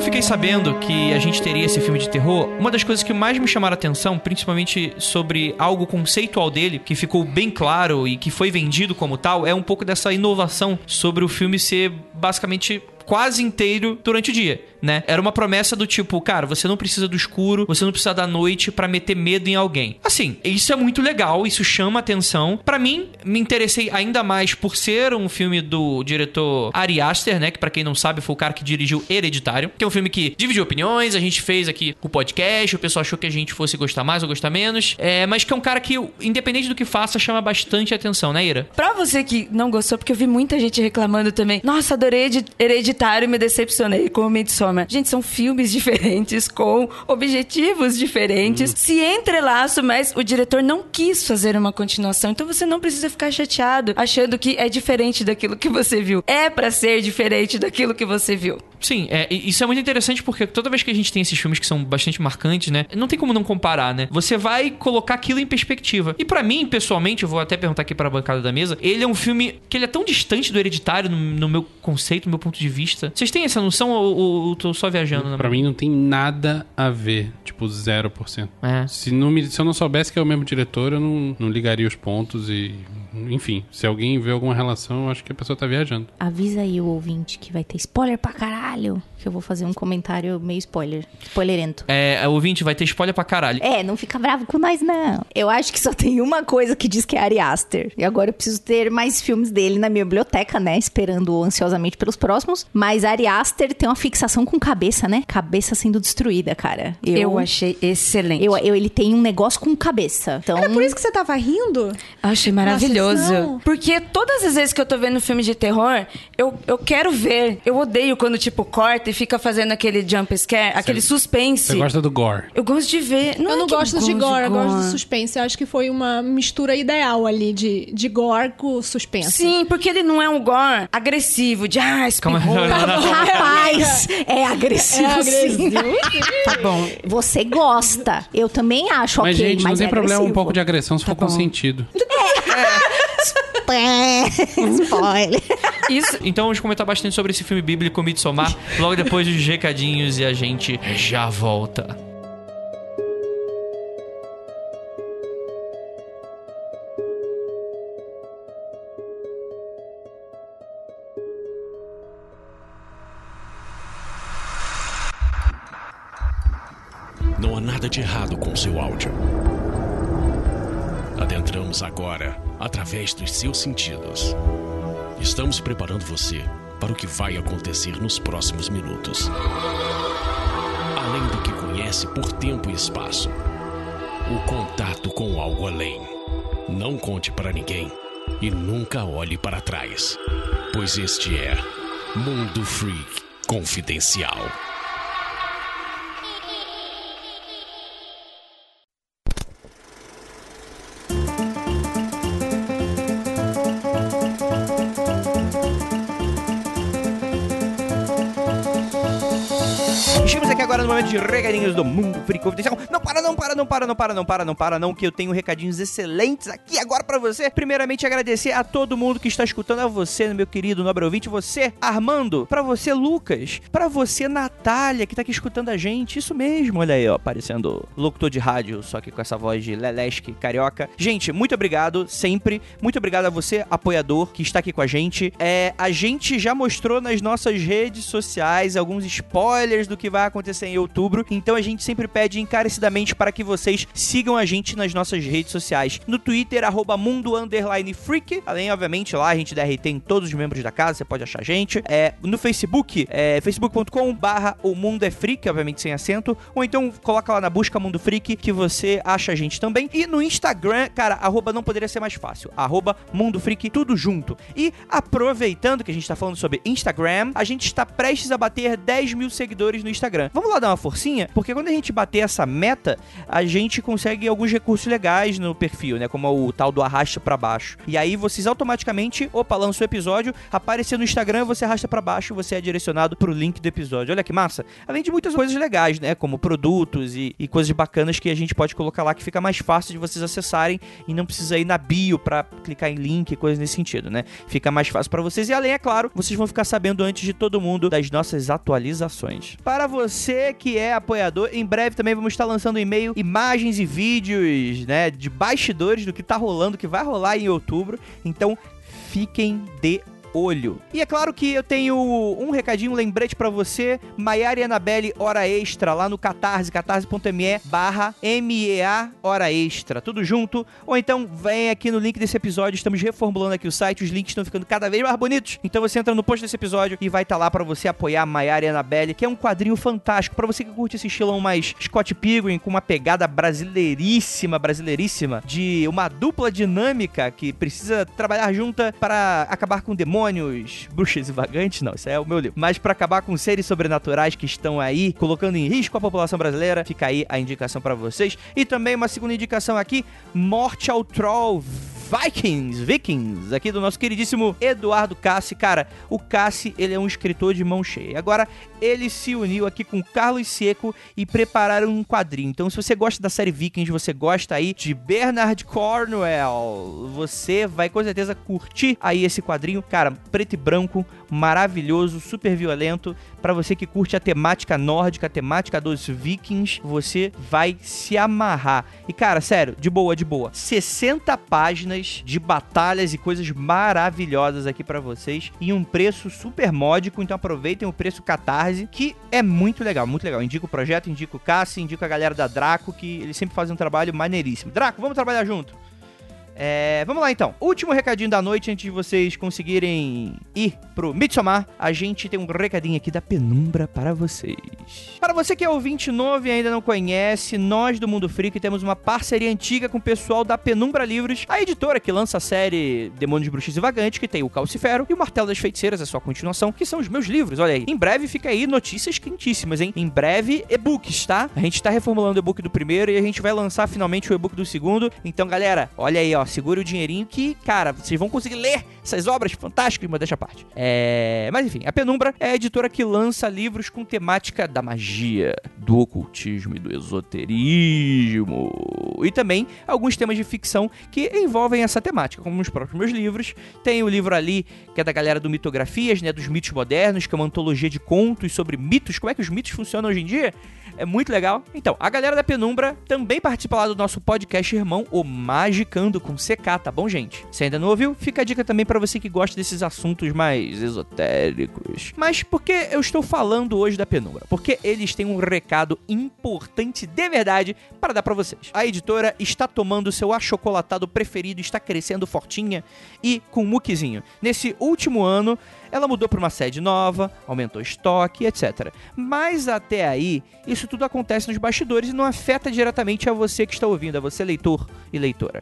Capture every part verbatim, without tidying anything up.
fiquei sabendo que a gente teria esse filme de terror, uma das coisas que mais me chamaram a atenção, principalmente sobre algo conceitual dele, que ficou bem claro e que foi vendido como tal, é um pouco dessa inovação sobre o filme ser basicamente quase inteiro durante o dia, né? Era uma promessa do tipo, cara, você não precisa do escuro, você não precisa da noite pra meter medo em alguém. Assim, isso é muito legal, isso chama atenção. Pra mim, me interessei ainda mais por ser um filme do diretor Ari Aster, né? Que pra quem não sabe, foi o cara que dirigiu Hereditário, que é um filme que dividiu opiniões, a gente fez aqui o podcast, o pessoal achou que a gente fosse gostar mais ou gostar menos, é, mas que é um cara que, independente do que faça, chama bastante atenção, né, Ira? Pra você que não gostou, porque eu vi muita gente reclamando também, nossa, adorei Hereditário e me decepcionei com o Midsommar. Gente, são filmes diferentes, com objetivos diferentes, hum. se entrelaçam, mas o diretor não quis fazer uma continuação, então você não precisa ficar chateado, achando que é diferente daquilo que você viu. É pra ser diferente daquilo que você viu. Sim, é, isso é muito interessante porque toda vez que a gente tem esses filmes que são bastante marcantes, né, não tem como não comparar, né? Você vai colocar aquilo em perspectiva. E pra mim, pessoalmente, eu vou até perguntar aqui pra bancada da mesa, ele é um filme que ele é tão distante do Hereditário no, no meu conceito, no meu ponto de vista. Vocês têm essa noção ou, ou eu tô só viajando? Né? Pra mim não tem nada a ver, tipo zero por cento. É. Se, não me, se eu não soubesse que é o mesmo diretor, eu não, não ligaria os pontos e... Enfim, se alguém vê alguma relação, eu acho que a pessoa tá viajando. Avisa aí o ouvinte que vai ter spoiler pra caralho. Que eu vou fazer um comentário meio spoiler. Spoilerento. É, o ouvinte vai ter spoiler pra caralho. É, não fica bravo com nós, não. Eu acho que só tem uma coisa que diz que é Ari Aster. E agora eu preciso ter mais filmes dele na minha biblioteca, né? Esperando ansiosamente pelos próximos. Mas Ari Aster tem uma fixação com cabeça, né? Cabeça sendo destruída, cara. Eu, eu achei excelente. Eu, eu, ele tem um negócio com cabeça. Então... Era por isso que você tava rindo? Eu achei maravilhoso. Nossa, porque todas as vezes que eu tô vendo filme de terror, eu, eu quero ver. Eu odeio quando, tipo, corta e fica fazendo aquele jump scare, Cê, aquele suspense. Você gosta do gore? Eu gosto de ver. Não eu é não gosto de gore, de eu gosto de suspense. Eu acho que foi uma mistura ideal ali de, de gore com suspense. Sim, porque ele não é um gore agressivo, de ah, espirrou. Rapaz, é agressivo, é agressivo sim. Tá bom. Você gosta. Eu também acho, mas, ok, gente, mas não tem é problema agressivo. um pouco de agressão se tá for bom. consentido. É. Spoiler. Isso. Então vamos comentar bastante sobre esse filme bíblico Midsommar logo depois dos recadinhos e a gente já volta. Não há nada de errado com seu áudio. Adentramos agora através dos seus sentidos. Estamos preparando você para o que vai acontecer nos próximos minutos. Além do que conhece por tempo e espaço, o contato com algo além. Não conte para ninguém e nunca olhe para trás, pois este é Mundo Freak Confidencial. Agora no momento de recadinhos do Mundo Freak Confidencial. Não para, não para, não para, não para, não para, não para, não, que eu tenho recadinhos excelentes aqui agora pra você. Primeiramente, agradecer a todo mundo que está escutando, a você, meu querido nobre ouvinte, você, Armando, pra você, Lucas, pra você, Natália, que tá aqui escutando a gente. Isso mesmo, olha aí, ó, parecendo locutor de rádio, só que com essa voz de lelesque, carioca. Gente, muito obrigado, sempre. Muito obrigado a você, apoiador, que está aqui com a gente. É, a gente já mostrou nas nossas redes sociais alguns spoilers do que vai acontecer em outubro, então a gente sempre pede encarecidamente para que vocês sigam a gente nas nossas redes sociais. No Twitter, arroba mundo underline freak, além, obviamente, lá a gente dá R T em todos os membros da casa, você pode achar a gente. É, no Facebook, é facebook ponto com barra o mundo é freak, obviamente sem acento, ou então coloca lá na busca Mundo Freak que você acha a gente também. E no Instagram, cara, arroba não poderia ser mais fácil, arroba Mundo Freak, tudo junto. E aproveitando que a gente tá falando sobre Instagram, a gente está prestes a bater dez mil seguidores no Instagram. Vamos lá dar uma forcinha, porque quando a gente bater essa meta, a gente consegue alguns recursos legais no perfil, né? Como o tal do arrasta pra baixo. E aí vocês automaticamente, opa, lança o episódio, aparecer no Instagram, você arrasta pra baixo, você é direcionado pro link do episódio. Olha que massa. Além de muitas coisas legais, né? Como produtos e, e coisas bacanas que a gente pode colocar lá, que fica mais fácil de vocês acessarem e não precisa ir na bio pra clicar em link e coisas nesse sentido, né? Fica mais fácil pra vocês. E além, é claro, vocês vão ficar sabendo antes de todo mundo das nossas atualizações. Para você que é apoiador, em breve também vamos estar lançando um e-mail, imagens e vídeos, né? De bastidores do que tá rolando, que vai rolar em outubro. Então, fiquem de olho. E é claro que eu tenho um recadinho, um lembrete pra você, Maiara e Annabelle Hora Extra, lá no Catarse, catarse.me barra MEA Hora Extra, tudo junto, ou então vem aqui no link desse episódio, estamos reformulando aqui o site, os links estão ficando cada vez mais bonitos, então você entra no post desse episódio e vai estar tá lá pra você apoiar Maiara e Annabelle, que é um quadrinho fantástico, pra você que curte esse estilão mais Scott Pilgrim, com uma pegada brasileiríssima, brasileiríssima, de uma dupla dinâmica que precisa trabalhar junta para acabar com demônios, bruxas e vagantes, não, isso é o meu livro. Mas pra acabar com seres sobrenaturais que estão aí, colocando em risco a população brasileira, fica aí a indicação pra vocês. E também uma segunda indicação aqui, Morte ao Troll Vikings, Vikings, aqui do nosso queridíssimo Eduardo Cassi. Cara, o Cassi, ele é um escritor de mão cheia. Agora, ele se uniu aqui com Carlos Seco e prepararam um quadrinho. Então, se você gosta da série Vikings, você gosta aí de Bernard Cornwell, você vai com certeza curtir aí esse quadrinho. Cara, preto e branco, maravilhoso, super violento. Pra você que curte a temática nórdica, a temática dos Vikings, você vai se amarrar. E cara, sério, de boa, de boa. sessenta páginas de batalhas e coisas maravilhosas aqui pra vocês. E um preço super módico, então aproveitem o preço Catarse, que é muito legal, muito legal. Indico o projeto, indico o Cassi, indico a galera da Draco, que eles sempre fazem um trabalho maneiríssimo. Draco, vamos trabalhar junto? É, vamos lá então, último recadinho da noite antes de vocês conseguirem ir pro Midsommar. A gente tem um recadinho aqui da Penumbra para vocês. Para você que é ouvinte novo e ainda não conhece, nós do Mundo Freak temos uma parceria antiga com o pessoal da Penumbra Livros, a editora que lança a série Demônios, Bruxas e Vagantes, que tem o Calcifero e o Martelo das Feiticeiras, a sua continuação, que são os meus livros, olha aí. Em breve fica aí notícias quentíssimas, hein? Em breve e-books, tá? A gente tá reformulando o e-book do primeiro e a gente vai lançar finalmente o e-book do segundo. Então galera, olha aí, ó, segura o dinheirinho que, cara, vocês vão conseguir ler essas obras fantásticas, mas deixa a parte. É... Mas enfim, a Penumbra é a editora que lança livros com temática da magia, do ocultismo e do esoterismo. E também alguns temas de ficção que envolvem essa temática, como os próprios meus livros. Tem o livro ali, que é da galera do Mitografias, né, dos mitos modernos, que é uma antologia de contos sobre mitos, como é que os mitos funcionam hoje em dia. É muito legal. Então, a galera da Penumbra também participa lá do nosso podcast irmão, o Magicando com C K, tá bom, gente? Se ainda não ouviu, fica a dica também pra você que gosta desses assuntos mais esotéricos. Mas por que eu estou falando hoje da Penumbra? Porque eles têm um recado importante de verdade para dar pra vocês. A editora está tomando seu achocolatado preferido, está crescendo fortinha e com muquizinho. Nesse último ano, ela mudou para uma sede nova, aumentou estoque, etcétera. Mas até aí, isso tudo acontece nos bastidores e não afeta diretamente a você que está ouvindo, a você leitor e leitora.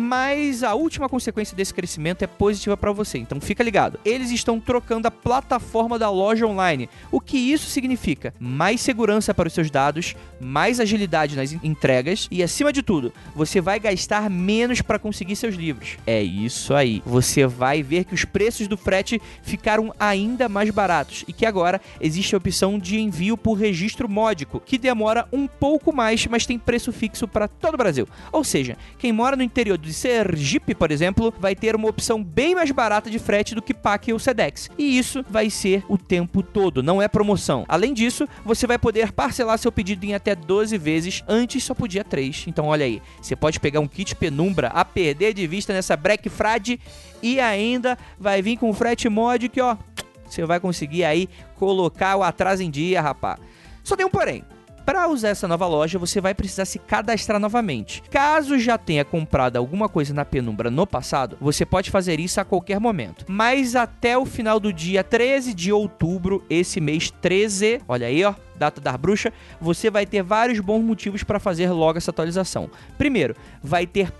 Mas a última consequência desse crescimento é positiva para você, então fica ligado. Eles estão trocando a plataforma da loja online. O que isso significa? Mais segurança para os seus dados, mais agilidade nas entregas e, acima de tudo, você vai gastar menos para conseguir seus livros. É isso aí. Você vai ver que os preços do frete ficaram ainda mais baratos e que agora existe a opção de envio por registro módico, que demora um pouco mais, mas tem preço fixo para todo o Brasil. Ou seja, quem mora no interior de Sergipe, por exemplo, vai ter uma opção bem mais barata de frete do que P A C ou Sedex. E isso vai ser o tempo todo, não é promoção. Além disso, você vai poder parcelar seu pedido em até doze vezes, antes só podia três. Então olha aí, você pode pegar um kit Penumbra a perder de vista nessa Black Friday e ainda vai vir com frete mod que, ó, você vai conseguir aí colocar o atraso em dia, rapá. Só tem um porém. Para usar essa nova loja, você vai precisar se cadastrar novamente. Caso já tenha comprado alguma coisa na Penumbra no passado, você pode fazer isso a qualquer momento. Mas até o final do dia treze de outubro, esse mês treze, olha aí, ó, data da bruxa, você vai ter vários bons motivos para fazer logo essa atualização. Primeiro, vai ter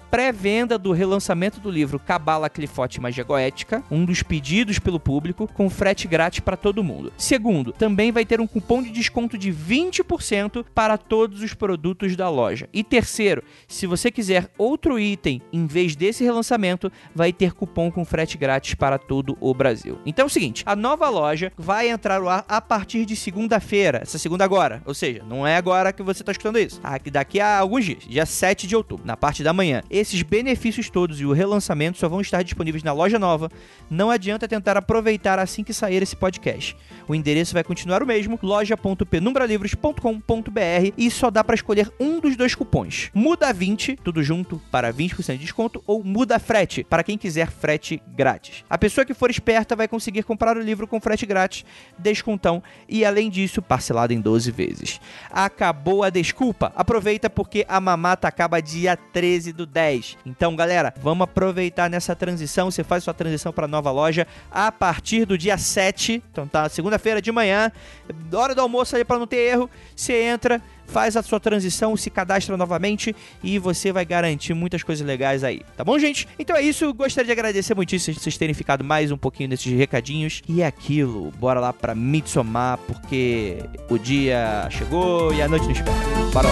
pré-venda do relançamento do livro Cabala, Clifote e Magia Goética, um dos pedidos pelo público, com frete grátis para todo mundo. Segundo, também vai ter um cupom de desconto de vinte por cento para todos os produtos da loja. E terceiro, se você quiser outro item em vez desse relançamento, vai ter cupom com frete grátis para todo o Brasil. Então é o seguinte, a nova loja vai entrar no ar a partir de segunda-feira, essa segunda agora, ou seja, não é agora que você está escutando isso, daqui a alguns dias, dia sete de outubro, na parte da manhã. Esses benefícios todos e o relançamento só vão estar disponíveis na loja nova. Não adianta tentar aproveitar assim que sair esse podcast. O endereço vai continuar o mesmo, loja ponto penumbralivros ponto com ponto b r, e só dá para escolher um dos dois cupons. Muda vinte, tudo junto, para vinte por cento de desconto, ou muda frete, para quem quiser frete grátis. A pessoa que for esperta vai conseguir comprar o livro com frete grátis, descontão e, além disso, parcelado em doze vezes. Acabou a desculpa? Aproveita porque a mamata acaba dia treze do dez. Então, galera, vamos aproveitar nessa transição. Você faz sua transição para a nova loja a partir do dia sete. Então tá, segunda-feira de manhã, hora do almoço ali para não ter erro. Você entra, faz a sua transição, se cadastra novamente e você vai garantir muitas coisas legais aí. Tá bom, gente? Então é isso. Gostaria de agradecer muitíssimo vocês terem ficado mais um pouquinho nesses recadinhos. E é aquilo. Bora lá pra Midsommar, porque o dia chegou e a noite não espera. Bora lá.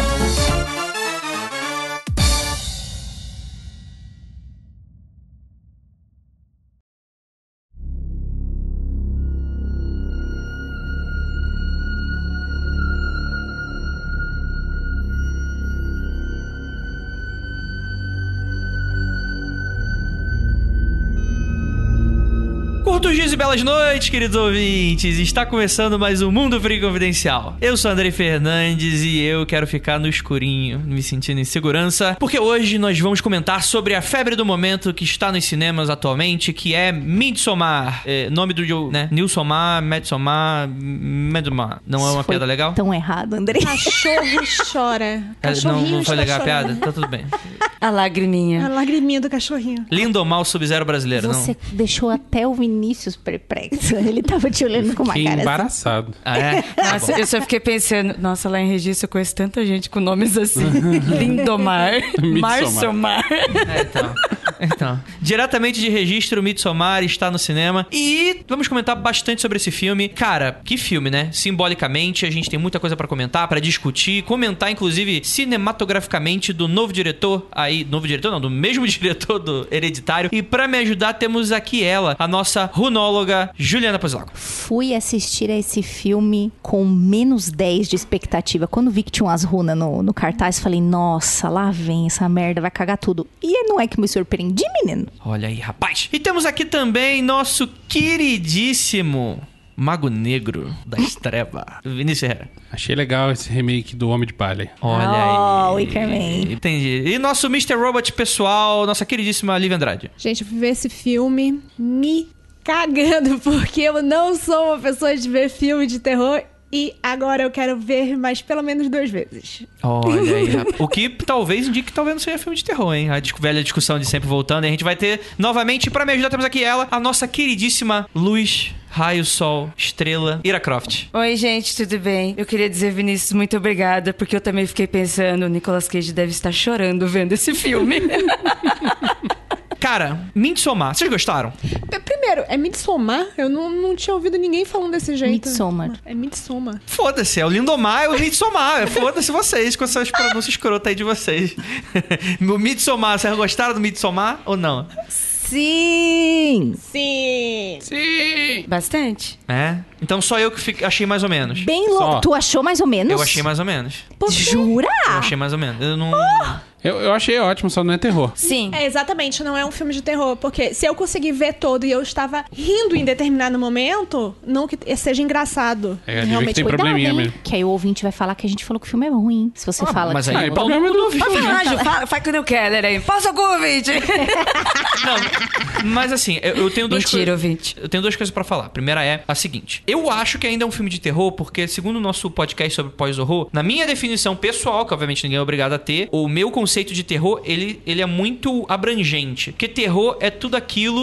Curtos dias e belas noites, queridos ouvintes. Está começando mais um Mundo Freak Confidencial. Eu sou Andrei Fernandes e eu quero ficar no escurinho, me sentindo em segurança, porque hoje nós vamos comentar sobre a febre do momento que está nos cinemas atualmente, que é Midsommar. É, nome do, né? Nilsommar, Midsommar, Midsommar. Não é uma Foi piada legal? Tão errado, Andrei. Cachorro chora. É, não, Cachorrinho não foi está legal a chorando. piada? Tá tudo bem. A lagriminha. A lagriminha do cachorrinho. Lindo ou mal Sub-Zero brasileiro, Você não? deixou até o Vinícius perplexo. Ele tava te olhando com uma Fiquei cara assim. embaraçado. Ah, é? Nossa, eu só fiquei pensando, nossa, lá em Registro eu conheço tanta gente com nomes assim. Lindomar, Midsommar. Marçomar. É, então. Então, diretamente de Registro, Midsommar está no cinema. E vamos comentar bastante sobre esse filme. Cara, que filme, né? Simbolicamente, a gente tem muita coisa pra comentar, pra discutir, comentar, inclusive, cinematograficamente do novo diretor aí, novo diretor não, do mesmo diretor do Hereditário. E pra me ajudar, temos aqui ela, a nossa runóloga, Juliana Pozilaco. Fui assistir a esse filme com menos dez de expectativa. Quando vi que tinha umas runas no, no cartaz, falei, nossa, lá vem essa merda, vai cagar tudo. E não é que me surpreendi, menino. Olha aí, rapaz. E temos aqui também nosso queridíssimo Mago Negro das Trevas, Vinícius Herrera. Achei legal esse remake do Homem de Palha. Olha Oh, aí. Wickerman. Entendi. E nosso mister Robot pessoal, nossa queridíssima Lívia Andrade. Gente, eu fui ver esse filme me cagando, porque eu não sou uma pessoa de ver filme de terror. E agora eu quero ver mais pelo menos duas vezes. Olha aí, rapaz. O que talvez indique que talvez não seja filme de terror, hein? A discu- velha discussão de sempre voltando. E a gente vai ter novamente, pra me ajudar, temos aqui ela, a nossa queridíssima Luz, Raio, Sol, Estrela, Ira Croft. Oi, gente, tudo bem? Eu queria dizer, Vinícius, muito obrigada, porque eu também fiquei pensando, o Nicolas Cage deve estar chorando vendo esse filme. Cara, Midsommar, vocês gostaram? Primeiro, é Midsommar? Eu não, não tinha ouvido ninguém falando desse jeito. Midsommar. É Midsommar. Foda-se, é o Lindomar, é o Midsommar. Foda-se vocês com essas pronúncias escrotas aí de vocês. O Midsommar, vocês gostaram do Midsommar ou não? Sim! Sim! Sim! Bastante. É? Então só eu que fiquei- achei mais ou menos. Bem Só. louco. Tu achou mais ou menos? Eu achei mais ou menos. Jura? Eu achei mais ou menos. Eu não... Eu, eu achei ótimo, só não é terror. Sim. É, exatamente, não é um filme de terror. Porque se eu conseguir ver todo e eu estava rindo em determinado momento, não que seja engraçado. É, devia que Realmente, tem cuidado, probleminha hein? mesmo. Que aí o ouvinte vai falar que a gente falou que o filme é ruim. Se você Ah, fala mas que... aí Ah, e todo problema mundo do ouviu. filme. Fala, fala, fala com o Keller aí. Passa o convite. Não, mas assim, eu, eu tenho duas Mentira, coisas. ouvinte. Eu tenho duas coisas pra falar. A primeira é a seguinte: eu acho que ainda é um filme de terror, porque, segundo o nosso podcast sobre pós-horror, na minha definição pessoal, que obviamente ninguém é obrigado a ter, o meu conceito de terror, ele, ele é muito abrangente. Porque terror é tudo aquilo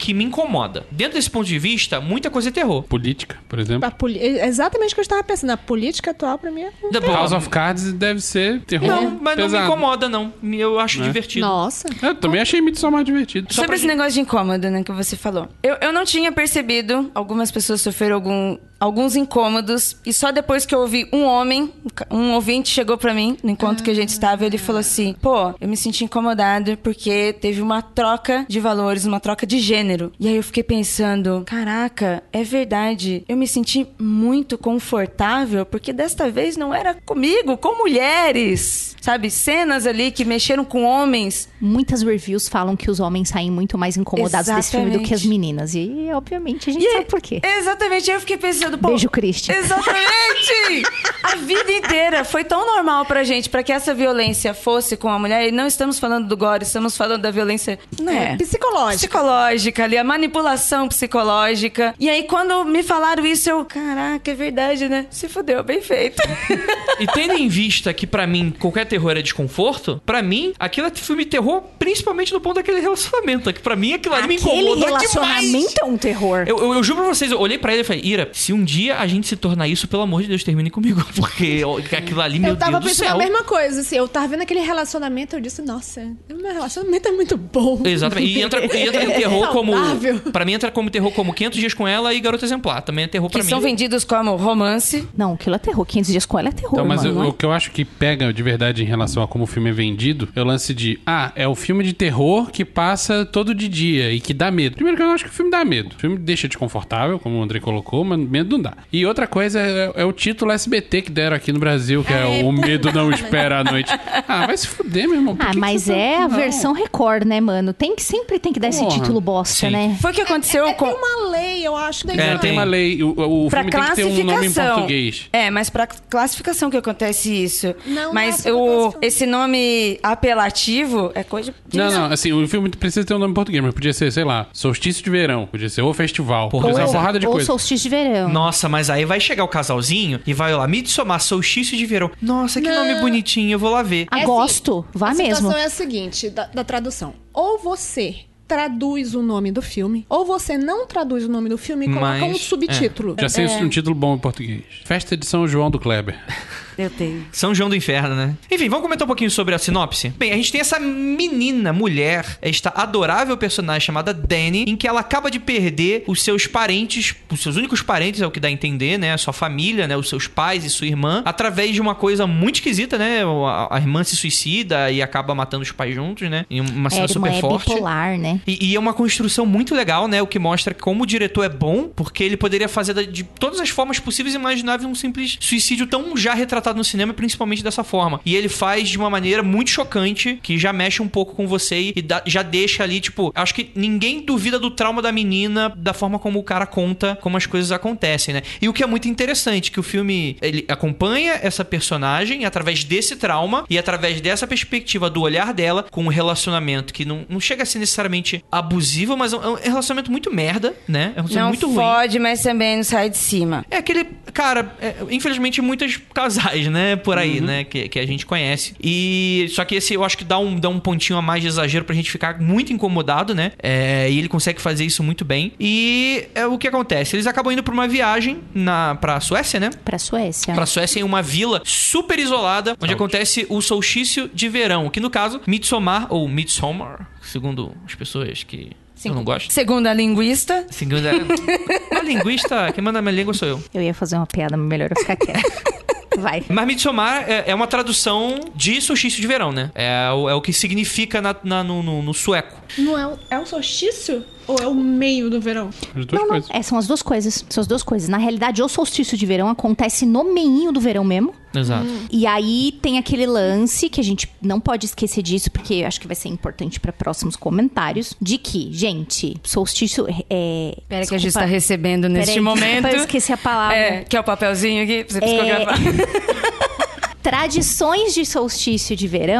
que me incomoda. Dentro desse ponto de vista, muita coisa é terror. Política, por exemplo. A poli- Exatamente o que eu estava pensando. A política atual, pra mim, é... House of Cards deve ser terror Não, mas pesado. não me incomoda, não. Eu acho É. divertido. Nossa. Eu também achei Midsommar divertido. Sobre esse negócio de incômodo, né, que você falou. Eu, eu não tinha percebido, algumas pessoas sofreram algum, alguns incômodos, e só depois que eu ouvi um homem, um ouvinte chegou pra mim, no encontro que a gente estava, ele falou assim, pô, eu me senti incomodado porque teve uma troca de valores, uma troca de gênero. E aí eu fiquei pensando, caraca, é verdade, eu me senti muito confortável, porque desta vez não era comigo, com mulheres, sabe? Cenas ali que mexeram com homens. Muitas reviews falam que os homens saem muito mais incomodados desse filme do que as Exatamente. meninas. E, obviamente, a gente E sabe por quê. Exatamente, aí eu fiquei pensando, pô... Beijo, Christian. Exatamente! A vida inteira foi tão normal pra gente, pra que essa violência fosse com a mulher, e não estamos falando do gore, estamos falando da violência, né? Psicológica. Psicológica ali, a manipulação psicológica. E aí, quando me falaram isso, eu... Caraca, é verdade, né? Se fudeu, bem feito. E tendo em vista que, pra mim, qualquer terror é desconforto, pra mim, aquilo é filme de terror, principalmente no ponto daquele relacionamento. Que pra mim, aquilo ali me Aquele incomodou relacionamento demais. é um terror. Eu, eu, eu juro pra vocês, eu olhei pra ele e falei, Ira, se um dia a gente se tornar isso, pelo amor de Deus, termine comigo. Porque ó, aquilo ali, meu Eu tava Deus do pensando céu. a mesma coisa, assim. Eu tava vendo aquele relacionamento, eu disse, nossa, meu relacionamento é muito bom. Exatamente. E entra, e entra em terror como... Saudável. Pra mim, entra como terror como quinhentos Dias com Ela e Garota Exemplar. Também é terror pra Que mim. são vendidos como romance. Não, aquilo é terror. quinhentos dias com ela é terror, Então, mas mano. eu- o que eu acho que pega de verdade em relação a como o filme é vendido é o lance de, ah, é o filme de terror que passa todo de dia e que dá medo. Primeiro que eu acho que o filme dá medo. O filme deixa desconfortável, como o André colocou, mas medo não dá. E outra coisa é, é o título S B T que deram aqui no Brasil, que é, O Medo Não Espera à Noite. Ah, vai se fuder, meu irmão. Por Ah, que que mas você tá- é a Não. versão Record, né, mano? Tem que, sempre tem que dar esse Porra. título bosta, Sim. né? Foi o que aconteceu É, com... tem uma lei, eu acho. da É, Islândia. tem uma lei. O, o Pra filme tem que ter um nome em português. É, mas pra classificação que acontece isso. Não, mas não é o, classificação. esse nome apelativo é coisa de... Não, não, assim, o filme precisa ter um nome em português, mas podia ser, sei lá, Solstício de Verão, podia ser O Festival, Porra, podia ser uma ou- porrada de Ou coisa. solstício de verão. Nossa, mas aí vai chegar o casalzinho e vai lá, Midsommar, Solstício de Verão. Nossa, que Não. nome bonitinho, eu vou lá ver. Ah, É gosto. Vá a mesmo. situação é a seguinte, da, da tradução. Ou você traduz o nome do filme, ou você não traduz o nome do filme e coloca Mas, um subtítulo. Já sei É. um título bom em português. Festa de São João do Kleber. Eu tenho. São João do Inferno, né? Enfim, vamos comentar um pouquinho sobre a sinopse? Bem, a gente tem essa menina, mulher, esta adorável personagem chamada Dani, em que ela acaba de perder os seus parentes, os seus únicos parentes, é o que dá a entender, né? A sua família, né? Os seus pais e sua irmã, através de uma coisa muito esquisita, né? A, a irmã se suicida e acaba matando os pais juntos, né? Em uma É, cena a irmã super é forte. bipolar, né? E, e é uma construção muito legal, né? O que mostra como o diretor é bom, porque ele poderia fazer da- de todas as formas possíveis e imagináveis um simples suicídio tão já retratado no cinema, principalmente dessa forma. E ele faz de uma maneira muito chocante, que já mexe um pouco com você e, e dá- já deixa ali, tipo... Acho que ninguém duvida do trauma da menina, da forma como o cara conta como as coisas acontecem, né? E o que é muito interessante, que o filme, ele acompanha essa personagem através desse trauma e através dessa perspectiva do olhar dela com um relacionamento que não, não chega a ser necessariamente abusivo, mas é um é um relacionamento muito merda, né? É um relacionamento Não muito ruim. fode, mas também não sai de cima. É aquele, cara, é, infelizmente muitos casais, né, por aí, né, que, que a gente conhece. E só que esse eu acho que dá um, dá um pontinho a mais de exagero pra gente ficar muito incomodado, né? É, e ele consegue fazer isso muito bem. E é o que acontece? Eles acabam indo pra uma viagem na, pra Suécia, né? Pra Suécia. Pra Suécia, em uma vila super isolada, onde acontece o solstício de verão, que no caso, Midsommar, ou Midsommar, segundo as pessoas que eu não gosto. Segundo a linguista, Segundo a, a linguista, quem manda a minha língua sou eu. Eu ia fazer uma piada, mas melhor eu ficar quieta. Vai. Mas Midsommar é, é uma tradução de solstício de verão, né? É, o- é o que significa na- na- no, no- no sueco. Não é o, é o solstício? Ou é o meio do verão? As duas Não, não. coisas. É, são as duas coisas. São as duas coisas. Na realidade, o solstício de verão acontece no meinho do verão mesmo. Exato. E aí tem aquele lance que a gente não pode esquecer disso, porque eu acho que vai ser importante para próximos comentários, de que, gente, solstício é... Pera que a gente tá recebendo neste Peraí, momento. Eu esqueci a palavra. É, que é o papelzinho aqui, pra você psicografar. Tradições de solstício de verão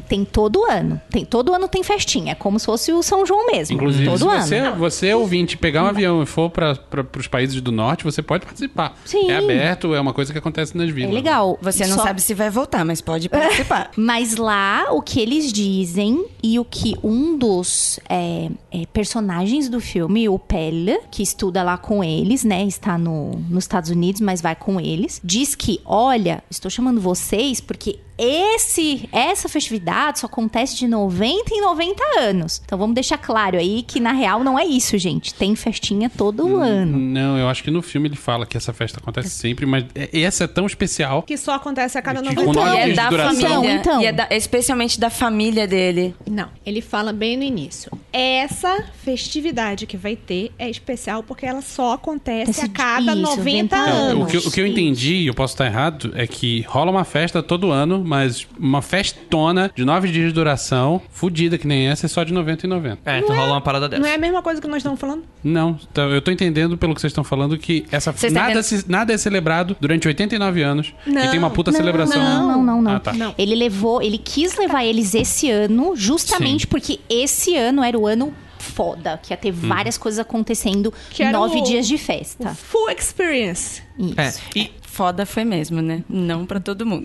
Tem todo ano. Tem, todo ano tem festinha. É como se fosse o São João mesmo. Inclusive, todo se ano. você, você ouvinte, pegar um avião e for para os países do norte, você pode participar. Sim. É aberto, é uma coisa que acontece nas É vilas. legal. Você não Só- sabe se vai voltar, mas pode participar. Mas lá, o que eles dizem e o que um dos é, é, personagens do filme, o Pelle, que estuda lá com eles, né? Está no, nos Estados Unidos, mas vai com eles. Diz que, olha, estou chamando vocês porque esse, essa festividade só acontece de noventa em noventa anos. Então vamos deixar claro aí que na real não é isso, gente. Tem festinha todo Hum, ano. Não, eu acho que no filme ele fala que essa festa acontece sempre, mas é- essa é tão especial. Que só acontece a cada Que noventa com nove E anos. é dias da de duração. família. Então. E é da- especialmente da família dele. Não, ele fala bem no início. Essa festividade que vai ter é especial porque ela só acontece Esse- a cada isso, noventa noventa anos. Não, o, que, eu- o que eu entendi, eu posso estar errado, é que rola uma festa todo ano, mas uma festona de nove dias de duração, fodida que nem essa, é só de noventa em noventa. É, então rola uma parada dessa. Não é a mesma coisa que nós estamos falando? Não, tá, eu tô entendendo pelo que vocês estão falando que essa Vocês tão nada, entendendo? se- nada é celebrado durante oitenta e nove anos e Não, tem uma puta não, celebração. Não, não, não, não. Ah, tá. Não. Ele levou, ele quis levar eles esse ano, justamente Sim. porque esse ano era o ano foda, que ia ter Uhum. várias coisas acontecendo, Que era nove o- dias de O festa. full experience. Isso. É, e Foda foi mesmo, né? Não pra todo mundo.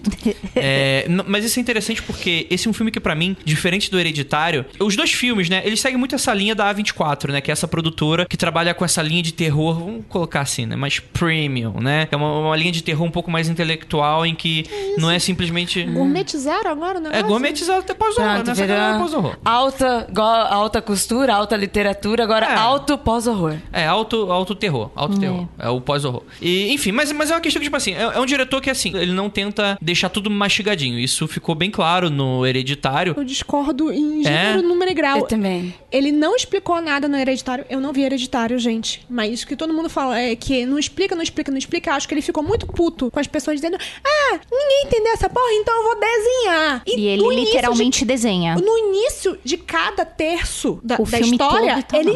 É, n- mas isso é interessante porque esse é um filme que, pra mim, diferente do Hereditário, os dois filmes, né, eles seguem muito essa linha da A vinte e quatro, né, que é essa produtora que trabalha com essa linha de terror, vamos colocar assim, né, mais premium, né? É uma, uma linha de terror um pouco mais intelectual em que não é simplesmente... Gourmetizaram agora o negócio? É gourmetizado até pós-horror, Pronto, né? Essa virou galera é pós-horror. alta, go- alta costura, alta literatura, agora É. alto pós-horror. É, alto, alto terror. Alto terror. É o pós-horror. E, enfim, mas, mas é uma questão que, tipo assim, é, é um diretor que, assim, ele não tenta deixar tudo mastigadinho. Isso ficou bem claro no Hereditário. Eu discordo em gênero, É? número e grau. Eu também. Ele não explicou nada no Hereditário. Eu não vi Hereditário, gente. Mas o que todo mundo fala é que não explica, não explica, não explica. Acho que ele ficou muito puto com as pessoas dizendo: ah, ninguém entendeu essa porra, então eu vou desenhar. E ele no início literalmente desenha. de, No início de cada terço da, O da filme história, todo tá ele lá.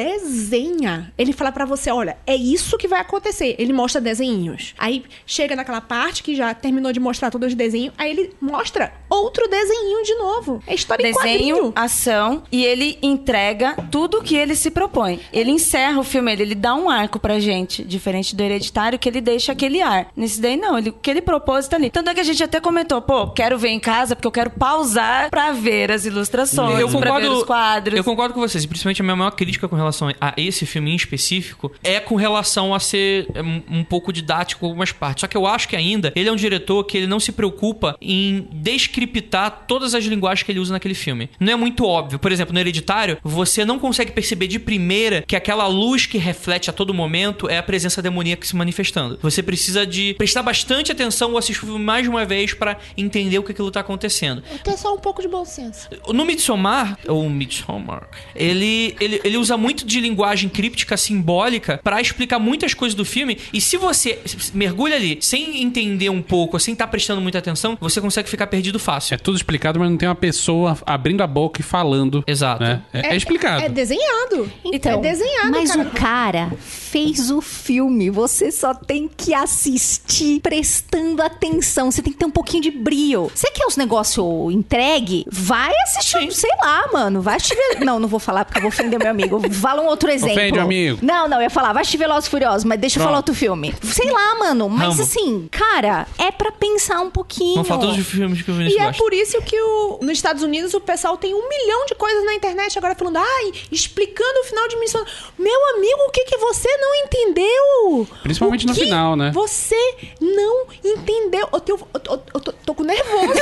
desenha. Ele fala pra você: olha, é isso que vai acontecer. Ele mostra desenhinhos. Aí chega naquela parte que já terminou de mostrar todos os desenhos. Aí ele mostra outro desenhinho de novo. É história em Desenho, quadrinho. ação, e ele entrega tudo que ele se propõe. Ele encerra o filme, ele, ele dá um arco pra gente, diferente do Hereditário, que ele deixa aquele ar. Nesse daí, não, ele, o que ele propôs tá ali. Tanto é que a gente até comentou, pô, quero ver em casa, porque eu quero pausar pra ver as ilustrações, Eu pra ver os concordo, quadros. eu concordo com vocês. E principalmente a minha maior crítica com relação a esse filme em específico é com relação a ser um, um pouco didático em algumas partes. Só que eu acho que ainda ele é um diretor que ele não se preocupa em descriptar todas as linguagens que ele usa naquele filme. Não é muito óbvio. Por exemplo, no Hereditário, você não consegue perceber de primeira que aquela luz que reflete a todo momento é a presença demoníaca se manifestando. Você precisa de prestar bastante atenção ou assistir o filme mais de uma vez pra entender o que aquilo tá acontecendo. Ter só um pouco de bom senso. No Midsommar, ou Midsommar, ele, ele, ele usa muito de linguagem críptica, simbólica, pra explicar muitas coisas do filme. E se você mergulha ali sem entender um pouco, sem estar prestando muita atenção, você consegue ficar perdido fácil. É tudo explicado, mas não tem uma pessoa abrindo a boca e falando. Exato. Né? É, é explicado. É desenhado. Então, é desenhado, mas cara. o cara fez o filme. Você só tem que assistir prestando atenção. Você tem que ter um pouquinho de brio. Você quer os negócios entregue? Vai assistir, Sim. sei lá, mano. Vai assistir... Não, não vou falar porque eu vou ofender meu amigo. Fala um outro exemplo. Ofende o amigo. Não, não, eu ia falar, vai assistir Velozes e Furiosos, mas deixa eu Pronto. falar outro filme. Sei lá, mano. Mas Rambo. assim, cara, é pra pensar um pouquinho. Vamos falar todos os filmes que o E Vinícius é gosta. por isso que o, nos Estados Unidos o pessoal tem um milhão de coisas na internet agora falando, ai, explicando o final de Missão. Meu amigo, o que que você não entendeu? Principalmente O no que final, né? Você não entendeu. Eu, tenho, eu, eu, eu tô, tô com nervoso.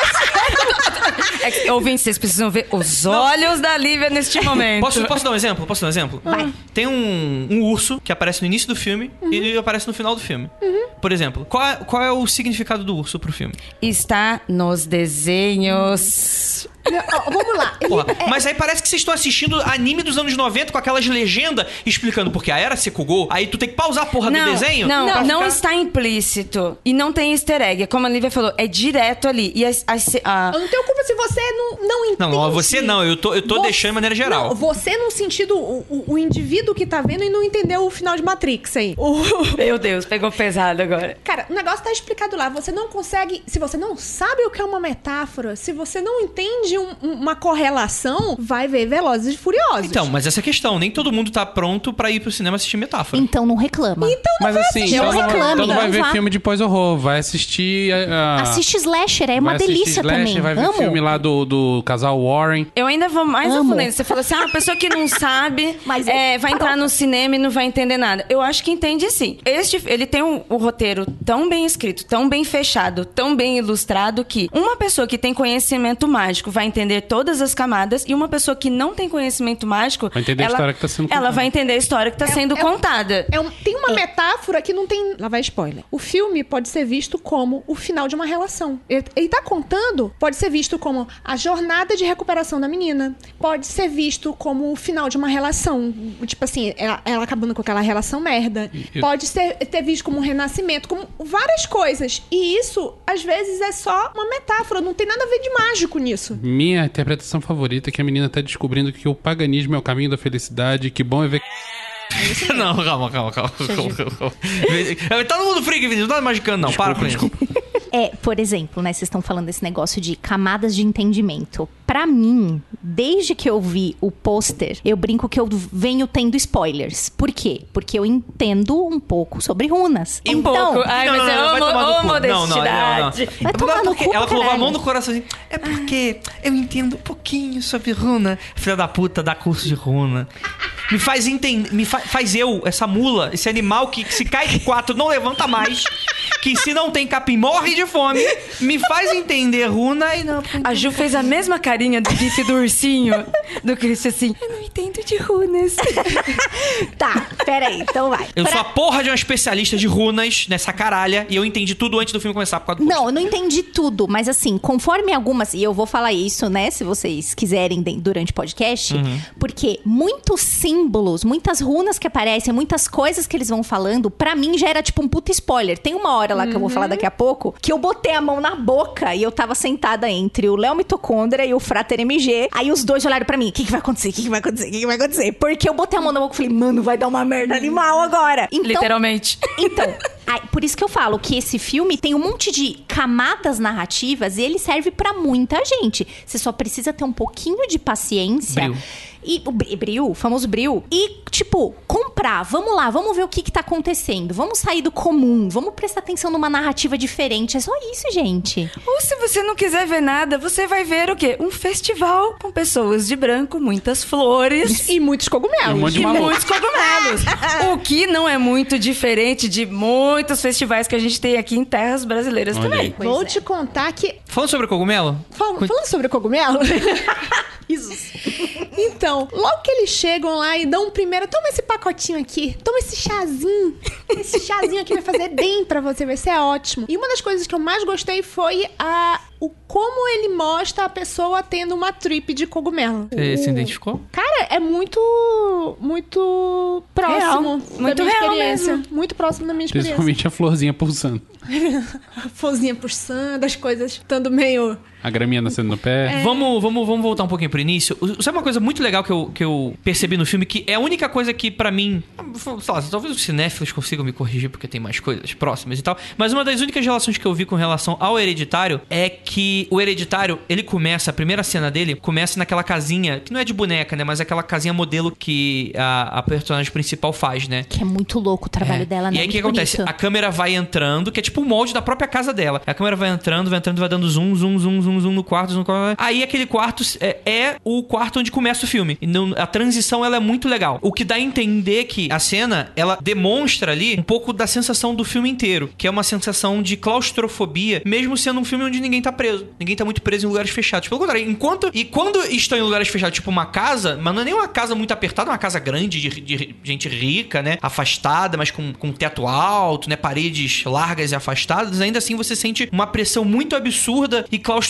É que, ouvintes, vocês precisam ver os olhos da Lívia neste momento. Posso, posso dar um exemplo? Posso dar um exemplo? Vai. Tem um, um urso que aparece no início do filme e ele aparece no final do filme. Por exemplo, qual é, qual é o significado do urso pro filme? Está nos desenhos. Não, ó, vamos lá. Ele- Porra, é- mas aí parece que vocês estão assistindo anime dos anos noventa com aquelas legendas explicando porque a era Sekugou, aí tu tem que pausar a porra Não, do desenho. não, pra não ficar- está implícito. E não tem easter egg. Como a Lívia falou, é direto ali. E a, a- a- Eu não tenho culpa se você não, não entende. Não, ó, você não, eu tô, eu tô Você- deixando de maneira geral. Não, você num sentido, o, o, o indivíduo que tá vendo e não entendeu o final de Matrix aí. O- Meu Deus, pegou pesado agora. Cara, o negócio tá explicado lá. Você não consegue... Se você não sabe o que é uma metáfora, se você não entende um- um- uma correlação, vai ver Velozes e Furiosos. Então, mas essa é a questão. Nem todo mundo tá pronto pra ir pro cinema assistir metáfora. Então não reclama. Mas assim, assistir. então Não não, reclame, então não vai não ver vá. filme de pós-horror. Vai assistir... a- a- Assiste Slasher, é uma vai assistir delícia Slasher, também. Vai ver Amo. filme lá do, do casal Warren. Eu ainda vou mais a Amo. fundo. Você falou assim, ah, uma pessoa que não sabe Mas é, é vai entrar no cinema e não vai entender nada. Eu acho que entende sim. Este, ele tem o um, um roteiro tão bem escrito, tão bem fechado, tão bem ilustrado que uma pessoa que tem conhecimento mágico vai entender todas as camadas e uma pessoa que não tem conhecimento mágico... Vai entender a ela, história que tá sendo Ela contada. vai entender a história que está sendo é um- contada. É um- tem uma metáfora que não tem... Lá vai spoiler. O filme pode ser visto como o final de uma relação. Ele, ele tá contando, pode ser visto como a jornada de recuperação da menina. Pode ser visto como o final de uma relação. Tipo assim, ela, ela acabando com aquela relação merda. Eu- Pode ser ter visto como um renascimento, como várias coisas. E isso, às vezes, é só uma metáfora. Não tem nada a ver de mágico nisso. Minha interpretação favorita é que a menina tá descobrindo que o paganismo é o caminho da felicidade, que bom é ver... Não, calma, calma, calma. calma, calma, calma. Todo mundo freak, Vinícius. Não tá magicando, não. Para com isso. É, por exemplo, né, vocês estão falando desse negócio de camadas de entendimento. Pra mim, desde que eu vi o pôster, eu brinco que eu venho tendo spoilers. Por quê? Porque eu entendo um pouco sobre runas. Um então, pouco. Ai, Não, mas não, eu não, vai amo, tomar no amo cu. Não, não, não, não. honestidade. Vai tomar no Porque cu, ela colocou a caralho. mão no coração assim. É porque eu entendo um pouquinho sobre runa. Filha da puta, dá curso de runa. Me faz entender. Me fa- faz eu, essa mula, esse animal que, que se cai de quatro não levanta mais. Que se não tem capim morre de fome. Me faz entender runa e não. A Ju fez a mesma carinha do gif do ursinho, do Chris, assim, eu não entendo de runas. tá, peraí, então vai. Eu Pra- sou a porra de uma especialista de runas nessa caralha. E eu entendi tudo antes do filme começar por causa do Não, eu não entendi tudo, mas assim, conforme algumas, e eu vou falar isso, né, se vocês quiserem de- durante o podcast, porque muitos símbolos, muitas runas que aparecem, muitas coisas que eles vão falando, pra mim já era tipo um puta spoiler. Tem uma hora lá que eu vou falar daqui a pouco, que eu botei a mão na boca e eu tava sentada entre o Léo Mitocôndria e o Frater M G, aí os dois olharam pra mim, o que que vai acontecer, o que que vai acontecer, o que que vai acontecer? Porque eu botei a mão na boca e falei, mano, vai dar uma merda animal agora. Então, Literalmente. então, ai, por isso que eu falo que esse filme tem um monte de camadas narrativas e ele serve pra muita gente. Você só precisa ter um pouquinho de paciência. Bril. E o bri- bril, o famoso bril. E, tipo, comprar. Vamos lá, vamos ver o que que tá acontecendo. Vamos sair do comum. Vamos prestar atenção numa narrativa diferente. É só isso, gente. Ou se você não quiser ver nada, você vai ver o quê? Um festival com pessoas de branco, muitas flores E muitos cogumelos. E um monte de e maluco. muitos cogumelos. O que não é muito diferente de muitos festivais que a gente tem aqui em terras brasileiras Olha também. aí. Vou te contar que... Falando sobre cogumelo? Fal- Falando sobre cogumelo... Então, logo que eles chegam lá e dão um primeiro... Toma esse pacotinho aqui. Toma esse chazinho. Esse chazinho aqui vai fazer bem pra você. Vai ser ótimo. E uma das coisas que eu mais gostei foi a... O como ele mostra a pessoa tendo uma trip de cogumelo. Você se O- identificou? Cara, é muito... Muito próximo Real. da Muito minha real experiência. mesmo. Muito próximo da minha experiência. Principalmente a florzinha pulsando. A florzinha pulsando, as coisas estando meio... A graminha nascendo no pé. Vamos, vamos, vamos voltar um pouquinho pro início. O- Sabe uma coisa muito legal que eu, que eu percebi no filme? Que é a única coisa que, pra mim... Sei lá, talvez os cinéfilos consigam me corrigir porque tem mais coisas próximas e tal. Mas uma das únicas relações que eu vi com relação ao Hereditário é que o Hereditário, ele começa... A primeira cena dele começa naquela casinha... Que não é de boneca, né? Mas aquela casinha modelo que a, a personagem principal faz, né? Que é muito louco o trabalho É. dela, né? E aí o que Muito acontece? bonito. A câmera vai entrando, que é tipo o molde da própria casa dela. A câmera vai entrando, vai entrando, vai dando zoom, zoom, zoom, zoom, zoom no quarto, zoom no quarto. Aí aquele quarto é, é o quarto onde começa o filme. E não- a transição, ela é muito legal. O que dá a entender que a cena, ela demonstra ali um pouco da sensação do filme inteiro, que é uma sensação de claustrofobia, mesmo sendo um filme onde ninguém tá preso. Ninguém tá muito preso em lugares fechados. Pelo contrário, enquanto... E quando estão em lugares fechados, tipo uma casa, mas não é nem uma casa muito apertada, é uma casa grande, de, de gente rica, né? Afastada, mas com, com teto alto, né? Paredes largas e afastadas. Ainda assim, você sente uma pressão muito absurda e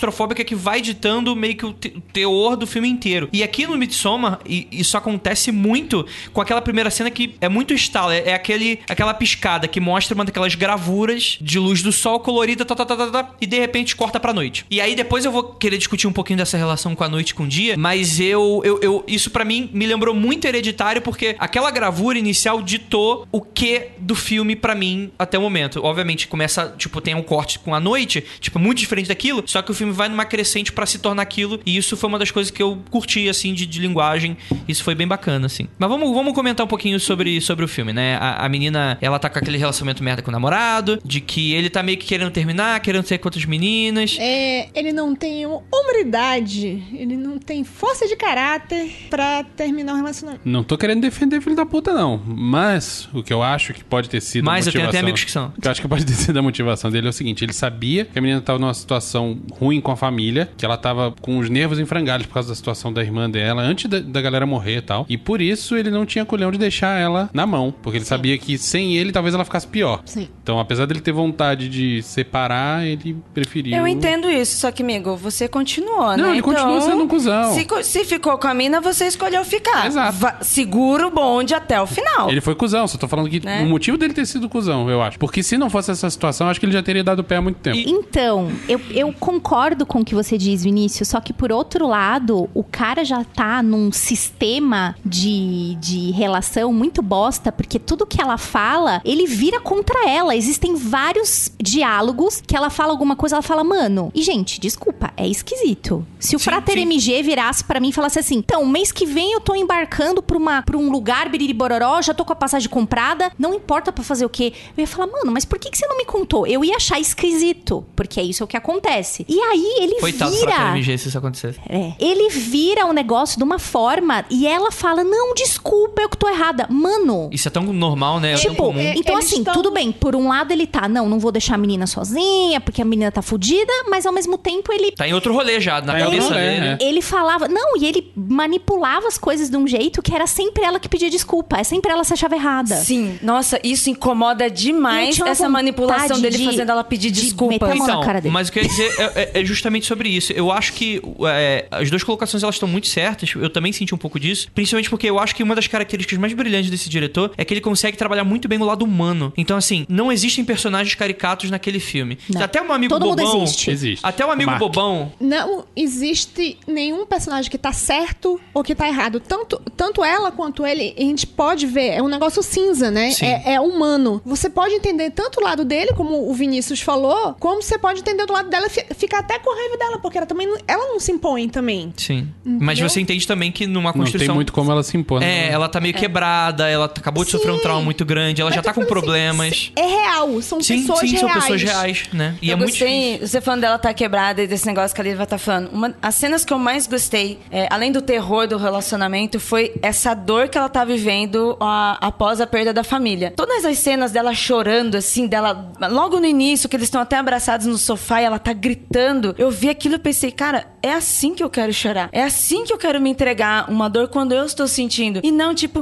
claustrofóbica que vai ditando meio que o, te- o teor do filme inteiro. E aqui no Midsommar, e, isso acontece muito com aquela primeira cena que é muito estalo. É, é aquele, aquela piscada que mostra uma daquelas gravuras de luz do sol colorida, tá, tá, tá, tá, tá, e de repente corta pra noite. E aí depois eu vou querer discutir um pouquinho dessa relação com a noite e com o dia, mas eu, eu, eu isso pra mim me lembrou muito Hereditário, porque aquela gravura inicial ditou o que do filme pra mim até o momento. Obviamente começa, tipo, tem um corte com a noite, tipo, muito diferente daquilo, só que o filme vai numa crescente pra se tornar aquilo, e isso foi uma das coisas que eu curti, assim, de, de linguagem. Isso foi bem bacana, assim. Mas vamos, vamos comentar um pouquinho sobre, sobre o filme, né? A, a menina, ela tá com aquele relacionamento merda com o namorado, de que ele tá meio que querendo terminar, querendo ter com outras meninas. É, ele não tem hombridade, ele não tem força de caráter pra terminar o relacionamento. Não tô querendo defender filho da puta, não. Mas o que eu acho que pode ter sido Mas a eu tenho motivação... até amigos que são. O que eu acho que pode ter sido a motivação dele é o seguinte: ele sabia que a menina tava numa situação ruim com a família, que ela tava com os nervos em frangalhos por causa da situação da irmã dela, antes da, da galera morrer e tal. E por isso ele não tinha culhão de deixar ela na mão. Porque ele Sim. sabia que sem ele talvez ela ficasse pior. Sim. Então, apesar dele ter vontade de separar, ele preferiu... Eu entendo isso, só que, amigo, você continuou, né? Não, ele continua sendo um cuzão. Se, co- se ficou com a mina, você escolheu ficar. Exato. Va- segura o bonde até o final. Ele foi cuzão, só tô falando que Né? o motivo dele ter sido cuzão, eu acho. Porque se não fosse essa situação, eu acho que ele já teria dado o pé há muito tempo. Então, eu, eu concordo com o que você diz, Vinícius, só que por outro lado, o cara já tá num sistema de, de relação muito bosta, porque tudo que ela fala, ele vira contra ela. Existem vários diálogos que ela fala alguma coisa, ela fala, mano, e gente, desculpa, é esquisito. Se o Sim, Frater sim. M G virasse pra mim e falasse assim, então, mês que vem eu tô embarcando pra, uma, pra um lugar, biriribororó, já tô com a passagem comprada, não importa pra fazer o quê. Eu ia falar, mano, mas por que, que você não me contou? Eu ia achar esquisito, porque é isso que acontece. E aí ele Coitado do vira... Frater M G se isso acontecesse. É. Ele vira o negócio de uma forma e ela fala, não, desculpa, eu que tô errada. Mano... Isso é tão normal, né? É tão Tipo, comum. é- então eles assim, tão- tudo bem. Por um lado ele tá, não, não vou deixar a menina sozinha, porque a menina tá fudida, mas ao mesmo tempo ele... Tá em outro rolê já, na Tá em outro cabeça rolê, dele. é. Ele falava... Não, e ele manipulava as coisas de um jeito que era sempre ela que pedia desculpa. É sempre ela se achava errada. Sim, nossa, isso incomoda Eu demais, tinha uma essa manipulação vontade dele de- fazendo ela pedir de desculpa. meter a mão na Então, cara dele. mas o que eu ia dizer é, é- é justamente sobre isso. Eu acho que é, as duas colocações elas estão muito certas. Eu também senti um pouco disso. Principalmente porque eu acho que uma das características mais brilhantes desse diretor é que ele consegue trabalhar muito bem o lado humano. Então, assim, não existem personagens caricatos naquele filme. Não. Até um amigo Todo mundo bobão. existe. Existe. Até um amigo Mark. bobão. Não existe nenhum personagem que tá certo ou que tá errado. Tanto, tanto ela quanto ele, a gente pode ver, é um negócio cinza, né? Sim. É, é humano. Você pode entender tanto o lado dele, como o Vinícius falou, como você pode entender do lado dela e fi- ficar até com raiva dela, porque ela também não, ela não se impõe também. Sim. Mas você entende também que numa Não tem construção. muito como ela se impor. É, né? ela tá meio quebrada, ela acabou de sofrer um Sim. trauma muito grande, ela Mas já tô tá com falando assim, problemas. é real, são Sim, pessoas sim, reais. são pessoas reais, né? E eu é muito gostei, difícil. você falando dela tá quebrada e desse negócio que a Lívia tá falando. Uma, as cenas que eu mais gostei, é, além do terror do relacionamento, foi essa dor que ela tá vivendo a- após a perda da família. Todas as cenas dela chorando, assim, dela. Logo no início, que eles estão até abraçados no sofá e ela tá gritando. Eu vi aquilo e pensei, cara, é assim que eu quero chorar. É assim que eu quero me entregar uma dor quando eu estou sentindo. E não, tipo.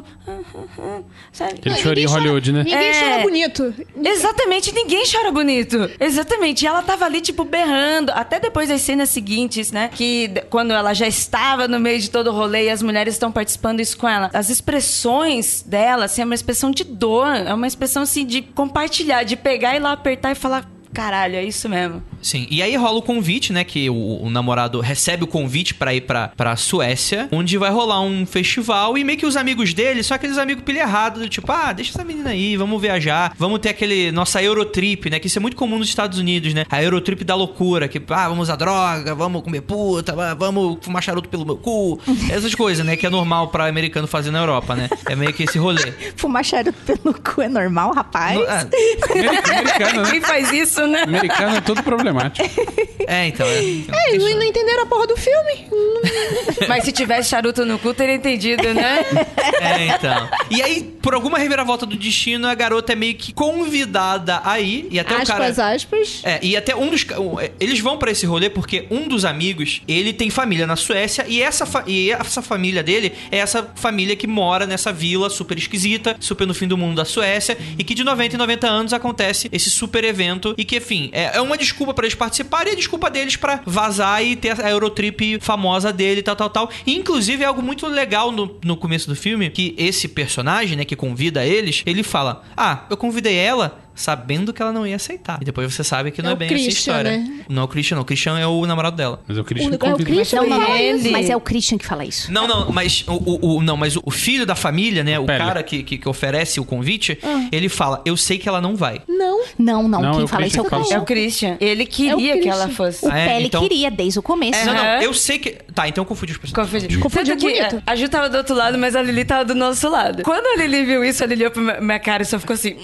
Sabe? Aquele Não, chorinho ninguém chora- Hollywood, né? Ninguém É. chora bonito. Exatamente, ninguém chora bonito. Exatamente. E ela tava ali, tipo, berrando. Até depois das cenas seguintes, né? Que d- quando ela já estava no meio de todo o rolê e as mulheres estão participando isso com ela. As expressões dela, assim, é uma expressão de dor. É uma expressão, assim, de compartilhar, de pegar e lá apertar e falar. Caralho, é isso mesmo. Sim, e aí rola o convite, né? Que o, o namorado recebe o convite pra ir pra, pra Suécia, onde vai rolar um festival e meio que os amigos dele, só aqueles amigos pilha errado, do tipo, ah, deixa essa menina aí, vamos viajar, vamos ter aquele, nossa Eurotrip, né? Que isso é muito comum nos Estados Unidos, né? A Eurotrip da loucura, que, ah, vamos usar droga, vamos comer puta, ah, vamos fumar charuto pelo meu cu, essas coisas, né? Que é normal pra americano fazer na Europa, né? É meio que esse rolê. Fumar charuto pelo cu é normal, rapaz? No- ah, Americano, né? Quem faz isso, né? Americano é todo problemático. é, então. É, É, eles não entenderam a porra do filme. Mas se tivesse charuto no cu, teria entendido, né? É, então. E aí, por alguma reviravolta do destino, a garota é meio que convidada a ir. E até o cara. Aspas, aspas. É, e até um dos. ca- um, é, Eles vão pra esse rolê porque um dos amigos, ele tem família na Suécia e essa, fa- e essa família dele é essa família que mora nessa vila super esquisita, super no fim do mundo da Suécia, e que de noventa em noventa anos acontece esse super evento e que, enfim, é, é uma desculpa pra eles participarem e a desculpa desculpa deles pra vazar e ter a Eurotrip famosa dele e tal, tal, tal. E, inclusive, é algo muito legal no, no começo do filme, que esse personagem, né, que convida eles, ele fala, ah, eu convidei ela sabendo que ela não ia aceitar. E depois você sabe que não É é, o bem essa Christian, história. né? Não é o Christian, não. O Christian é o namorado dela. Mas é o Christian O- é o convida. Christian Não, não, ele. mas é o Christian que fala isso. Não, não, mas o, o, o- não, mas o filho da família, né, o Pele. cara que, que, que oferece o convite, ele fala, eu sei que ela não vai. Não. Não, não, Não, é quem o fala isso é o Christian que É Christian. o Christian. Ele queria É o que ela Christian. fosse. O Ah, é? Pele Então- queria desde o começo. É, não, não, Aham. eu sei que... Tá, então eu confundi os personagens. Confundi. Confundiu Tanto que bonito. a Ju tava do outro lado, mas a Lili tava do nosso lado. Quando a Lili viu isso, ela olhou pra minha- minha cara e só ficou assim...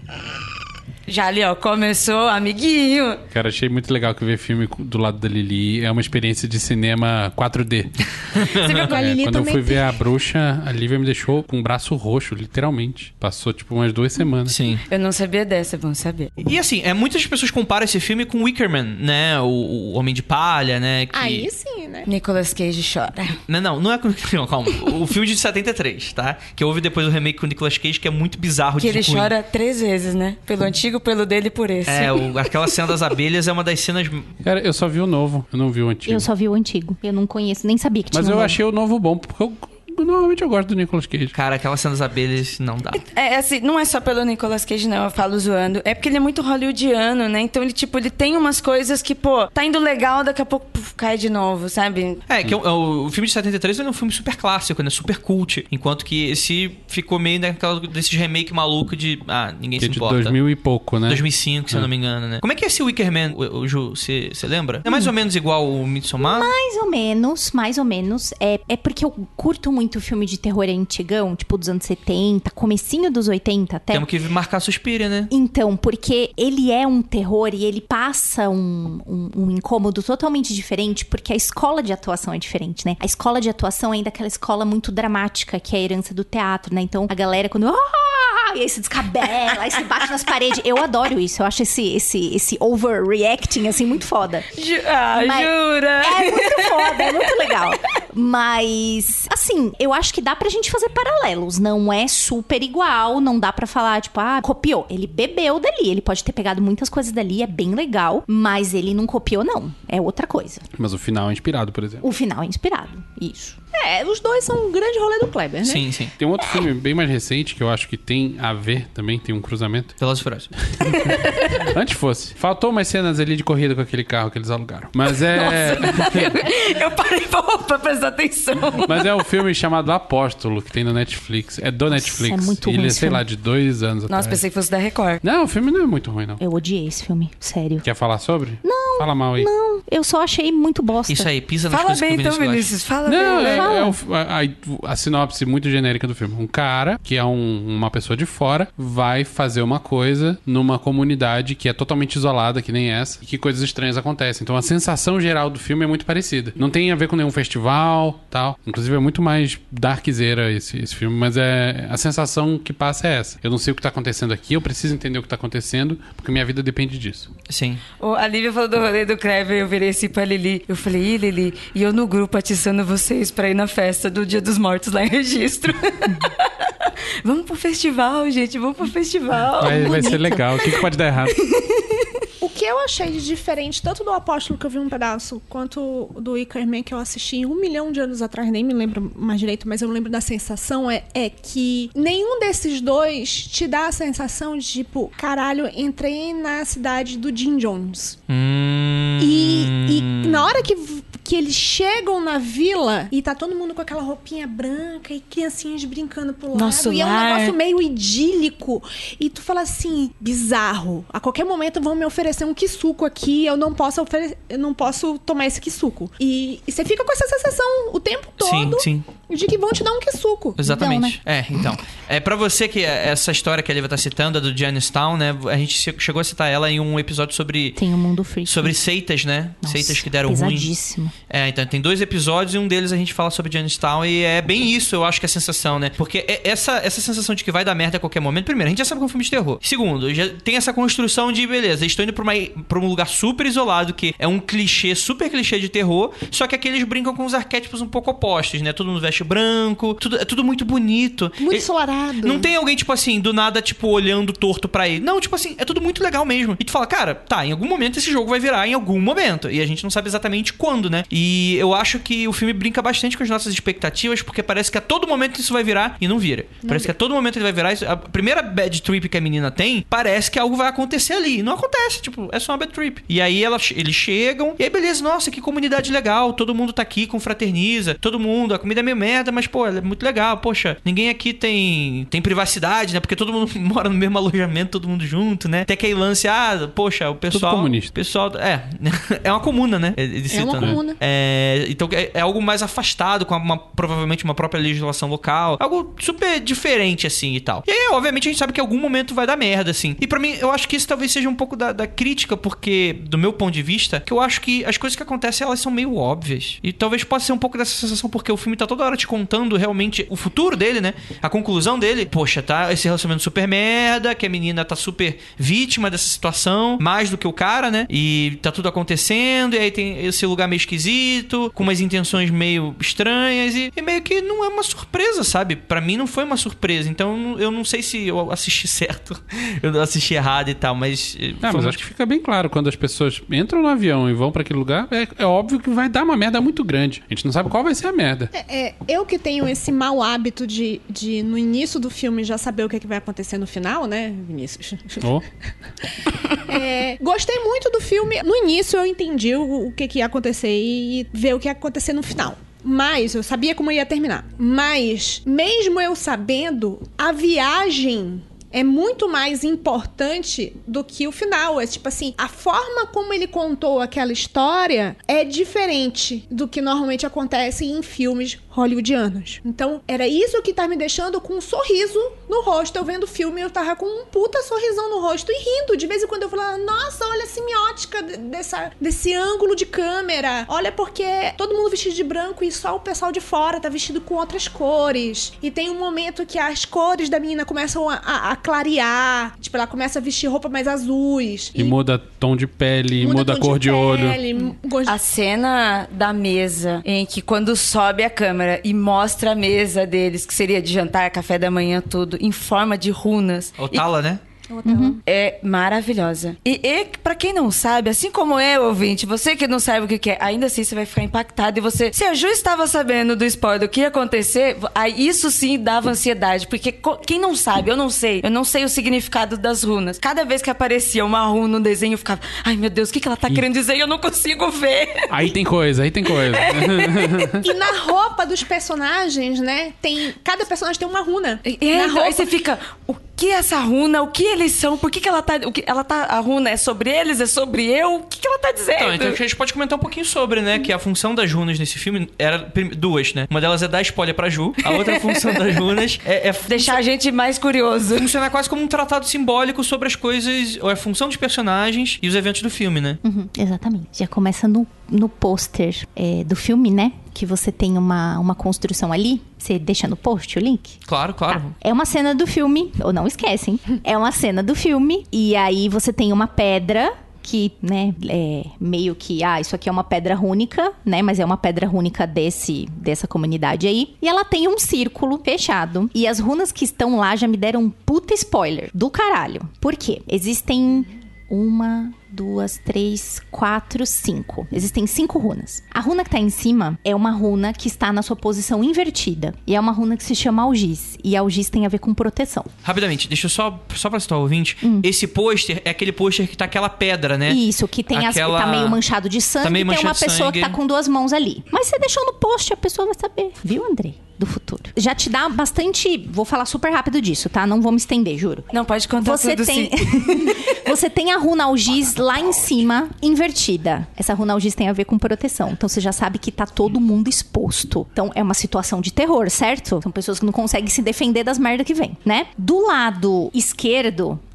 Já ali, ó, começou, amiguinho. Cara, achei muito legal que ver filme do lado da Lili é uma experiência de cinema quatro D. Você viu que a É, Lili quando eu também fui ver tem- a bruxa, a Lívia me deixou com o braço roxo, literalmente. Passou, tipo, umas duas semanas. Sim. Eu não sabia dessa, é bom saber. E assim, é, muitas pessoas comparam esse filme com Wicker Man, né? O, o Homem de Palha, né? Que... Aí sim, né? Nicolas Cage chora. Não, não, não é com... Não, calma. O filme de setenta e três, tá? Que houve depois o remake com o Nicolas Cage, que é muito bizarro Que de ele ruim. chora três vezes, né? Pelo antigo, pelo dele e por esse. É, o, aquela cena das abelhas é uma das cenas... Cara, eu só vi o novo, eu não vi o antigo. Eu só vi o antigo. Eu não conheço, nem sabia que tinha Mas um eu novo. achei o novo bom, porque eu, normalmente eu gosto do Nicolas Cage. Cara, aquela cena das abelhas não dá. É, assim, não é só pelo Nicolas Cage, não, eu falo zoando. É porque ele é muito hollywoodiano, né? Então ele, tipo, ele tem umas coisas que, pô, tá indo legal, daqui a pouco puf, cai de novo, sabe? É, que o, o filme de setenta e três ele é um filme super clássico, né? Super cult. Enquanto que esse ficou meio naquela desses remake maluco de... Ah, ninguém Que se é de importa. dois mil e pouco, né? dois mil e cinco, se eu não me engano, né? Como é que é esse Wicker Man, o, o Ju? Você lembra? É mais ou menos igual o Midsommar? Mais ou menos, mais ou menos. É, é porque eu curto muito filme de terror antigão, tipo dos anos setenta, comecinho dos oitenta até. Temos que marcar Suspiria, né? Então, porque ele é um terror e ele passa um, um, um incômodo totalmente diferente, porque a escola de atuação é diferente, né? A escola de atuação é ainda aquela escola muito dramática, que é a herança do teatro, né? Então, a galera quando... Ah! E aí se descabela, aí se bate nas paredes. Eu adoro isso, eu acho esse, esse, esse overreacting, assim, muito foda. Ju- ah, Mas- jura? É muito foda, é muito legal. Mas, assim, eu acho que dá pra gente fazer paralelos. Não é super igual, não dá pra falar, tipo, ah, copiou. Ele bebeu dali, ele pode ter pegado muitas coisas dali, é bem legal, mas ele não copiou, não. É outra coisa. Mas o final é inspirado, por exemplo. O final é inspirado, isso. É, os dois são um grande rolê do Kleber, né? Sim, sim. Tem um outro filme bem mais recente que eu acho que tem a ver também, tem um cruzamento. Velozes e Furiosos. Antes fosse. Faltou umas cenas ali de corrida com aquele carro que eles alugaram. Mas é. Eu parei pra, pra prestar atenção. Mas é um filme chamado Apóstolo, que tem no Netflix. É do Netflix. é muito ruim Ele é, esse sei filme. lá, de dois anos Nossa, atrás. pensei que fosse da Record. Não, o filme não é muito ruim, não. Eu odiei esse filme, sério. Quer falar sobre? Não. Fala mal aí. Não, eu só achei muito bosta. Isso aí, pisa nas Fala coisas bem que o então, Vinícius Vinícius. Fala Não, bem. é, Fala. é o- a, a- a sinopse muito genérica do filme. Um cara, que é um- uma pessoa de fora, vai fazer uma coisa numa comunidade que é totalmente isolada, que nem essa, e que coisas estranhas acontecem. Então a sensação geral do filme é muito parecida. Não tem a ver com nenhum festival, tal. Inclusive é muito mais darkzeira esse, esse filme, mas é a sensação que passa é essa. Eu não sei o que tá acontecendo aqui, eu preciso entender o que tá acontecendo, porque minha vida depende disso. Sim. Ô, a Lívia falou do rolê do Kleber, eu virei assim pra Lili. Eu falei, ih, Lili, e eu no grupo atiçando vocês pra ir na festa do Dia dos Mortos lá em Registro. Vamos pro festival, gente, vamos pro festival. Vai, vai ser legal. O que, que pode dar errado? O que eu achei de diferente, tanto do Apóstolo, que eu vi um pedaço, quanto do Wicker Man, que eu assisti um milhão de anos atrás, nem me lembro mais direito, mas eu lembro da sensação, é, é que nenhum desses dois te dá a sensação de, tipo, caralho, entrei na cidade do Jim Jones. Hum... E, e na hora que, que eles chegam na vila e tá todo mundo com aquela roupinha branca e criancinhas brincando pro lado. Nosso e é um lar. negócio meio idílico. E tu fala assim, bizarro. A qualquer momento vão me oferecer um quisuco aqui, eu não posso ofere- eu não posso tomar esse quisuco. E, e você fica com essa sensação o tempo Sim, todo sim. de que vão te dar um quisuco. Exatamente. Então, É, então. É, pra você que essa história que a Lívia tá citando, a do Jonestown, né? A gente che- chegou a citar ela em um episódio sobre, Tem o Mundo Freak. sobre seitas, né? Nossa, seitas que deram ruim. pesadíssimo. É, então tem dois episódios e um deles a gente fala sobre Jonestown e é bem isso, eu acho que é a sensação, né? Porque é- essa, essa sensação de que vai dar merda a qualquer momento, primeiro, a gente já sabe que é um filme de terror. Segundo, já tem essa construção de, beleza, estou indo pra, uma, pra um lugar super isolado, que é um clichê, super clichê de terror, só que aqui eles brincam com os arquétipos um pouco opostos, né? Todo mundo veste flash branco, tudo, é tudo muito bonito. Muito Ele- ensolarado. Não tem alguém, tipo assim, do nada, tipo, olhando torto pra ele. Não, tipo assim, é tudo muito legal mesmo. E tu fala, cara, tá, em algum momento esse jogo vai virar, em algum momento. E a gente não sabe exatamente quando, né? E eu acho que o filme brinca bastante com as nossas expectativas, porque parece que a todo momento isso vai virar e não vira. Não parece vira. que a todo momento ele vai virar. Isso- A primeira bad trip que a menina tem, parece que algo vai acontecer ali. E não acontece, tipo, é só uma bad trip. E aí ela, eles chegam, e aí beleza, nossa, que comunidade legal, todo mundo tá aqui, confraterniza, todo mundo, a comida é meio merda, mas pô, ela é muito legal, poxa, ninguém aqui tem, tem privacidade, né? Porque todo mundo mora no mesmo alojamento, todo mundo junto, né? Até que aí lance, ah, poxa, o pessoal... comunista. pessoal, é, é uma comuna, né? Eles É uma citam, né? comuna. É, então é, é algo mais afastado, com uma, provavelmente uma própria legislação local, algo super diferente, assim, e tal. E aí, obviamente, a gente sabe que em algum momento vai dar merda, assim. E pra mim, eu acho que isso talvez seja um pouco da, da crítica, porque, do meu ponto de vista, que eu acho que as coisas que acontecem, elas são meio óbvias. E talvez possa ser um pouco dessa sensação, porque o filme tá toda hora te contando realmente o futuro dele, né? A conclusão dele. Poxa, tá esse relacionamento super merda, que a menina tá super vítima dessa situação, mais do que o cara, né? E tá tudo acontecendo, e aí tem esse lugar meio esquisito, com umas intenções meio estranhas, e, e meio que não é uma surpresa, sabe? Pra mim não foi uma surpresa, então eu não sei se eu assisti certo, eu assisti errado e tal, mas... eh, Ah, foi mas uma- acho que fica bem claro, quando as pessoas entram no avião e vão pra aquele lugar, é, é óbvio que vai dar uma merda muito grande. A gente não sabe qual vai ser a merda. É, eu que tenho esse mau hábito de, de, no início do filme, já saber o que, é que vai acontecer no final, né, Vinícius? Oh. É, gostei muito do filme. No início eu entendi o, o que, que ia acontecer e ver o que ia acontecer no final. Mas eu sabia como ia terminar. Mas, mesmo eu sabendo, a viagem é muito mais importante do que o final. É tipo assim, a forma como ele contou aquela história é diferente do que normalmente acontece em filmes hollywoodianos. Então, era isso que tá me deixando com um sorriso no rosto. Eu vendo o filme, eu tava com um puta sorrisão no rosto e rindo. De vez em quando eu falava, nossa, olha a semiótica de- dessa, desse ângulo de câmera. Olha porque todo mundo vestido de branco e só o pessoal de fora tá vestido com outras cores. E tem um momento que as cores da menina começam a, a- a clarear. Tipo, ela começa a vestir roupa mais azuis. E muda tom de pele, muda, a tom cor de, olho. pele, gosto- A cena da mesa, em que quando sobe a câmera e mostra a mesa deles, que seria de jantar, café da manhã, tudo, em forma de runas. O Tala, né? É maravilhosa. E, e pra quem não sabe, assim como eu, ouvinte, você que não sabe o que que é, ainda assim você vai ficar impactado. E você, se a Ju estava sabendo do spoiler do que ia acontecer, aí isso sim dava ansiedade. Porque co- quem não sabe, eu não sei, eu não sei o significado das runas. Cada vez que aparecia uma runa no desenho, eu ficava, ai meu Deus, o que, que ela tá querendo dizer? E eu não consigo ver. Aí tem coisa, aí tem coisa. E na roupa dos personagens, né? Tem. Cada personagem tem uma runa. E, na então, roupa. aí você fica, o que é essa runa? O que eles são? Por que, que ela tá. O que, ela tá. A runa é sobre eles? É sobre eu? O que, que ela tá dizendo? Então, então a gente pode comentar um pouquinho sobre, né? Que a função das runas nesse filme era prim- duas, né? Uma delas é dar spoiler pra Ju. A outra função das runas é, é fun- Deixar a gente mais curioso. funcionar quase como um tratado simbólico sobre as coisas, ou a função dos personagens e os eventos do filme, né? Uhum, exatamente. Já começa no, no pôster é, do filme, né? Que você tem uma, uma construção ali. Você deixa no post o link? Claro, claro. É uma cena do filme, ou não esquecem. É uma cena do filme. E aí você tem uma pedra que, né, é meio que, ah, isso aqui é uma pedra rúnica, né, mas é uma pedra rúnica desse, dessa comunidade aí. E ela tem um círculo fechado. E as runas que estão lá já me deram um puta spoiler do caralho. Por quê? Existem uma, duas, três, quatro, cinco. Existem cinco runas. A runa que tá em cima é uma runa que está na sua posição invertida. E é uma runa que se chama algiz. E algiz tem a ver com proteção. Rapidamente, deixa eu só, só pra citar o ouvinte. Hum. Esse pôster é aquele pôster que tá aquela pedra, né? Isso, que tem as, Aquela- tá meio manchado de sangue Tá meio e tem uma manchado de pessoa sangue. que tá com duas mãos ali. Mas você deixou no post, a pessoa vai saber. Viu, André? Do futuro. Já te dá bastante... Vou falar super rápido disso, tá? Não vou me estender, juro. Não, pode contar Você tudo tem... sim. Você tem a runa algiz lá em cima, invertida. Essa runa algiz tem a ver com proteção. Então você já sabe que tá todo mundo exposto. Então é uma situação de terror, certo? São pessoas que não conseguem se defender das merdas que vem, né? Do lado esquerdo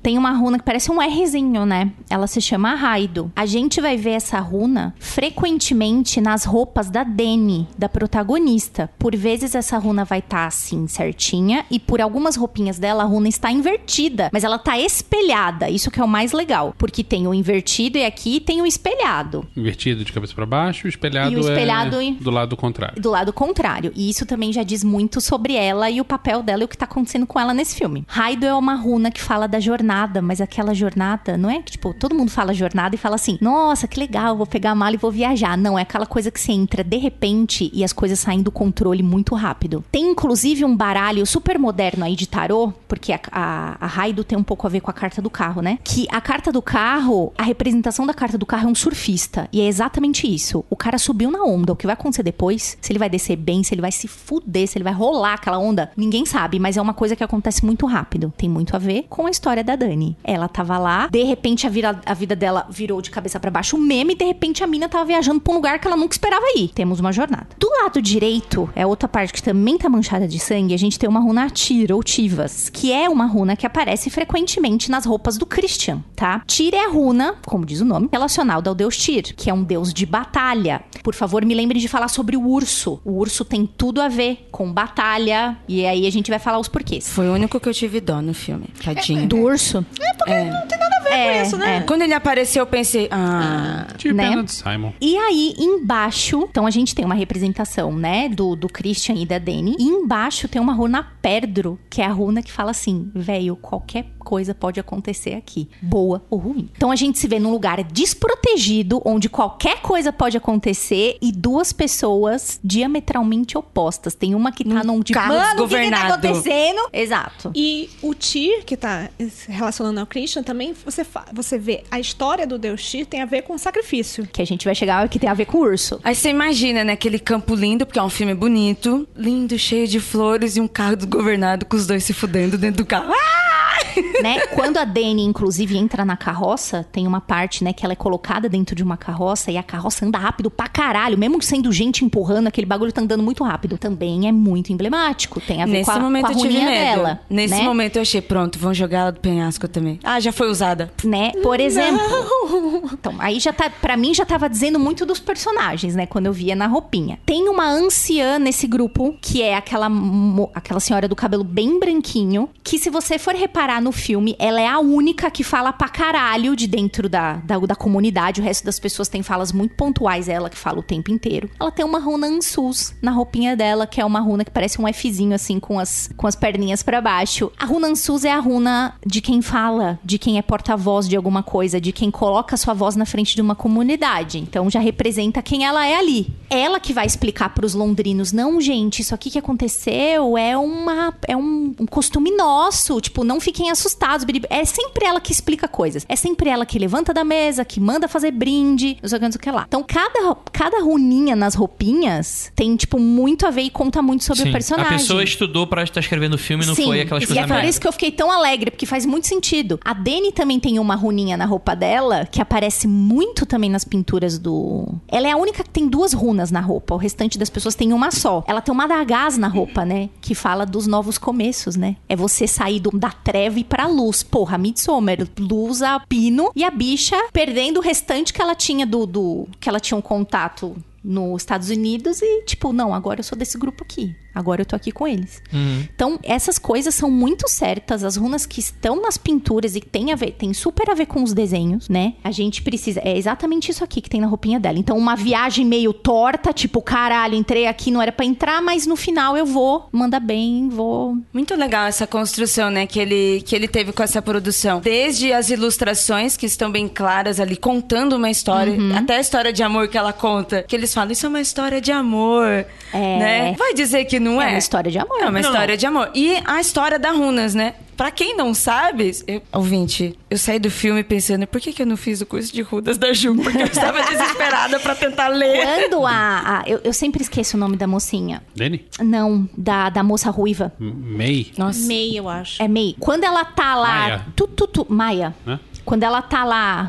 tem uma runa que parece um Rzinho, né? Ela se chama Raido. A gente vai ver essa runa frequentemente nas roupas da Dani, da protagonista. Por vezes essa runa vai estar tá, assim, certinha, e por algumas roupinhas dela a runa está invertida, mas ela tá espelhada. Isso que é o mais legal, porque tem o invertido e aqui tem o espelhado. Invertido de cabeça pra baixo, o espelhado, e o espelhado é do lado contrário. Do lado contrário. E isso também já diz muito sobre ela e o papel dela e o que tá acontecendo com ela nesse filme. Raido é uma runa que fala da jornada, mas aquela jornada não é que, tipo, todo mundo fala jornada e fala assim, nossa, que legal, vou pegar a mala e vou viajar. Não, é aquela coisa que você entra de repente e as coisas saem do controle muito rápido. Tem, inclusive, um baralho super moderno aí de tarô, porque a, a, a Raido tem um pouco a ver com a carta do carro, né? Que a carta do carro, a representação da carta do carro é um surfista. E é exatamente isso. O cara subiu na onda. O que vai acontecer depois, se ele vai descer bem, se ele vai se fuder, se ele vai rolar aquela onda, ninguém sabe, mas é uma coisa que acontece muito rápido. Tem muito a ver com a história da Dani. Ela tava lá, de repente a, vira, a vida dela virou de cabeça pra baixo um meme, e de repente a mina tava viajando pra um lugar que ela nunca esperava ir. Temos uma jornada. Do lado direito, é outra parte que também tá manchada de sangue, a gente tem uma runa Tyr, ou Tivas, que é uma runa que aparece frequentemente nas roupas do Christian, tá? Tyr é a runa, como diz o nome, relacionada ao deus Tyr, que é um deus de batalha. Por favor, me lembre de falar sobre o urso. O urso tem tudo a ver com batalha, e aí a gente vai falar os porquês. Foi o único que eu tive dó no filme. Tadinho. Do urso? É, porque É. não tem nada a ver É, com isso, né? é. Quando ele apareceu, eu pensei, ah... Tipo Né? pena de Simon. E aí, embaixo, então a gente tem uma representação, né, do, do Christian e da Dani. E embaixo tem uma runa Perdro, que é a runa que fala assim, velho, qualquer coisa pode acontecer aqui, boa ou ruim. Então a gente se vê num lugar desprotegido, onde qualquer coisa pode acontecer, e duas pessoas diametralmente opostas. Tem uma que tá Num num tipo, carro mano, o que que tá desgovernado." acontecendo? Exato. E o Tyr, que tá se relacionando ao Christian, também você, fa- você vê a história do deus Tyr tem a ver com sacrifício. Que a gente vai chegar que tem a ver com o urso. Aí você imagina, né, aquele campo lindo, porque é um filme bonito, lindo, cheio de flores e um carro desgovernado com os dois se fudendo dentro do carro. Ah! Né? Quando a Dani, inclusive, entra na carroça, tem uma parte, né, que ela é colocada dentro de uma carroça e a carroça anda rápido pra caralho, mesmo sendo gente empurrando, aquele bagulho tá andando muito rápido. Também é muito emblemático, tem a ver Nesse com a, momento com a eu tive runinha medo. dela. Nesse né? momento eu achei, pronto, vão jogar ela do penhasco também. Ah, já foi usada. Né? Por exemplo. Então, aí já tá, pra mim já tava dizendo muito dos personagens, né, quando eu via na roupinha. Tem uma anciã nesse grupo, que é aquela, mo- aquela senhora do cabelo bem branquinho, que se você for reparar no filme, ela é a única que fala pra caralho de dentro da, da, da comunidade. O resto das pessoas tem falas muito pontuais, ela que fala o tempo inteiro. Ela tem uma runa Ansus na roupinha dela, que é uma runa que parece um Fzinho, assim, com as, com as perninhas pra baixo. A runa Ansus é a runa de quem fala, de quem é porta-voz de alguma coisa, de quem coloca a sua voz na frente de uma comunidade. Então já representa quem ela é ali. Ela que vai explicar pros londrinos, não, gente, isso aqui que aconteceu é uma é um, um costume nosso, tipo, não fiquem assustados. É sempre ela que explica coisas. É sempre ela que levanta da mesa, que manda fazer brinde, não sei o que, não sei o que lá. Então, cada, cada runinha nas roupinhas tem, tipo, muito a ver e conta muito sobre Sim, o personagem. a pessoa estudou pra estar escrevendo o filme, não Sim, foi aquelas e coisas é por merda. isso que eu fiquei tão alegre, porque faz muito sentido. A Dani também tem uma runinha na roupa dela, que aparece muito também nas pinturas do... Ela é a única que tem duas runas na roupa, o restante das pessoas tem uma só. Ela tem uma adagás na roupa, né, que fala dos novos começos, né? É você sair do, da treva e pra luz. Porra, Midsommar, luz a pino, e a bicha perdendo o restante que ela tinha do... do que ela tinha um contato nos Estados Unidos e, tipo, não, agora eu sou desse grupo aqui. Agora eu tô aqui com eles. Uhum. Então, essas coisas são muito certas. As runas que estão nas pinturas e que tem a ver, tem super a ver com os desenhos, né? A gente precisa... É exatamente isso aqui que tem na roupinha dela. Então, uma viagem meio torta, tipo, caralho, entrei aqui, não era pra entrar, mas no final eu vou, manda bem, vou... Muito legal essa construção, né, que ele, que ele teve com essa produção. Desde as ilustrações, que estão bem claras ali, contando uma história, até a história de amor que ela conta, que eles falam, isso é uma história de amor, É. né? Vai dizer que não É é? uma história de amor. É uma Não. história de amor. E a história da Runas, né? Pra quem não sabe, eu, ouvinte, eu saí do filme pensando, por que, que eu não fiz o curso de Runas da Ju? Porque eu estava desesperada pra tentar ler. Quando a... a- eu, eu sempre esqueço o nome da mocinha. Dani? Não, da, da moça ruiva. May? Nossa. May, eu acho. É May. Quando ela tá lá... Maia. Tu, tu, tu, Maia. Hã? Quando ela tá lá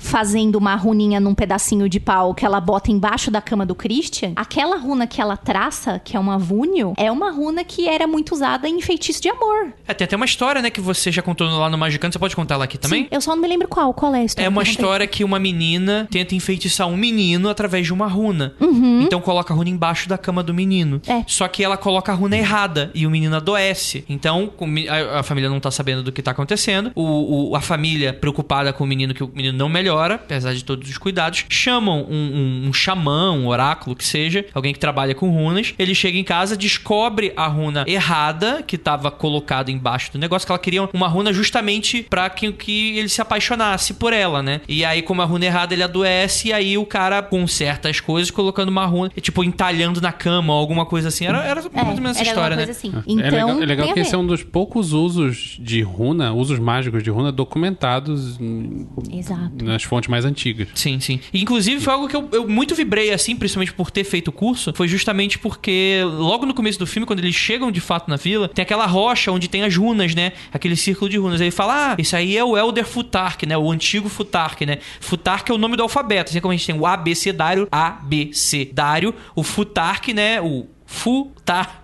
fazendo uma runinha num pedacinho de pau que ela bota embaixo da cama do Christian, aquela runa que ela traça, que é uma vúnio, é uma runa que era muito usada em feitiço de amor. É, tem até uma história, né, que você já contou lá no Magicando. Você pode contar ela aqui também? Sim, eu só não me lembro qual. Qual é a história? É uma que eu contei? história que uma menina tenta enfeitiçar um menino através de uma runa. Uhum. Então coloca a runa embaixo da cama do menino. É. Só que ela coloca a runa errada e o menino adoece. Então a, a família não tá sabendo do que tá acontecendo. O, o, a família, preocupada com o menino, que o menino não melhora, apesar de todos os cuidados, chamam um, um, um xamã, um oráculo que seja, alguém que trabalha com runas. Ele chega em casa, descobre a runa errada que tava colocada embaixo do negócio, que ela queria uma runa justamente pra que, que ele se apaixonasse por ela, né? E aí, como a runa errada, ele adoece, e aí o cara conserta as coisas colocando uma runa, tipo, entalhando na cama ou alguma coisa assim. Era, era mais ou menos essa era história, uma né? coisa assim. É Então, legal, é legal tem a que ver. esse é um dos poucos usos de runa, usos mágicos de runa documentados em- Exato. nas fontes mais antigas. Sim, sim. E, inclusive, foi algo que eu, eu muito vibrei, assim, principalmente por ter feito o curso, foi justamente porque logo no começo do filme, quando eles chegam de fato na vila, tem aquela rocha onde tem as runas, né? Aquele círculo de runas. Aí ele fala, ah, isso aí é o Elder Futark, né? O antigo Futark, né? Futark é o nome do alfabeto, assim como a gente tem o abecedário, abecedário, o Futark, né? O Futar...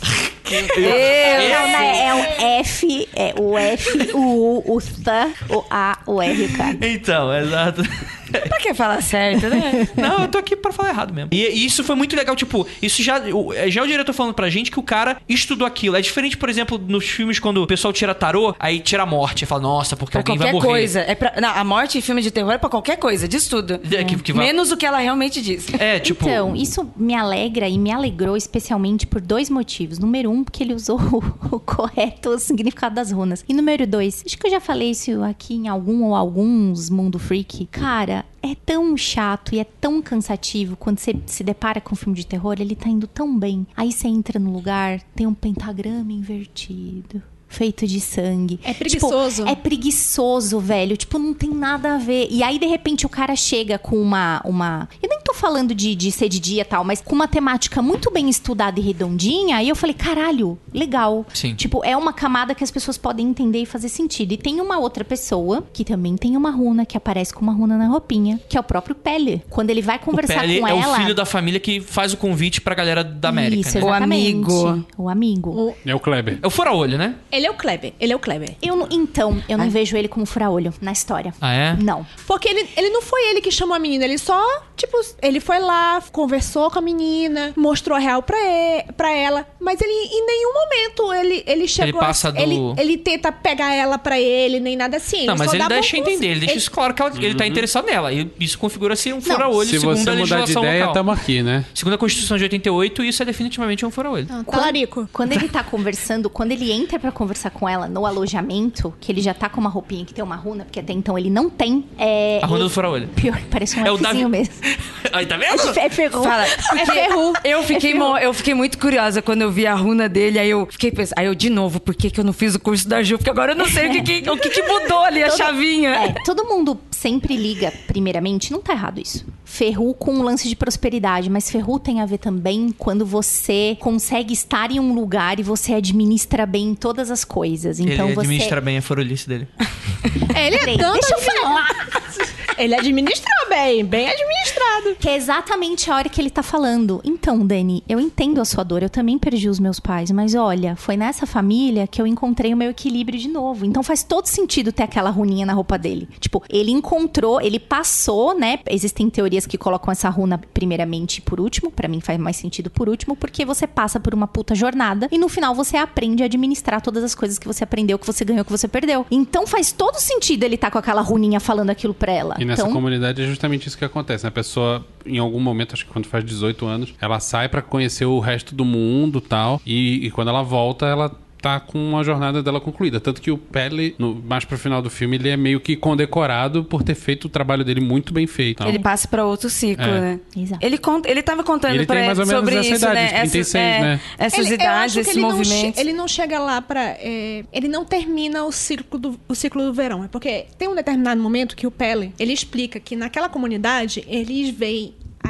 Não, não, é o F, é o F, o U, o T, o A, o R, cara. Então, exato. Pra que falar certo, né? Não, eu tô aqui pra falar errado mesmo. E, e isso foi muito legal, tipo, isso já, o- já é o diretor falando pra gente que o cara estudou aquilo. É diferente, por exemplo, nos filmes quando o pessoal tira tarô, aí tira a morte. Fala, nossa, porque Pra alguém vai qualquer morrer. coisa. É pra... Não, a morte em filme de terror é pra qualquer coisa, diz tudo. É, que- que vai- Menos o que ela realmente diz. É, tipo... Então, isso me alegra e me alegrou especialmente por dois motivos. Número um, porque ele usou o, o correto significado das runas. E número dois, acho que eu já falei isso aqui em algum ou alguns Mundo Freak. Cara, é tão chato e é tão cansativo quando você se depara com um filme de terror, ele tá indo tão bem. Aí você entra no lugar, tem um pentagrama invertido. Feito de sangue. É preguiçoso. Tipo, é preguiçoso, velho. Tipo, não tem nada a ver. E aí, de repente, o cara chega com uma... uma... Eu nem tô falando de, de ser de dia e tal, mas com uma temática muito bem estudada e redondinha. E eu falei, caralho, legal. Sim. Tipo, é uma camada que as pessoas podem entender e fazer sentido. E tem uma outra pessoa que também tem uma runa, que aparece com uma runa na roupinha, que é o próprio Pele. Quando ele vai O conversar Pele com é ela... o filho da família que faz o convite pra galera da América, Isso, né? O exatamente. amigo. O amigo. O- É o Kleber. É o fura-olho, né? Ele é o Kleber. Ele é o Kleber. Eu não- então, eu não vejo ele como fura-olho na história. Ah, é? Não. Porque ele, ele não foi ele que chamou a menina, ele só, tipo, ele foi lá, conversou com a menina, mostrou a real pra, e, pra ela, mas ele em nenhum momento ele, ele chegou passa a, do- ele, ele tenta pegar ela pra ele, nem nada assim. Não, mas só ele dá deixa bom entender, conselho. ele deixa isso claro que ela- ele tá interessado nela. E isso configura-se um fura-olho Se segundo você a mudar de legislação ideia, local. tamo aqui, né? Segundo a Constituição de oitenta e oito, isso é definitivamente um fura-olho. Ah, talarico. Quando ele tá conversando, quando ele entra pra conversar com ela no alojamento, que ele já tá com uma roupinha que tem uma runa, porque até então ele não tem. É, A runa ele- do fura-olho. Pior, parece um É o Fzinho Davi- mesmo. Aí, tá vendo? É ferro. Fala. É ferro. Eu fiquei, mo- eu fiquei muito curiosa quando eu vi a runa dele, aí eu fiquei pensando, aí eu de novo, por que, que eu não fiz o curso da Ju? Porque agora eu não sei o que, que, o que, que mudou ali, a chavinha. É, todo mundo sempre liga, primeiramente, não tá errado isso. Ferru com um lance de prosperidade, mas Ferru tem a ver também quando você consegue estar em um lugar e você administra bem todas as coisas. Então ele você. administra bem a furolice dele. É, ele é Peraí, tanto... deixa eu falar. Ele administrou bem, bem administrado. Que é exatamente a hora que ele tá falando. Então, Dani, eu entendo a sua dor, eu também perdi os meus pais, mas olha, foi nessa família que eu encontrei o meu equilíbrio de novo. Então faz todo sentido ter aquela runinha na roupa dele. Tipo, ele encontrou, ele passou, né? Existem teorias que colocam essa runa primeiramente e por último. Pra mim faz mais sentido por último, porque você passa por uma puta jornada e no final você aprende a administrar todas as coisas que você aprendeu, que você ganhou, que você perdeu. Então faz todo sentido ele tá com aquela runinha falando aquilo pra ela. E nessa então, comunidade é justamente isso que acontece, né? A pessoa, em algum momento, acho que quando faz dezoito anos, ela sai pra conhecer o resto do mundo e tal, e quando ela volta, ela tá com uma jornada dela concluída. Tanto que o Pele, no, mais pro final do filme, ele é meio que condecorado por ter feito o trabalho dele muito bem feito. Então, Ele passa pra outro ciclo, É. né? Exato. Ele, conta, ele tava contando Ele pra tem mais ou menos sobre essa isso, idade, né? uns trinta e seis, essas, é, né? essas Ele- eu idades, acho que esses ele não, che- movimentos. ele não chega lá pra... é, ele não termina o ciclo, do, o ciclo do verão. É porque tem um determinado momento que o Pele, ele explica que naquela comunidade, eles veem a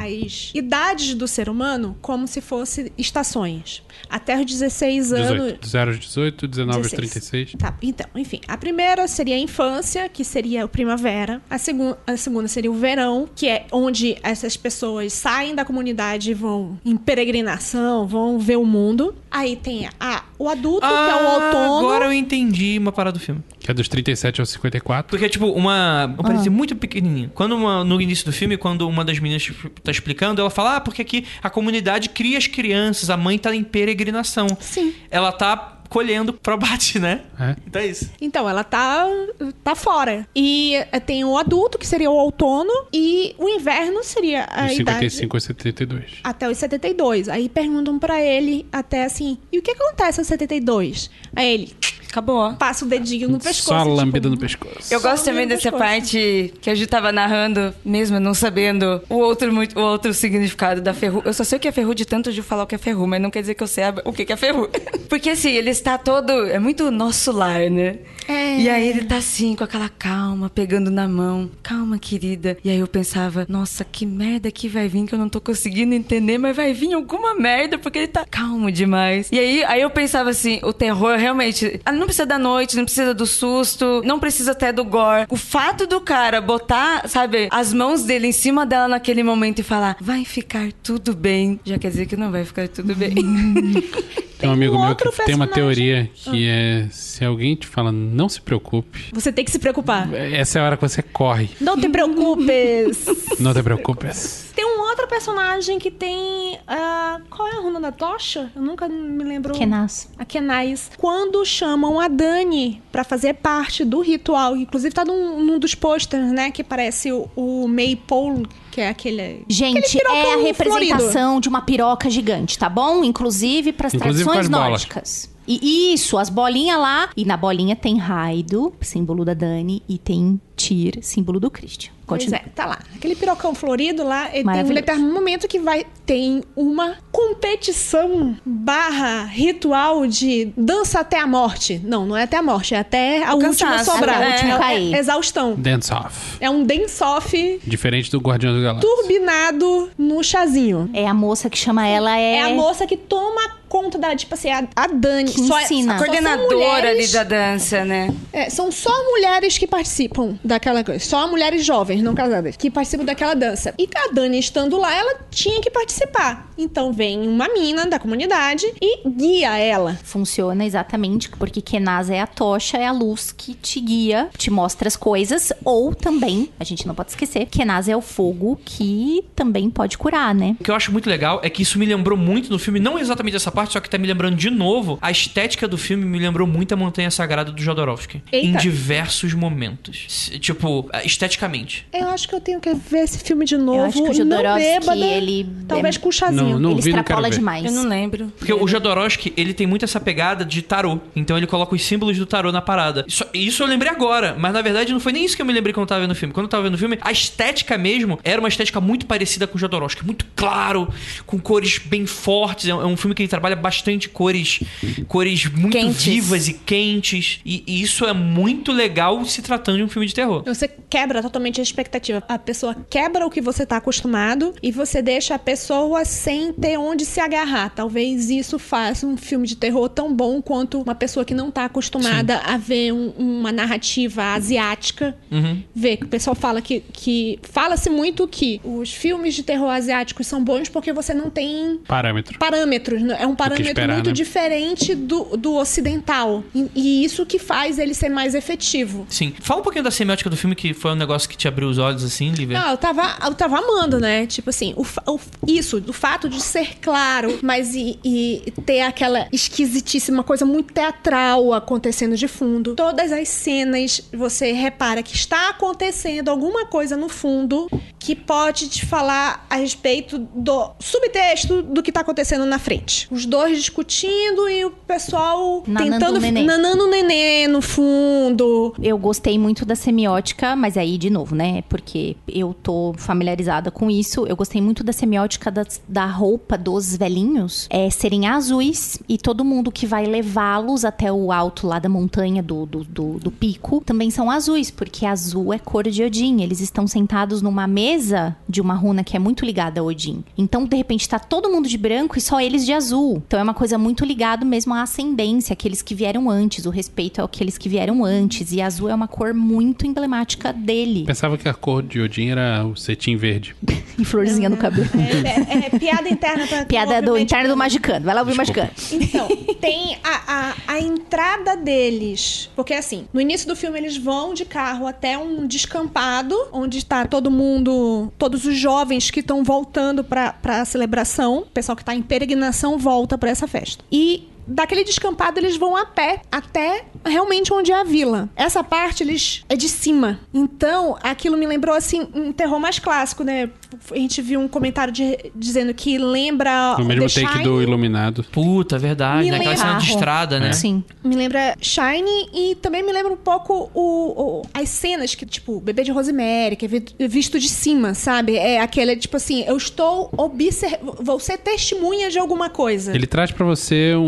as idades do ser humano como se fossem estações. Até os dezesseis anos... dezoito. zero aos dezoito, dezenove aos dezesseis. trinta e seis. Tá, então, enfim. A primeira seria a infância, que seria o primavera. A, segu a segunda seria o verão, que é onde essas pessoas saem da comunidade e vão em peregrinação, vão ver o mundo. Aí tem a, o adulto, Ah, que é o outono. agora eu entendi uma parada do filme. Que é dos trinta e sete aos cinquenta e quatro. Porque é tipo uma... Um parecer muito pequenininho. Quando uma, no início do filme, quando uma das meninas tá explicando, ela fala, ah, porque aqui a comunidade cria as crianças, a mãe tá em peregrinação. Sim. Ela tá colhendo pro abate, né? É. Então é isso. Então, ela tá, tá fora. E eh, tem o adulto, que seria o outono, e o inverno seria a Dos cinquenta idade... e cinco aos setenta e dois. Até os setenta e dois. Aí perguntam pra ele até assim, e o que acontece aos setenta e dois? Aí ele Acabou. passa o dedinho no pescoço. Só a tipo, lambida no pescoço. Eu Só gosto também no dessa pescoço. parte que a Ju tava narrando, mesmo não sabendo o outro, muito- o outro significado da ferru. Eu só sei o que é ferru de tanto de falar o que é ferru, mas não quer dizer que eu saiba o que que é ferru. Porque assim, ele está todo... É muito nosso lar, né? É. E aí ele tá assim, com aquela calma, pegando na mão. Calma, querida. E aí eu pensava, nossa, que merda que vai vir que eu não tô conseguindo entender, mas vai vir alguma merda, porque ele tá calmo demais. E aí, aí eu pensava assim, o terror realmente... ah, não precisa da noite, não precisa do susto, não precisa até do gore. O fato do cara botar, sabe, as mãos dele em cima dela naquele momento e falar, vai ficar tudo bem, já quer dizer que não vai ficar tudo bem. Tem um amigo um meu outro que tem uma personagem. teoria que é... Se alguém te fala, não se preocupe, Você tem que se preocupar. essa é a hora que você corre. Não te preocupes. Não te preocupes. Tem um outro personagem que tem... ah, qual é a runa da tocha? Eu nunca me lembro. Kenaz. A Kenaz. Quando chamam a Dani pra fazer parte do ritual, inclusive tá num, num dos posters, né, que parece o, o Maypole, que é aquele... Gente, aquele pirocão é a florido. representação de uma piroca gigante, tá bom? Inclusive para as Inclusive com tradições as bolas. nórdicas. E isso, as bolinhas lá. E na bolinha tem Raido, símbolo da Dani, e tem Tyr, símbolo do Christian. Pois Continua. é, tá lá. Aquele pirocão florido lá, ele tem um Maravilhoso. determinado momento que vai tem uma competição barra ritual de dança até a morte. Não, não é até a morte, é até a O última cansaço, sobrar. até o último é, cair. é exaustão. Dance off. É um dance-off Diferente do Guardião da Galáxia. turbinado no chazinho. É a moça que chama ela, é... É a moça que toma conta da... Tipo assim, a, a Dani... Que só, ensina. só são Coordenadora ali mulheres- da dança, né? É, são só mulheres que participam daquela coisa. Só mulheres jovens, não casadas, que participam daquela dança. E a Dani estando lá, ela tinha que participar. Então vem uma mina da comunidade e guia ela. Funciona exatamente porque Kenaz é a tocha, é a luz que te guia, te mostra as coisas. Ou também, a gente não pode esquecer, Kenaz é o fogo que também pode curar, né? O que eu acho muito legal é que isso me lembrou muito no filme, não exatamente essa parte, só que tá me lembrando de novo. A estética do filme me lembrou muito a Montanha Sagrada do Jodorowsky. Eita. Em diversos momentos. S- Tipo, esteticamente. Eu acho que eu tenho que ver esse filme de novo. Eu acho que o não Jodorowsky, bêbada, ele... talvez com chazinho. Não, não ele vi, não extrapola quero ver. demais. Eu não lembro. Porque o Jodorowsky, ele tem muito essa pegada de tarô. Então ele coloca os símbolos do tarô na parada. Isso, isso eu lembrei agora, mas na verdade não foi nem isso que eu me lembrei quando eu tava vendo o filme. Quando eu tava vendo o filme, a estética mesmo era uma estética muito parecida com o Jodorowsky. Muito claro, com cores bem fortes. É um é um filme que ele trabalha bastante cores, cores muito Quentes. vivas e quentes. E, e isso é muito legal se tratando de um filme de terror. Você quebra totalmente a expectativa. A pessoa quebra o que você tá acostumado e você deixa a pessoa sem ter onde se agarrar. Talvez isso faça um filme de terror tão bom quanto uma pessoa que não tá acostumada a ver um- uma narrativa asiática. Uhum. Ver que o pessoal fala que... que fala-se muito que os filmes de terror asiáticos são bons porque você não tem Parâmetro. parâmetros, né? É um parâmetro esperar, muito né? diferente do, do ocidental. E, e isso que faz ele ser mais efetivo. Sim. Fala um pouquinho da semiótica do filme, que foi um negócio que te abriu os olhos, assim, Lívia. Não, eu tava, eu tava amando, né? Tipo assim, o, fa- o- isso, do fato de ser claro, mas e, e ter aquela esquisitíssima coisa muito teatral acontecendo de fundo. Todas as cenas, você repara que está acontecendo alguma coisa no fundo que pode te falar a respeito do subtexto do que tá acontecendo na frente. Os dois discutindo e o pessoal Nanando tentando... o nenê. Nanando o nenê no fundo. Eu gostei muito da semiótica, mas aí, de novo, né? Porque eu tô familiarizada com isso. Eu gostei muito da semiótica das- da roupa dos velhinhos é, serem azuis. E todo mundo que vai levá-los até o alto lá da montanha, do, do, do, do pico, também são azuis. Porque azul é cor de Odin. Eles estão sentados numa mesa sutileza de uma runa que é muito ligada a Odin. Então, de repente, tá todo mundo de branco e só eles de azul. Então, é uma coisa muito ligada mesmo à ascendência, aqueles que vieram antes. O respeito é aqueles que vieram antes. E azul é uma cor muito emblemática dele. Pensava que a cor de Odin era o cetim verde. E florzinha no cabelo. É, é, é piada interna. Pra Piada do interno do Magicano. Vai lá ouvir o Magicano. Então, tem a, a, a entrada deles. Porque assim, no início do filme eles vão de carro até um descampado, onde está todo mundo, todos os jovens que estão voltando pra, pra celebração. O pessoal que tá em peregrinação volta pra essa festa. E daquele descampado eles vão a pé até realmente onde é a vila. Essa parte eles é de cima. Então, aquilo me lembrou assim um terror mais clássico, né? A gente viu um comentário de, dizendo que lembra No mesmo The take Shining. do Iluminado. Puta, verdade, Me né? Aquela lembra- cena de estrada, né? Sim. Me lembra Shine e também me lembra um pouco o, o- as cenas que, tipo, Bebê de Rosemary, que é vi- visto de cima, sabe? É aquele, tipo assim, eu estou observando, vou ser testemunha de alguma coisa. Ele traz pra você um,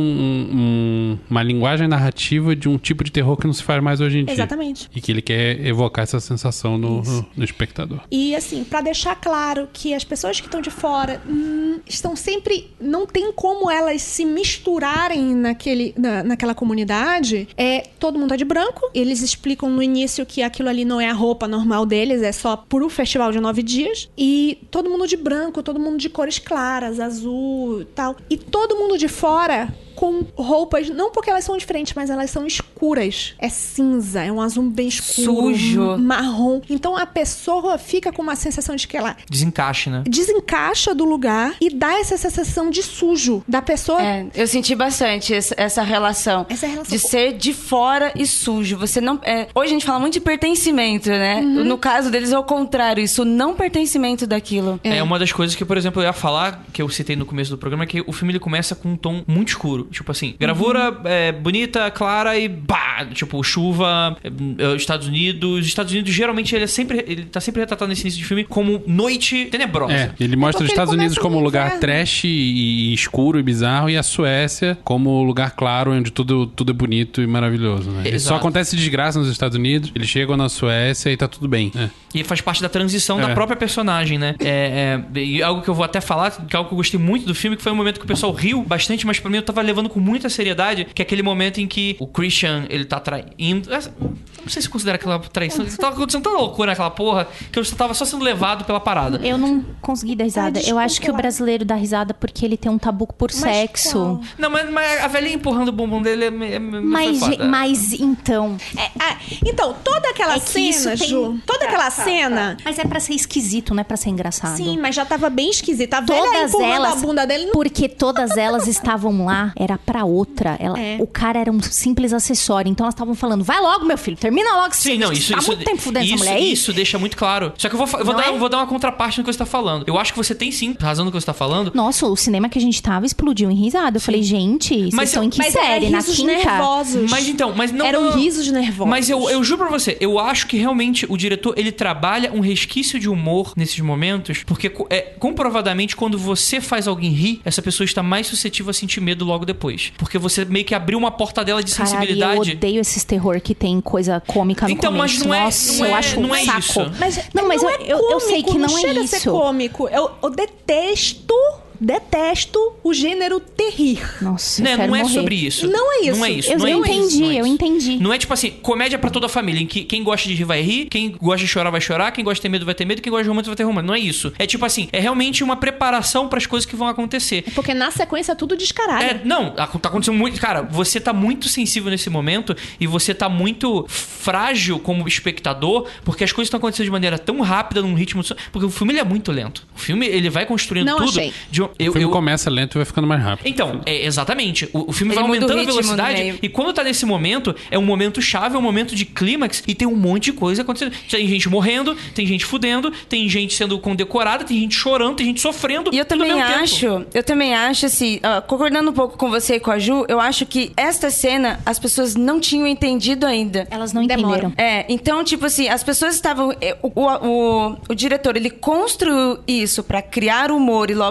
um- uma linguagem narrativa de um tipo de terror que não se faz mais hoje em dia. Exatamente. E que ele quer evocar essa sensação no, no, no espectador. E assim, pra deixar claro que as pessoas que estão de fora hum, estão sempre. Não tem como elas se misturarem naquele, na, naquela comunidade. É, todo mundo é de branco. Eles explicam no início que aquilo ali não é a roupa normal deles, é só pro festival de nove dias. E todo mundo de branco, todo mundo de cores claras, azul e tal. E todo mundo de fora com roupas, não porque elas são diferentes, mas elas são escuras. É cinza, é um azul bem escuro. Sujo. Marrom. Então a pessoa fica com uma sensação de que ela Desencaixe, né? desencaixa do lugar e dá essa sensação de sujo da pessoa. É, eu senti bastante essa, essa relação. Essa relação. De ser de fora e sujo. Você não. É, hoje a gente fala muito de pertencimento, né? No caso deles é o contrário, isso não pertencimento daquilo. É. uma das coisas que, por exemplo, eu ia falar, que eu citei no começo do programa, é que o filme ele começa com um tom muito escuro. Tipo assim, gravura é, bonita, clara e pá! Tipo, chuva, é, Estados Unidos. Estados Unidos, geralmente, ele é sempre. Ele tá sempre retratado nesse início de filme como noite tenebrosa. É, ele mostra os porque Estados ele Unidos começa como no lugar inverno. trash e, e escuro e bizarro, e a Suécia como lugar claro, onde tudo, tudo é bonito e maravilhoso, né? Exato. Só acontece desgraça nos Estados Unidos, eles chegam na Suécia e tá tudo bem. É. E faz parte da transição É. da própria personagem, né? É, é, e algo que eu vou até falar, que é algo que eu gostei muito do filme, que foi um momento que o pessoal riu bastante, mas pra mim eu tava levando com muita seriedade, que é aquele momento em que o Christian, ele tá traindo... Eu não sei se considera aquela traição. Tava acontecendo tanta loucura naquela porra, que eu só tava só sendo levado pela parada. Eu não consegui dar risada. Ai, desculpa, eu acho que o lá. brasileiro dá risada porque ele tem um tabu por Mas sexo. qual? Não, mas, mas a velhinha empurrando o bumbum dele é, é, é Mas, foi foda. mas então. É, ah, então, toda aquela É que isso cena, tem- Ju, toda aquela cena. Mas é pra ser esquisito, não é pra ser engraçado. Sim, mas já tava bem esquisita. A velha Todas empurrando elas. a bunda dele. Não... Porque todas elas estavam lá, era pra outra. Ela, É. O cara era um simples acessório. Então elas estavam falando: vai logo, meu filho, termina logo. Sim, não, isso, tá isso, muito tempo fudendo isso, essa mulher aí. isso deixa muito claro. Só que eu vou, fa- eu vou, Não dar, é? vou dar uma contraparte no que você tá falando. Eu acho que você tem sim razão no que você tá falando. Nossa, o cinema que a gente tava explodiu em risada. Eu falei, gente, vocês Mas estão eu- em que Mas era série? Na risos quinta? nervosos. Mas então, mas não. Eram não- risos nervosos. Mas eu, eu juro pra você, eu acho que realmente o diretor, ele trabalha um resquício de humor nesses momentos, porque co- é, comprovadamente quando você faz alguém rir, essa pessoa está mais suscetível a sentir medo logo depois. Porque você meio que abriu uma porta dela de Caralho, eu sensibilidade. odeio esses terror que tem coisa cômica no Então, mas começo. não é- Nossa, não eu é- acho não um é saco. isso. Mas Não, mas eu- é eu- eu sei que não é chega isso. a ser cômico. Eu, eu detesto, detesto o gênero terrir. Nossa, eu Né, quero não é morrer. sobre isso. Não é isso. Não é isso. Eu, não é eu isso, entendi, não é eu isso. entendi. Não é tipo assim, comédia pra toda a família, em que quem gosta de rir vai rir, quem gosta de chorar vai chorar, quem gosta de ter medo vai ter medo, quem gosta de romance vai ter romance. Não é isso. É tipo assim, é realmente uma preparação pras coisas que vão acontecer. Porque na sequência é tudo descarado. É, não, ac- tá acontecendo muito. Cara, você tá muito sensível nesse momento e você tá muito frágil como espectador, porque as coisas estão acontecendo de maneira tão rápida, num ritmo. Porque o filme ele é muito lento. O filme ele vai construindo Não tudo. achei. de um- eu, O filme eu- começa lento e vai ficando mais rápido. Então, é, exatamente. O, o filme Ele vai muda o aumentando a ritmo no velocidade meio. e quando tá nesse momento, é um momento chave, é um momento de clímax e tem um monte de coisa acontecendo. Tem gente morrendo, tem gente fudendo, tem gente sendo condecorada, tem gente chorando, tem gente sofrendo. E eu tudo ao também mesmo tempo. acho, eu também acho assim, ó, concordando um pouco com você e com a Ju, eu acho que esta cena as pessoas não tinham entendido ainda. Elas não Demora. entenderam. É, então, tipo assim, as pessoas estavam. é, O, o, o, o diretor, ele construiu isso pra criar humor e logo em seguida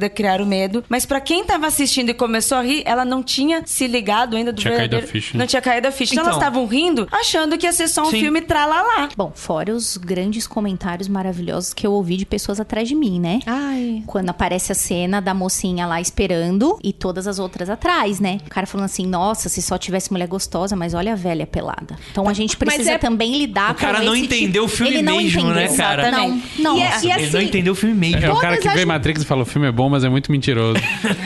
dúvida, criar o medo. Mas pra quem tava assistindo e começou a rir, ela não tinha se ligado ainda do Tinha caído a verdadeiro... ficha, né? Não tinha caído a ficha. Então, Então. elas estavam rindo, achando que ia ser só um Sim. filme tralalá. Bom, fora os grandes comentários maravilhosos que eu ouvi de pessoas atrás de mim, né? Ai. Quando aparece a cena da mocinha lá esperando e todas as outras atrás, né? O cara falando assim, nossa, se só tivesse mulher gostosa, mas olha a velha pelada. Então a gente precisa é- também lidar O com cara não esse entendeu tipo... o filme Ele não mesmo, entendeu. né, cara? Não, não. E é- Nossa. e Ele não assim, entendeu o filme mesmo. É o cara Todas que vê as- Matrix e fala, o filme é bom, mas é muito mentiroso.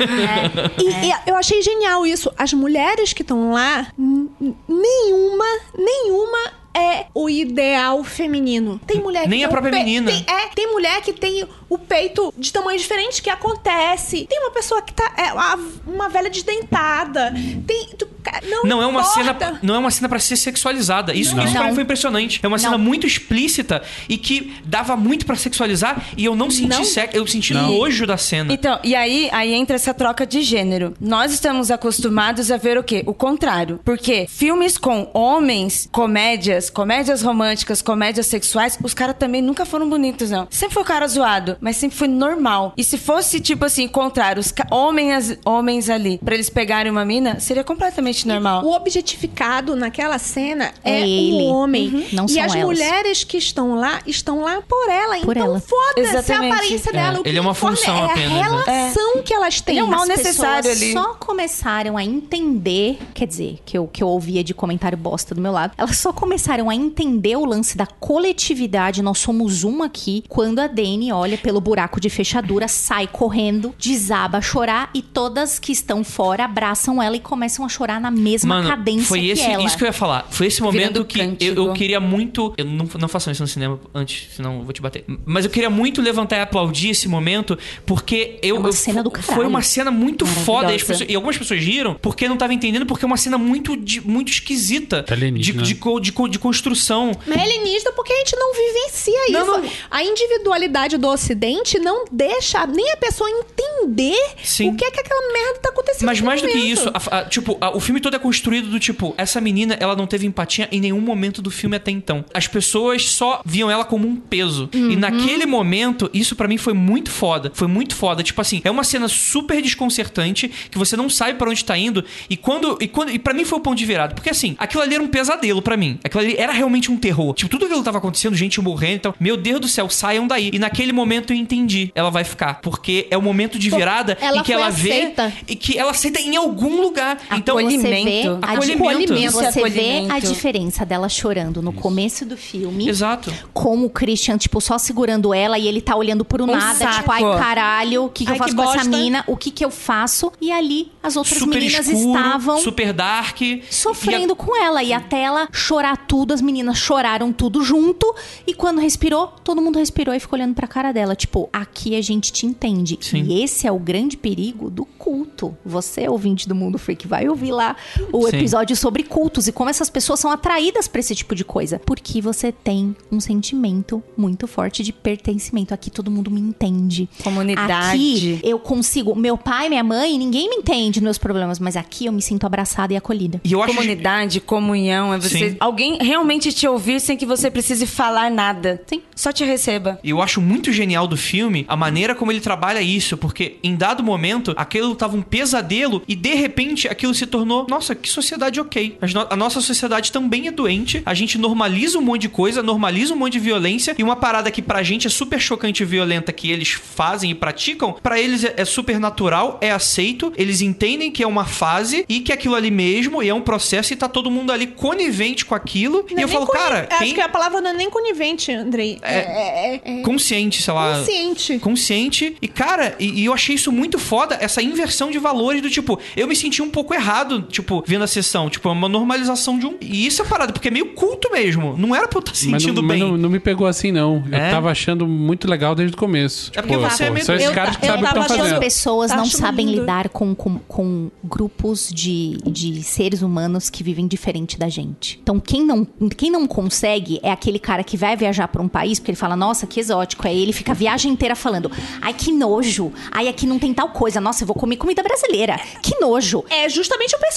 E, e eu achei genial isso. As mulheres que estão lá, n- n- nenhuma, nenhuma é o ideal feminino. Tem mulher que Nem tem a o própria pe- menina. Tem, é, tem mulher que tem o peito de tamanho diferente, que acontece. Tem uma pessoa que tá. É, uma, uma velha desdentada. Tem. tu- ca- não, Não é uma importa. cena, não é uma cena para ser sexualizada. Isso, Não. isso pra Não. mim foi impressionante. É uma cena Não. muito explícita e que dava muito pra sexualizar e eu não senti Não. sexo, eu senti Não. nojo da cena. Então, e aí, aí entra essa troca de gênero. Nós estamos acostumados a ver o quê? O contrário. Porque filmes com homens, comédias, comédias românticas, comédias sexuais, os caras também nunca foram bonitos, não. Sempre foi o cara zoado, mas sempre foi normal. E se fosse, tipo assim, contrário, os ca- homens, homens ali, pra eles pegarem uma mina, seria completamente normal. O objetificado naquela cena é, É ele. o homem. Uhum. Não e são as elas. mulheres que estão lá, estão lá por ela. Por então ela. foda-se a Exatamente. aparência É, dela. O que ele é uma importa função é apenas, né? a relação que elas têm. Ele é um mal As necessário pessoas ali. só começaram a entender, quer dizer, que eu, que eu ouvia de comentário bosta do meu lado, elas só começaram a entender o lance da coletividade, nós somos um aqui, quando a Dani olha pelo buraco de fechadura, sai correndo, desaba a chorar e todas que estão fora abraçam ela e começam a chorar na mesma Mano, cadência foi esse, que ela. isso que eu ia falar. Foi esse momento Virando que eu, cântico. eu queria muito... Eu não, não façam isso no cinema antes, senão eu vou te bater. Mas eu queria muito levantar e aplaudir esse momento, porque eu... É uma eu- cena do Foi caralho. uma cena muito foda. E, as Maravilhosa. pessoas- e algumas pessoas riram porque não estavam entendendo, porque é uma cena muito, de- muito esquisita. de, Alienígena. de, co- de, co- de construção. Mas é alienista porque a gente não vivencia Não, isso. não. A individualidade do Ocidente não deixa nem a pessoa entender Sim. o que é que aquela merda tá acontecendo. Mas no mais do que momento. isso, a- a- tipo, a- o filme todo é construído do tipo, essa menina, ela não teve empatia em nenhum momento do filme até então. As pessoas só viam ela como um peso. E naquele momento, isso pra mim foi muito foda. Foi muito foda. Tipo assim, é uma cena super desconcertante, que você não sabe pra onde tá indo. E quando. E, quando, e pra mim foi o ponto de virada. Porque assim, aquilo ali era um pesadelo pra mim. Aquilo ali era realmente um terror. Tipo, tudo aquilo tava acontecendo, gente morrendo e tal. Meu Deus do céu, saiam daí. E naquele momento eu entendi. Ela vai ficar. Porque é o momento de virada ela em que foi ela vê. aceita. E que ela aceita em algum lugar. Então, Você vê, Acolhimento. a, Acolhimento. di- Isso você é vê acolhimento. a diferença dela chorando no começo do filme. exato. Como o Christian, tipo, só segurando ela e ele tá olhando pro nada, saco. tipo, ai caralho, o que, que Ai, eu faço que com essa bosta. mina? O que que eu faço? E ali as outras Super meninas escuro, estavam super dark. sofrendo com ela. E até ela chorar tudo, as meninas choraram tudo junto. E quando respirou, todo mundo respirou e ficou olhando pra cara dela. Tipo, aqui a gente te entende. Sim. E esse é o grande perigo do culto. Você, ouvinte do Mundo Freak, vai ouvir lá o Sim. episódio sobre cultos e como essas pessoas são atraídas pra esse tipo de coisa. Porque você tem um sentimento muito forte de pertencimento. Aqui todo mundo me entende. Comunidade. Aqui eu consigo. Meu pai, minha mãe, ninguém me entende nos meus problemas, mas aqui eu me sinto abraçada e acolhida. E eu acho. Comunidade, comunhão, é você Sim. alguém realmente te ouvir sem que você precise falar nada. Sim. Só te receba. E eu acho muito genial do filme a maneira como ele trabalha isso, porque em dado momento aquilo tava um pesadelo e de repente aquilo se tornou, nossa, que sociedade ok. As no- A nossa sociedade também é doente, a gente normaliza um monte de coisa, normaliza um monte de violência e uma parada que pra gente é super chocante e violenta que eles fazem e praticam, pra eles é, é super natural, é aceito, eles entendem que é uma fase e que aquilo ali mesmo e é um processo e tá todo mundo ali conivente com aquilo. Não e é eu nem falo, coni- cara, Acho quem que a palavra não é nem conivente, Andrei. É, é, é, é consciente, sei lá. consciente. Consciente. E, cara, e, e eu achei isso muito foda, essa inversão de valores do tipo, eu me senti um pouco errado, tipo, vendo a sessão. Tipo, é uma normalização de um. E isso é parada, porque é meio culto mesmo. Não era pra eu estar Mas, sentindo não, mas bem. não, não me pegou assim, não. Eu É? tava achando muito legal desde o começo. É porque você é meio- São esses Eu caras ta- que eu sabem o que tava estão achando- fazendo. As pessoas Tá não achando sabem lindo. lidar com, com, com grupos de, de seres humanos que vivem diferente da gente. Então, quem não, quem não consegue é aquele cara que vai viajar pra um país, porque ele fala, nossa, que exótico. Aí ele fica a viagem inteira falando, ai, que nojo. Ai, aqui não tem tal coisa. Nossa, eu vou comer comida brasileira. Que nojo. É justamente o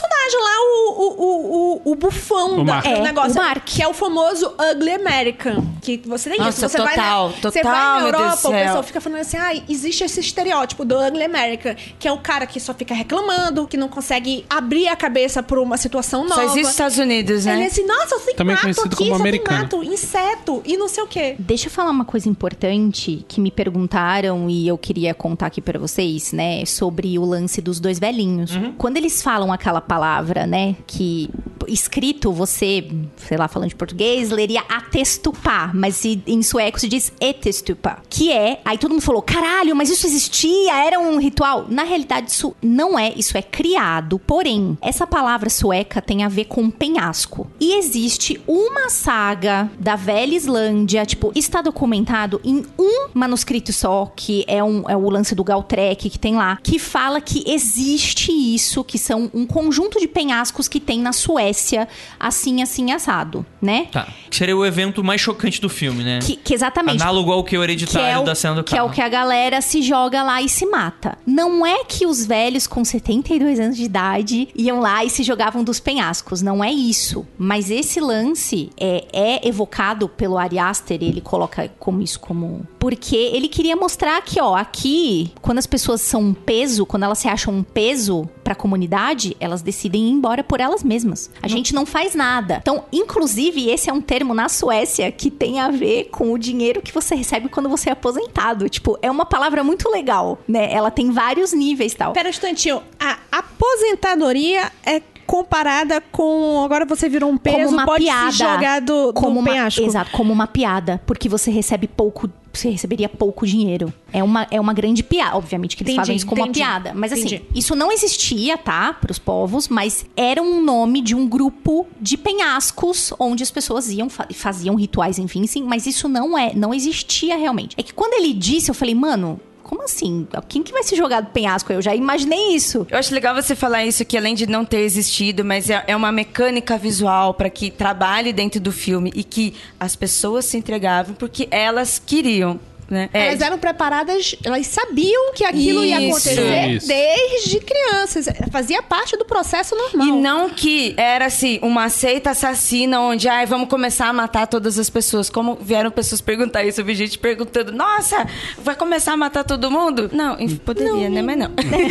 personagem lá, o, o, o, o, o bufão O da- Mark. do É, negócio. o Mark. Que é o famoso Ugly American. Que você tem Nossa, isso. Você vai total, na, total, Você vai na meu Deus Europa, do o céu. pessoal fica falando assim, ah, existe esse estereótipo do Ugly American, que é o cara que só fica reclamando, que não consegue abrir a cabeça por uma situação nova. Só existe nos Estados Unidos, Ele é né? assim, nossa, eu sempre Também mato conhecido aqui, como só tem americano. mato, inseto e não sei o quê. Deixa eu falar uma coisa importante que me perguntaram e eu queria contar aqui pra vocês, né? Sobre o lance dos dois velhinhos. Quando eles falam aquela palavra, né? Que escrito você, sei lá, falando de português, leria atestupar. Mas se, em sueco se diz etestupar. Que é, aí todo mundo falou, caralho, mas isso existia? Era um ritual? Na realidade, isso não é, isso é criado. Porém, essa palavra sueca tem a ver com penhasco. E existe uma saga da velha Islândia, tipo, está documentado em um manuscrito só, que é, um, é o lance do Gautrek que tem lá, que fala que existe isso, que são um conjunto de penhascos que tem na Suécia, assim, assim, assado, né? Tá. Que seria o evento mais chocante do filme, né? Que, que exatamente. Análogo ao que o hereditário que é o, da cena do que é carro. o que a galera se joga lá e se mata. Não é que os velhos com setenta e dois anos de idade iam lá e se jogavam dos penhascos. Não é isso. Mas esse lance é, é evocado pelo Ari Aster. Ele coloca como isso como... Porque ele queria mostrar que, ó, aqui, quando as pessoas são um peso, quando elas se acham um peso pra comunidade, elas decidem ir embora por elas mesmas. A gente não faz nada. Então, inclusive, esse é um termo na Suécia que tem a ver com o dinheiro que você recebe quando você é aposentado. Tipo, é uma palavra muito legal, né? Ela tem vários níveis e tal. Pera um instantinho, a aposentadoria é comparada com agora você virou um peso, Como uma pode piada. se jogar do, do como uma, penhasco. Exato, como uma piada. Porque você recebe pouco... Você receberia pouco dinheiro. É uma, é uma grande piada. Obviamente que eles Entendi, fazem isso como entendi, uma piada. Mas assim, entendi. isso não existia, tá? Pros povos. Mas era um nome de um grupo de penhascos onde as pessoas iam, fa- faziam rituais, enfim, sim. Mas isso não é, não existia realmente. É que quando ele disse, eu falei, mano... Como assim? Quem que vai se jogar do penhasco? Eu já imaginei isso. Eu acho legal você falar isso, que além de não ter existido, mas é, é uma mecânica visual pra que trabalhe dentro do filme e que as pessoas se entregavam porque elas queriam, né? É, Elas eram preparadas, elas sabiam que aquilo ia Isso. acontecer Isso. desde crianças. Fazia parte do processo normal. E não que era assim, uma seita assassina onde, ai, vamos começar a matar todas as pessoas. Como vieram pessoas perguntar isso, eu vi gente perguntando, nossa, vai começar a matar todo mundo? Não, poderia, né? Mas não.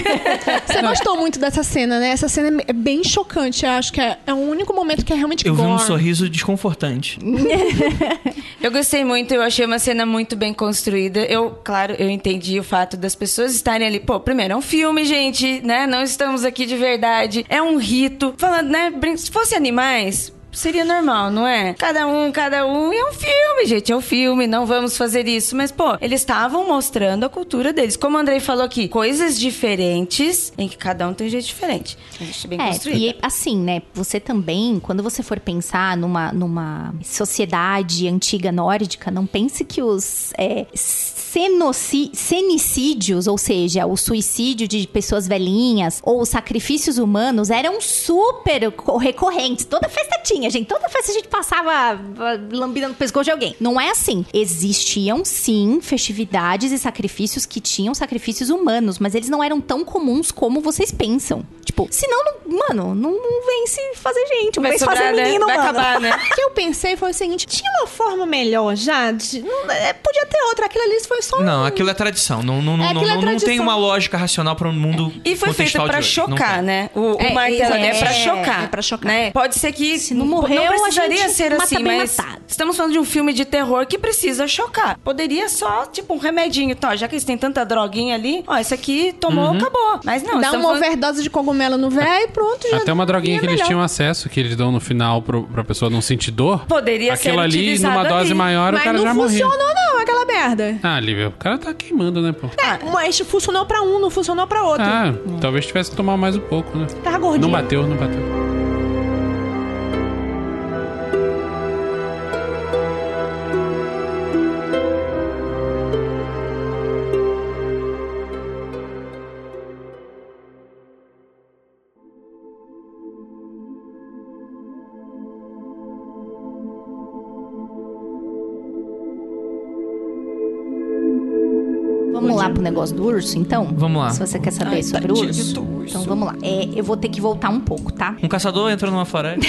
Você gostou muito dessa cena, né? Essa cena é bem chocante. Eu acho que é, é o único momento que é realmente Eu vi um gore. sorriso desconfortante. Eu gostei muito, eu achei uma cena muito bem construída. Eu, claro, eu entendi o fato das pessoas estarem ali. Pô, primeiro, é um filme, gente, né? Não estamos aqui de verdade. É um rito. Falando, né? brin- Se fosse animais... Seria normal, não é? Cada um, cada um. E é um filme, gente. É um filme. Não vamos fazer isso. Mas, pô, eles estavam mostrando a cultura deles. Como o Andrei falou aqui, coisas diferentes em que cada um tem um jeito diferente. A gente bem É, construída. e assim, né? Você também, quando você for pensar numa, numa sociedade antiga nórdica, não pense que os é, cenoci- cenicídios, ou seja, o suicídio de pessoas velhinhas ou os sacrifícios humanos eram super co- recorrentes. Toda festa tinha, gente. Toda festa a gente passava ah, lambida no pescoço de alguém. Não é assim. Existiam, sim, festividades e sacrifícios que tinham sacrifícios humanos, mas eles não eram tão comuns como vocês pensam. Tipo, senão, não, mano, não, não vem se fazer gente, não Vai vem se sobrar, fazer né? menino, Vai mano. acabar, né? O que eu pensei foi o seguinte: tinha uma forma melhor já? De, não, é, podia ter outra. Aquilo ali foi só um... Não, aquilo é tradição. Não, não, É, não, aquilo é não, não tem tradição. uma lógica racional para um mundo E foi feito contextual pra de hoje. Não chocar, tem. né? O, É, o martelo é, é pra é, chocar. é pra chocar. Né? Pode ser que Se não morreu, não precisaria a gente ser mata assim, bem mas matado. estamos falando de um filme de terror que precisa chocar. Poderia só, tipo, um remedinho, tá? Já que eles têm tanta droguinha ali, ó, esse aqui tomou, acabou. Mas não, Dá estamos uma falando... overdose de cogumelo no véio e pronto. Já Até uma droguinha é que eles melhor. tinham acesso, que eles dão no final pro, pra pessoa não sentir dor. Poderia ser Aquilo ali, utilizado numa dose ali. maior, Mas o cara não já morreu. funcionou não, aquela merda. Ah, Lívia, o cara tá queimando, né, pô? É, mas funcionou pra um, não funcionou pra outro. Ah, talvez tivesse que tomar mais um pouco, né? Tava gordinho. Não bateu, não bateu. Vamos lá pro negócio do urso, então? Vamos lá. Se você quer saber Ai, sobre o tadinho urso. do urso. Então vamos lá. É, eu vou ter que voltar um pouco, tá? Um caçador entra numa floresta.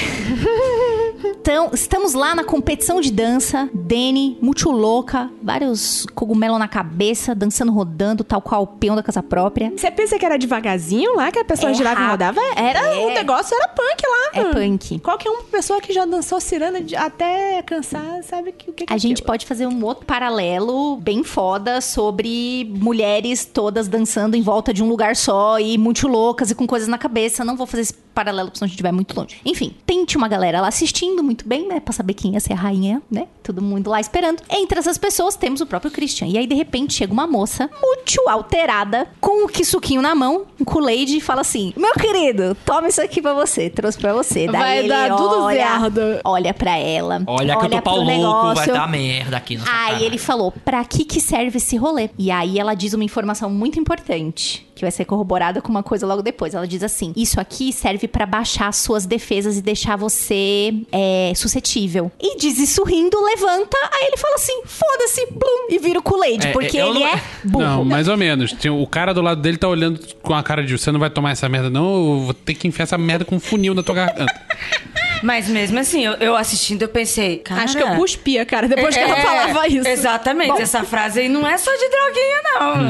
Então, estamos lá na competição de dança. Dani, muito louca, vários cogumelos na cabeça, dançando, rodando, tal qual o peão da casa própria. Você pensa que era devagarzinho lá, que a pessoa É girava e rápido. rodava? Era, É. o negócio era punk lá. É mano. punk. Qualquer uma pessoa que já dançou ciranda de- até cansar sabe que, o que, que A é gente aquilo. pode fazer um outro paralelo bem foda sobre mulheres todas dançando em volta de um lugar só e muito loucas e com coisas na cabeça. Não vou fazer esse paralelo, porque senão a gente vai muito longe. Enfim, tem tinha uma galera lá assistindo muito bem, né? Pra saber quem ia ser a rainha, né? Todo mundo lá esperando. Entre essas pessoas temos o próprio Christian. E aí, de repente, chega uma moça muito alterada, com o kisuquinho na mão, um Kool-Aid, e fala assim: meu querido, toma isso aqui pra você. Trouxe pra você. Daí Vai ele dar tudo olha, certo. olha pra ela. Olha que eu tô pro pau louco, vai negócio. dar merda aqui na sua Aí cara. ele falou, pra que que serve esse rolê? E aí ela diz uma informação muito importante, que vai ser corroborada com uma coisa logo depois. Ela diz assim, isso aqui serve pra baixar as suas defesas e deixar você é, suscetível. E diz isso rindo, levanta, aí ele fala assim, foda-se, blum, e vira o Kool-Aid, É, porque eu ele não- é burro. Não, mais ou menos. Tem- O cara do lado dele tá olhando com a cara de você não vai tomar essa merda, não. Eu vou ter que enfiar essa merda com um funil na tua garganta. Mas mesmo assim, eu, eu assistindo, eu pensei, cara... Acho que eu cuspia, cara, depois que ela É, falava isso. Exatamente, essa frase aí não é só de droguinha,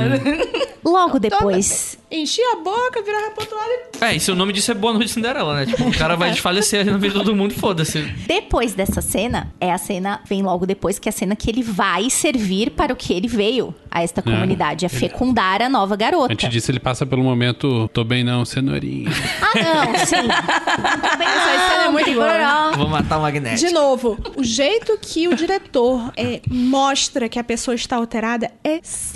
não. Logo depois... Enchia a boca, virava pro outro lado e... É, e se o nome disso é Boa Noite Cinderela, né? Tipo, o cara vai desfalecer ali na vida de todo mundo, foda-se. Depois dessa cena, é a cena, vem logo depois, que é a cena que ele vai servir para o que ele veio a esta comunidade, é fecundar a nova garota. Antes disso, ele passa pelo momento, tô bem não, cenourinha. Ah, não, sim. Não tô bem, Essa cena é não, muito tem boa. problema. Vou matar o Magneto. De novo, o jeito que o diretor é, mostra que a pessoa está alterada é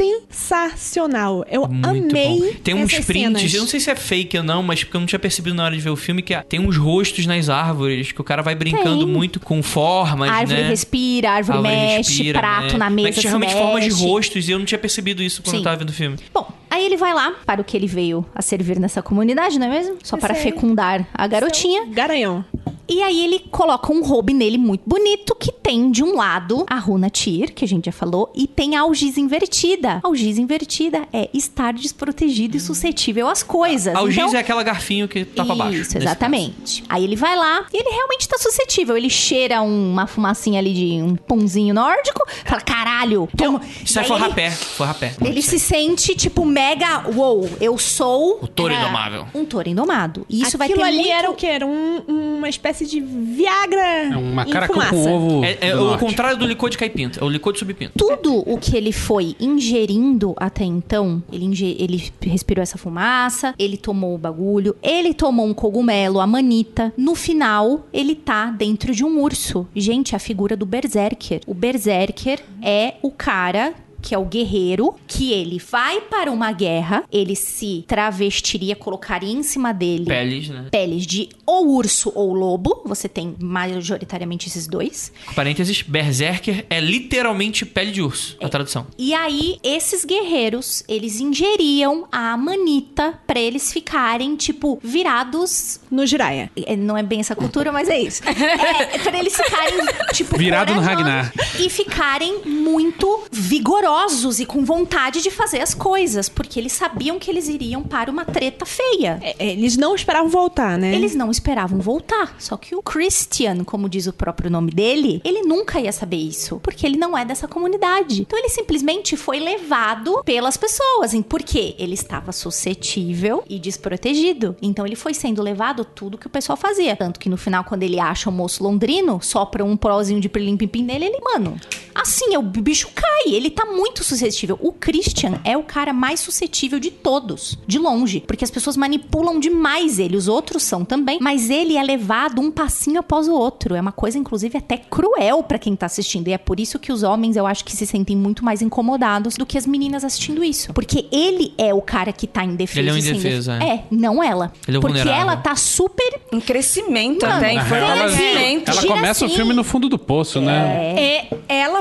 sensacional. Eu Muito amei bom. Tem uns essas prints, cenas. eu não sei se é fake ou não, mas porque eu não tinha percebido na hora de ver o filme, que tem uns rostos nas árvores, que o cara vai brincando Tem. muito com formas, A árvore né? respira, a árvore, árvore mexe, respira, prato né? na mesa Mas tinha se realmente mexe. formas de rostos e eu não tinha percebido isso quando Sim. eu tava vendo o filme. Bom, aí ele vai lá para o que ele veio a servir nessa comunidade, não é mesmo? Só para Sei. fecundar a garotinha. Garanhão. E aí ele coloca um robe nele muito bonito, que tem de um lado a runa Tyr, que a gente já falou, e tem a algiz invertida. A algiz invertida é estar desprotegido e suscetível às coisas. A algiz Então, é aquela garfinho que tá pra baixo. isso, nesse exatamente. Aí ele vai lá e ele realmente tá suscetível. Ele cheira uma fumacinha ali de um pãozinho nórdico, fala, caralho, toma. caso. Isso aí Daí foi ele- rapé, foi rapé. Ele se sente, tipo, mega, uou, eu sou... O touro era indomável. Um touro indomado. E isso Aquilo vai ter ali muito... era o quê? Era um- uma espécie de Viagra É uma em caracol fumaça. com ovo É, é do o norte. contrário do licor de caipinto, é o licor de subpinto. Tudo o que ele foi ingerindo até então, ele, inge- ele respirou essa fumaça, ele tomou o bagulho, ele tomou um cogumelo, a manita. No final, ele tá dentro de um urso. Gente, a figura do Berserker. O Berserker é o cara... que é o guerreiro, que ele vai para uma guerra, ele se travestiria, colocaria em cima dele Peles, né? peles de ou urso ou lobo. Você tem majoritariamente esses dois. Parênteses, berserker é literalmente pele de urso, a tradução. E aí, esses guerreiros, eles ingeriam a manita pra eles ficarem, tipo, virados... No Jiraiya. É, não é bem essa cultura, mas é isso. É, pra eles ficarem, tipo, Virado no corajosos Ragnar. e ficarem muito vigorosos e com vontade de fazer as coisas, porque eles sabiam que eles iriam para uma treta feia. É, é, eles não esperavam voltar, né? Eles não esperavam voltar. Só que o Christian, como diz o próprio nome dele, ele nunca ia saber isso. Porque ele não é dessa comunidade. Então ele simplesmente foi levado pelas pessoas. hein? Porque ele estava suscetível e desprotegido. Então ele foi sendo levado tudo que o pessoal fazia. Tanto que no final, quando ele acha o moço londrino, sopra um prozinho de pirlim-pim-pim nele, ele, mano, assim, é o bicho cai. Ele tá muito suscetível. O Christian é o cara mais suscetível de todos. De longe. Porque as pessoas manipulam demais ele. Os outros são também. Mas ele é levado um passinho após o outro. É uma coisa, inclusive, até cruel pra quem tá assistindo. E é por isso que os homens, eu acho que se sentem muito mais incomodados do que as meninas assistindo isso. Porque ele é o cara que tá indefeso. Ele é um e sem indefeso, def- é. É, não ela. Ele é o Porque vulnerável. ela tá super... Em crescimento Mano, até, em Na real, ela, fortalecimento. ela Gira começa o assim. filme no fundo do poço, né? É, ela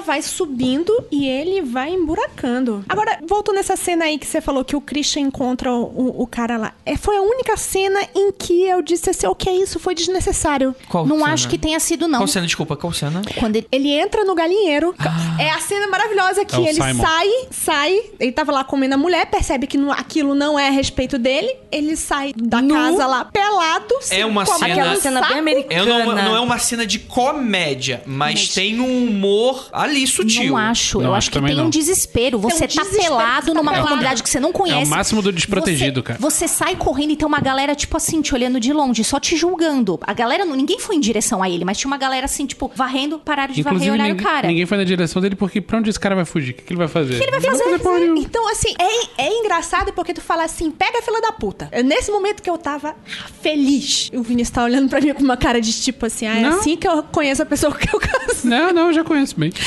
vai subindo e ele vai emburacando. Agora, voltando nessa cena aí que você falou que o Christian encontra o, o cara lá. É, foi a única cena em que eu disse assim, o que é isso? Foi desnecessário. Qual Não cena? acho que tenha sido, não. Qual cena? Desculpa, qual cena? Quando ele... Ele entra no galinheiro. É a cena maravilhosa que É o ele Simon. sai, sai. Ele tava lá comendo a mulher, percebe que não- aquilo não é a respeito dele. Ele sai da Nu. casa lá pelado. se É uma come cena- Aquela aquele cena bem saco. americana. É não, não é uma cena de comédia, mas tem um humor ali sutil. Não acho. Não eu acho acho que também tem um não. desespero. Você um tá desespero, pelado você tá numa pelado. comunidade que você não É conhece. o máximo do desprotegido, você, cara. Você sai correndo e tem uma galera, tipo assim, te olhando de longe, só te julgando. A galera, não- ninguém foi em direção a ele, mas tinha uma galera assim, tipo, varrendo, pararam de varrer e Inclusive, olharam o ninguém, cara. ninguém foi na direção dele porque pra onde esse cara vai fugir? O que, que ele vai fazer? O que ele vai fazer? porra nenhuma. Então, assim, é, é engraçado porque tu fala assim, pega a fila da puta. É nesse momento que eu tava feliz. O Vinícius tá olhando pra mim com uma cara de tipo assim, ah, é Não. assim que eu conheço a pessoa que eu caso. Não, não, eu já conheço bem.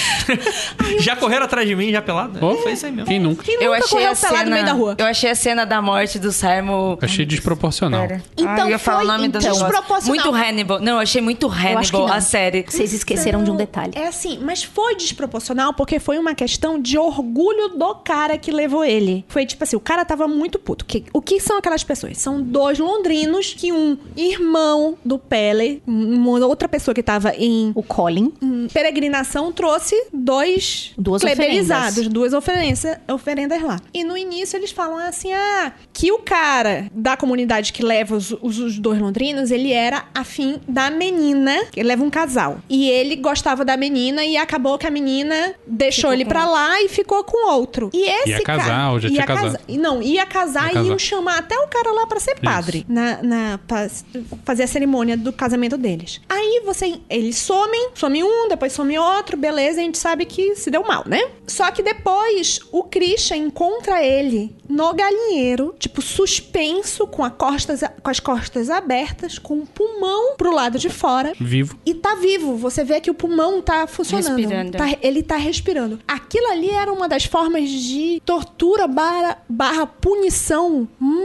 Já correram atrás de mim, já pelado? Oh, Foi isso aí mesmo. Quem nunca? Quem Eu nunca achei correu a pelado no meio da cena. rua? Eu achei a cena da morte do Simon. Achei desproporcional. Pera. Então Ah, eu ia falar foi o nome do então, negócio. desproporcional. Muito Hannibal. Não, eu achei muito Eu acho que Hannibal não. a série. Vocês esqueceram de um detalhe. É assim, mas foi desproporcional porque foi uma questão de orgulho do cara que levou ele. Foi tipo assim, o cara tava muito puto. Que- o que são aquelas pessoas? São dois londrinos que um irmão do Pele, uma outra pessoa que tava em O Colin. em peregrinação, trouxe dois Duas pleberizados, oferendas. duas oferendas, oferendas lá. E no início eles falam assim, ah, que o cara da comunidade que leva os, os, os dois londrinos, ele era afim da menina, ele leva um casal. E ele gostava da menina e acabou que a menina deixou Ficou ele com pra lá e ficou com outro. E esse Ia casar, cara, ou já ia tinha casa- casado? Não, ia casar Ia e casar. iam chamar até o cara lá pra ser padre. Na, na, pra fazer a cerimônia do casamento deles. Aí você, eles somem, some um, depois some outro, beleza, a gente sabe que se deu mal, né? Só que depois o Christian encontra ele no galinheiro, tipo, suspenso, com, a costas, com as costas abertas, com o pulmão pro lado de fora. Vivo. E tá vivo, você vê que o pulmão tá funcionando. Respirando. Tá- ele tá respirando. Aquilo ali era uma das formas de tortura barra, barra punição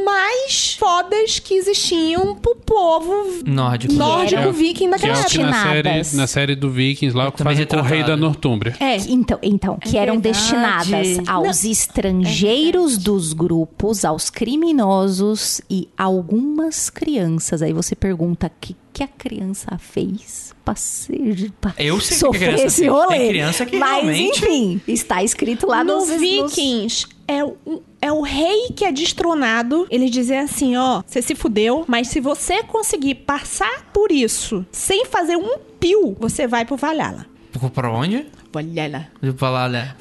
mais fodas que existiam pro povo Nórdico. nórdico eram- viking Que é daquela o que época. na série, Destinadas. na série do Vikings lá, que Também fazem com o rei retratado. da Nortúmbria. É. Então, então que eram verdade. destinadas aos estrangeiros dos grupos, aos criminosos e algumas crianças. Aí você pergunta, o que, que a criança fez pra, ser, pra Eu sei o que a sofrer criança esse fez. rolê? Tem criança que Mas, realmente- enfim, está escrito lá No nos... nos- Vikings, é o, é o rei que é destronado. Eles dizem assim, ó, você se fudeu, mas se você conseguir passar por isso sem fazer um pio, você vai pro Valhalla. Pra onde? Valhalla. Pra lá, né?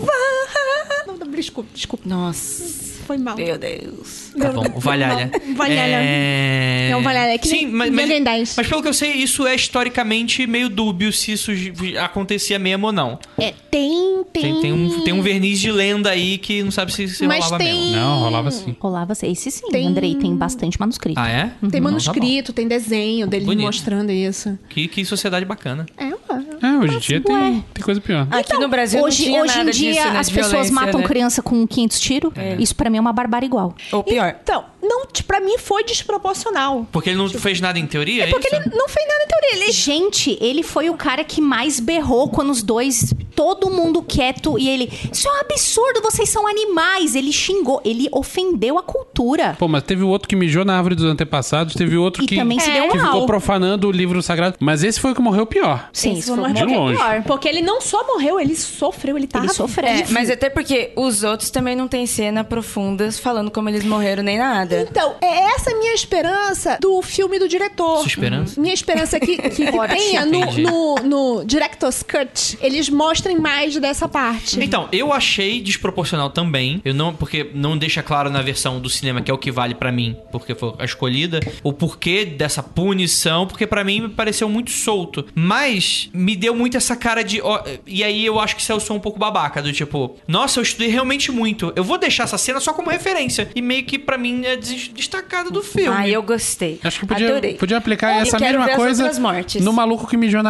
Não, não, desculpa, desculpa. Nossa, Foi mal. meu Deus. Tá bom, o Valhalla. Não, Valhalla. É... É um Valhalla, é que Sim, nem mas, mas, Ben dez. mas pelo que eu sei, isso é historicamente meio dúbio se isso acontecia mesmo ou não. É, tem, tem... Tem, tem, um, tem um verniz de lenda aí que não sabe se, se Mas rolava tem- mesmo. Não, rolava assim. Rolava esse sim, Tem- Andrei, tem bastante manuscrito. Ah, é? Tem Não, tá bom. manuscrito, tem desenho dele Bonito. mostrando isso. Que, que sociedade bacana. É, ué. É, hoje em dia ué. tem, tem coisa pior. Aqui no Brasil Hoje, não tinha hoje em nada dia, disso, né, as de pessoas violência, matam né? criança com quinhentos tiros. Isso pra mim é uma barbárie igual. Ou pior. Então, não, t- pra mim foi desproporcional. Porque ele não fez nada em teoria, é, Porque isso? ele não fez nada em teoria. Ele... Gente, ele foi o cara que mais berrou quando os dois, todo mundo quieto, e ele, isso é um absurdo, vocês são animais. Ele xingou, ele ofendeu a cultura. Pô, mas teve o outro que mijou na árvore dos antepassados, teve outro E que, também se deu que mal. ficou profanando o livro sagrado. Mas esse foi o que morreu pior. Sim, Esse isso foi foi muito de longe. pior. Porque ele não só morreu, ele sofreu, ele tava... Ele sofreu. É, mas até porque os outros também não têm cena profundas falando como eles morreram nem nada. Então, é essa a minha esperança do filme do diretor. Sua esperança? Minha esperança é que, que, que Forte. tenha no, Entendi. no, no Director's Cut, eles mostrem mais dessa parte. Então, eu achei desproporcional também. Eu não, porque não deixa claro na versão do cinema, que é o que vale pra mim, porque foi a escolhida, o porquê dessa punição, porque pra mim me pareceu muito solto. Mas me deu muito essa cara de. Ó, e aí eu acho que isso eu sou um pouco babaca, do tipo, nossa, eu estudei realmente muito. Eu vou deixar essa cena só como referência. E meio que pra mim é des- destacada do filme. Ah, eu gostei. Acho que podia, Adorei. podia aplicar E essa quero mesma ver as coisa outras mortes. no maluco que mijou na árvore.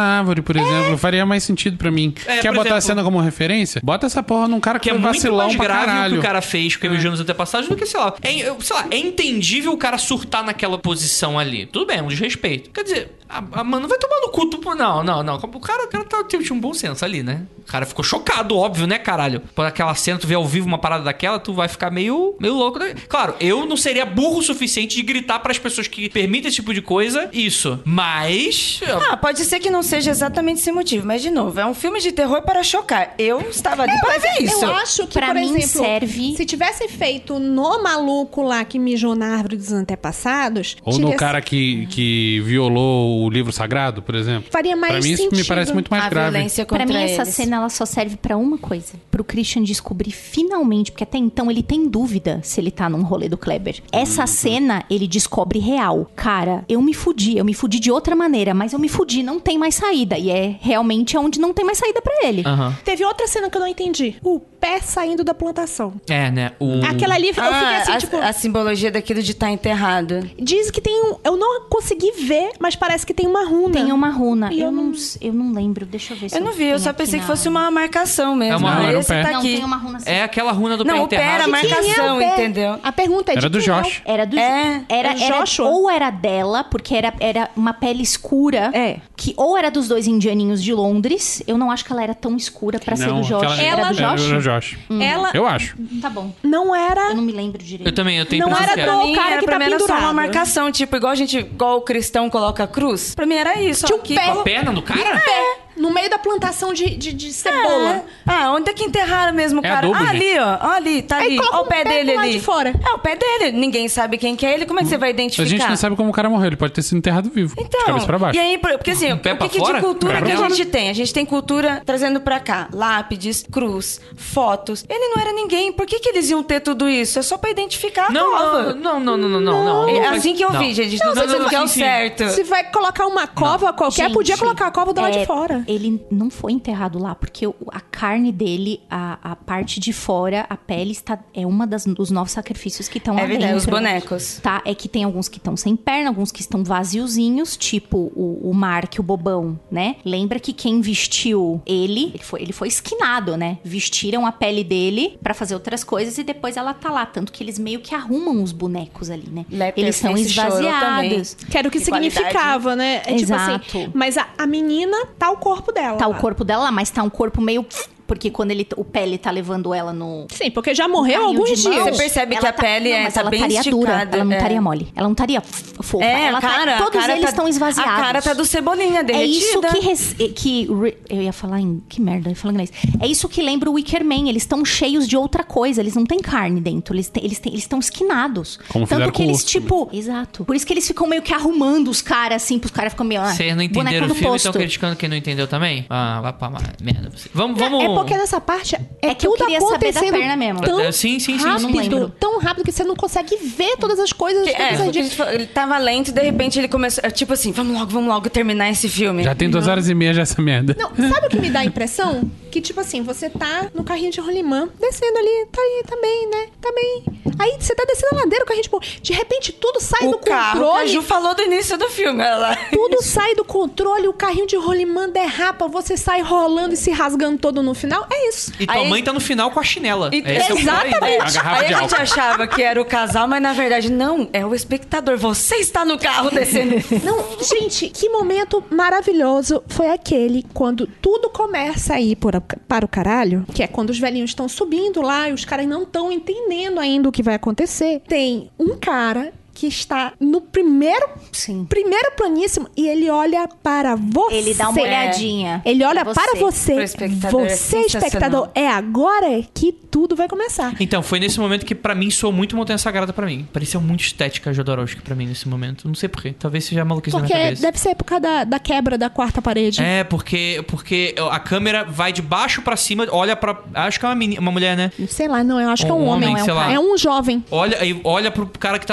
por exemplo, faria mais sentido pra mim. É, Quer por botar exemplo- a cena como referência? Bota essa porra num cara que, Que é foi muito vacilão mais pra grave o que caralho. o cara fez com o Emil nos antepassados do que, sei lá. É, eu- sei lá, é entendível o cara surtar naquela posição ali. Tudo bem, é um desrespeito. Quer dizer, a, a mano vai tomar no cu. Tu, não, não, não. O cara, o cara tá, tinha um bom senso ali, né? O cara ficou chocado, óbvio, né, caralho? Por aquela cena, tu vê ao vivo uma parada daquela, tu vai ficar meio, meio louco. Né? Claro, eu não seria burro o suficiente de gritar pras pessoas que permitem esse tipo de coisa isso. Mas... Ah, pode ser que não seja exatamente esse motivo, mas de novo, é um filme de terror para chocar. Eu estava ali para ver isso. Eu acho que, Pra por mim, exemplo, serve- se tivesse feito no maluco lá que mijou na árvore dos antepassados... Ou no tivesse- cara que, que violou o livro sagrado, por exemplo. Faria mais Pra mim isso me sentido. parece muito mais A grave. violência contra Pra mim, essa eles. cena ela só serve pra uma coisa. Pro Christian descobrir finalmente, porque até então ele tem dúvida se ele tá num rolê do Kleber. Essa cena, ele descobre real. Cara, eu me fudi, eu me fudi de outra maneira, mas eu me fudi, não tem mais saída. E é realmente onde não tem mais saída pra ele. Aham. Teve outra cena que eu não entendi. O pé saindo da plantação. É, né? O... Aquela ali, eu fiquei Ah, assim, a, tipo... a simbologia daquilo de estar enterrado. Diz que tem um... Eu não consegui ver, mas parece que tem uma runa. Tem uma runa. E Eu eu não, não- eu não lembro, deixa eu ver se Eu não vi, eu tenho só aqui pensei na- que fosse uma marcação mesmo. É uma- Ah, Não, era um esse pé. tá Não, aqui. tem uma runa assim. É aquela runa do Não, pé o pé era enterrado. mar- Quem é o marcação, pé? entendeu? A pergunta é Era de do quem é o- Josh. Era do É, era, é era Joshua. ou era dela, porque era, era uma pele escura. É. Que ou era dos dois indianinhos de Londres. Eu não acho que ela era tão escura pra ser Não, do Josh. aquela- Era do Ela- Josh? Era do Josh. Ela Eu acho. Tá bom. não era... Eu não me lembro direito. Eu também, eu tenho a Não impressão era que do- era. Pra mim, cara era, que pra tá mim era só uma pendurado. marcação, tipo, igual a gente, igual o cristão coloca a cruz. Pra mim era isso. Tinha ó, um que pé. Com a perna do cara? No meio da plantação de, de, de cebola. Ah, onde é que enterraram mesmo o É cara? adubo, ah, ali, ó. Ó, ali, tá Aí ali. coloca Ó o um pé pé dele do lado ali. de fora. É, o pé dele. Ninguém sabe quem que é ele. Como é que você vai A identificar? gente não sabe como o cara morreu. Ele pode ter sido enterrado vivo. Então, de cabeça pra baixo. e aí, por- porque assim, Um pé o pra que, que fora? de cultura Pé que pra a fora. gente tem? A gente tem cultura trazendo pra cá. Lápides, cruz, fotos. Ele não era ninguém. Por que, que eles iam ter tudo isso? É só pra identificar a Não, cova. não, não, não, não, não, não. É Não faz- assim que eu não. vi, gente. Não, Não, tô não, dizendo não, que é o sim, sim. certo. Se vai colocar uma cova qualquer, Gente, podia colocar a cova do lado é, de fora. Ele não foi enterrado lá, porque o- a carne dele, a, a parte de fora, a pele, está, é uma das, dos novos sacrifícios que estão lá É verdade, dentro. os bonecos. Tá, é que tem alguns que estão sem perna, alguns que estão vaziozinhos, tipo o, o Mark, o bobão, né? Lembra que quem vestiu ele, ele foi, ele foi esquinado, né? Vestiram a pele dele pra fazer outras coisas e depois ela tá lá. Tanto que eles meio que arrumam os bonecos ali, né? Leatherface Eles são chorou esvaziados. Que era o que De significava, né? É tipo Exato. assim, mas a, a menina tá o corpo dela. Tá o lá. corpo dela lá, mas tá um corpo meio... Porque quando ele, o pele tá levando ela no... Sim, porque já morreu há carrinho alguns de mão, dias. Você percebe que ela a pele não, é- mas tá ela bem estaria dura, esticada, ela não é. estaria mole. Ela não estaria f- fofa. É, ela a cara, tá, a todos cara eles tá- estão esvaziados. A cara tá do Cebolinha, É derretida. isso que, res- que re- eu ia falar em que merda, eu ia falar em inglês. É isso que lembra o Wicker Man. Eles estão cheios de outra coisa. Eles não têm carne dentro. Eles têm, eles têm, eles estão esquinados. Como Tanto fizeram que com o eles osso, tipo, exato. Por isso que eles ficam meio que arrumando os caras assim, pros caras ficam meio, ah, Vocês não entenderam boneco o do filme, posto. estão criticando quem não entendeu também? Ah, vai pra merda. Você. Vamos, vamos. É porque nessa parte é, É que eu tudo queria saber da acontecendo perna mesmo. tão É, sim, sim, sim, eu não rápido, lembro. tão rápido que você não consegue ver todas as coisas. Que- todas É, as porque a dicas. gente falou, ele tava lento e de repente ele começou. é, Tipo assim, vamos logo, vamos logo terminar esse filme. Já tem duas horas e meia já essa merda. Não, sabe o que me dá a impressão? Que, tipo assim, você tá no carrinho de rolimã, descendo ali, tá aí, tá bem, né? Tá bem. Aí você tá descendo a ladeira, o carrinho, tipo, de repente tudo sai O do carro que a controle. Ju falou do início do filme. Ela... Tudo sai do controle, o carrinho de rolimã derrapa, você sai rolando e se rasgando todo no final. É isso. E tua Aí- mãe tá no final com a chinela. E- É esse é o pior ainda. Exatamente. Uma garrafa Aí de a gente álcool. achava que era o casal, mas na verdade não, é o espectador. Você está no carro descendo. Não, gente, que momento maravilhoso foi aquele quando tudo começa a ir por a- para o caralho, que é quando os velhinhos estão subindo lá e os caras não estão entendendo ainda o que vai acontecer. Tem um cara que está no primeiro, Sim. primeiro planíssimo e ele olha para você. Ele dá uma olhadinha. Ele olha pra para você. você. Pro espectador, é Você, sensacional. espectador, é agora que tudo vai começar. Então, foi nesse momento que pra mim soou muito Montanha Sagrada pra mim. Parecia muito estética a Jodorowsky pra mim nesse momento. Não sei porquê. Talvez seja maluquice na minha Porque cabeça. deve ser por causa da, da quebra da quarta parede. É, porque, porque a câmera vai de baixo pra cima, olha pra... Acho que é uma, menina, uma mulher, né? Sei lá, não, eu acho que é Um um homem. homem, sei lá. É um jovem. Olha, aí olha pro cara que tá no alto do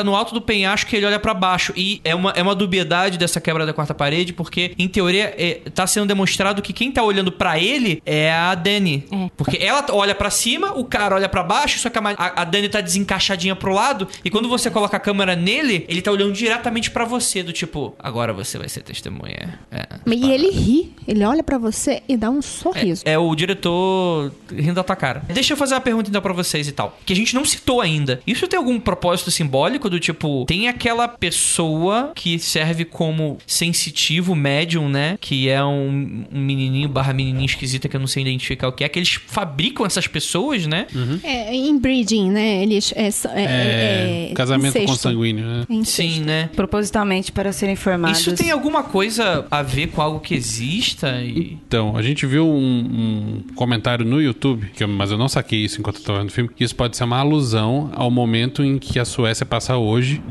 penhasco que ele olha pra baixo. E é uma, é uma dubiedade dessa quebra da quarta parede, porque, em teoria, é, tá sendo demonstrado que quem tá olhando pra ele é a Dani. É. Porque ela olha pra cima, o cara olha pra baixo, só que a, a Dani tá desencaixadinha pro lado, e quando você coloca a câmera nele, ele tá olhando diretamente pra você, do tipo, agora você vai ser testemunha. É, E ele ri, ele olha pra você e dá um sorriso. É o diretor rindo da tua cara. Deixa eu fazer uma pergunta então pra vocês e tal. Que a gente não citou ainda. Isso tem algum propósito simbólico do tipo... Tem aquela pessoa que serve como sensitivo, médium, né? Que é um, um menininho barra menininha esquisita que eu não sei identificar o que é. Que eles fabricam essas pessoas, né? Uhum. É, inbreeding, né? Eles... É, é, É, é, casamento incesto. consanguíneo, né? Incesto. Sim, né? Propositalmente para serem formados. Isso tem alguma coisa a ver com algo que exista? E... Então, a gente viu um, um comentário no YouTube, que eu, mas eu não saquei isso enquanto eu tava vendo o filme, que isso pode ser uma alusão ao momento em que a Suécia passa hoje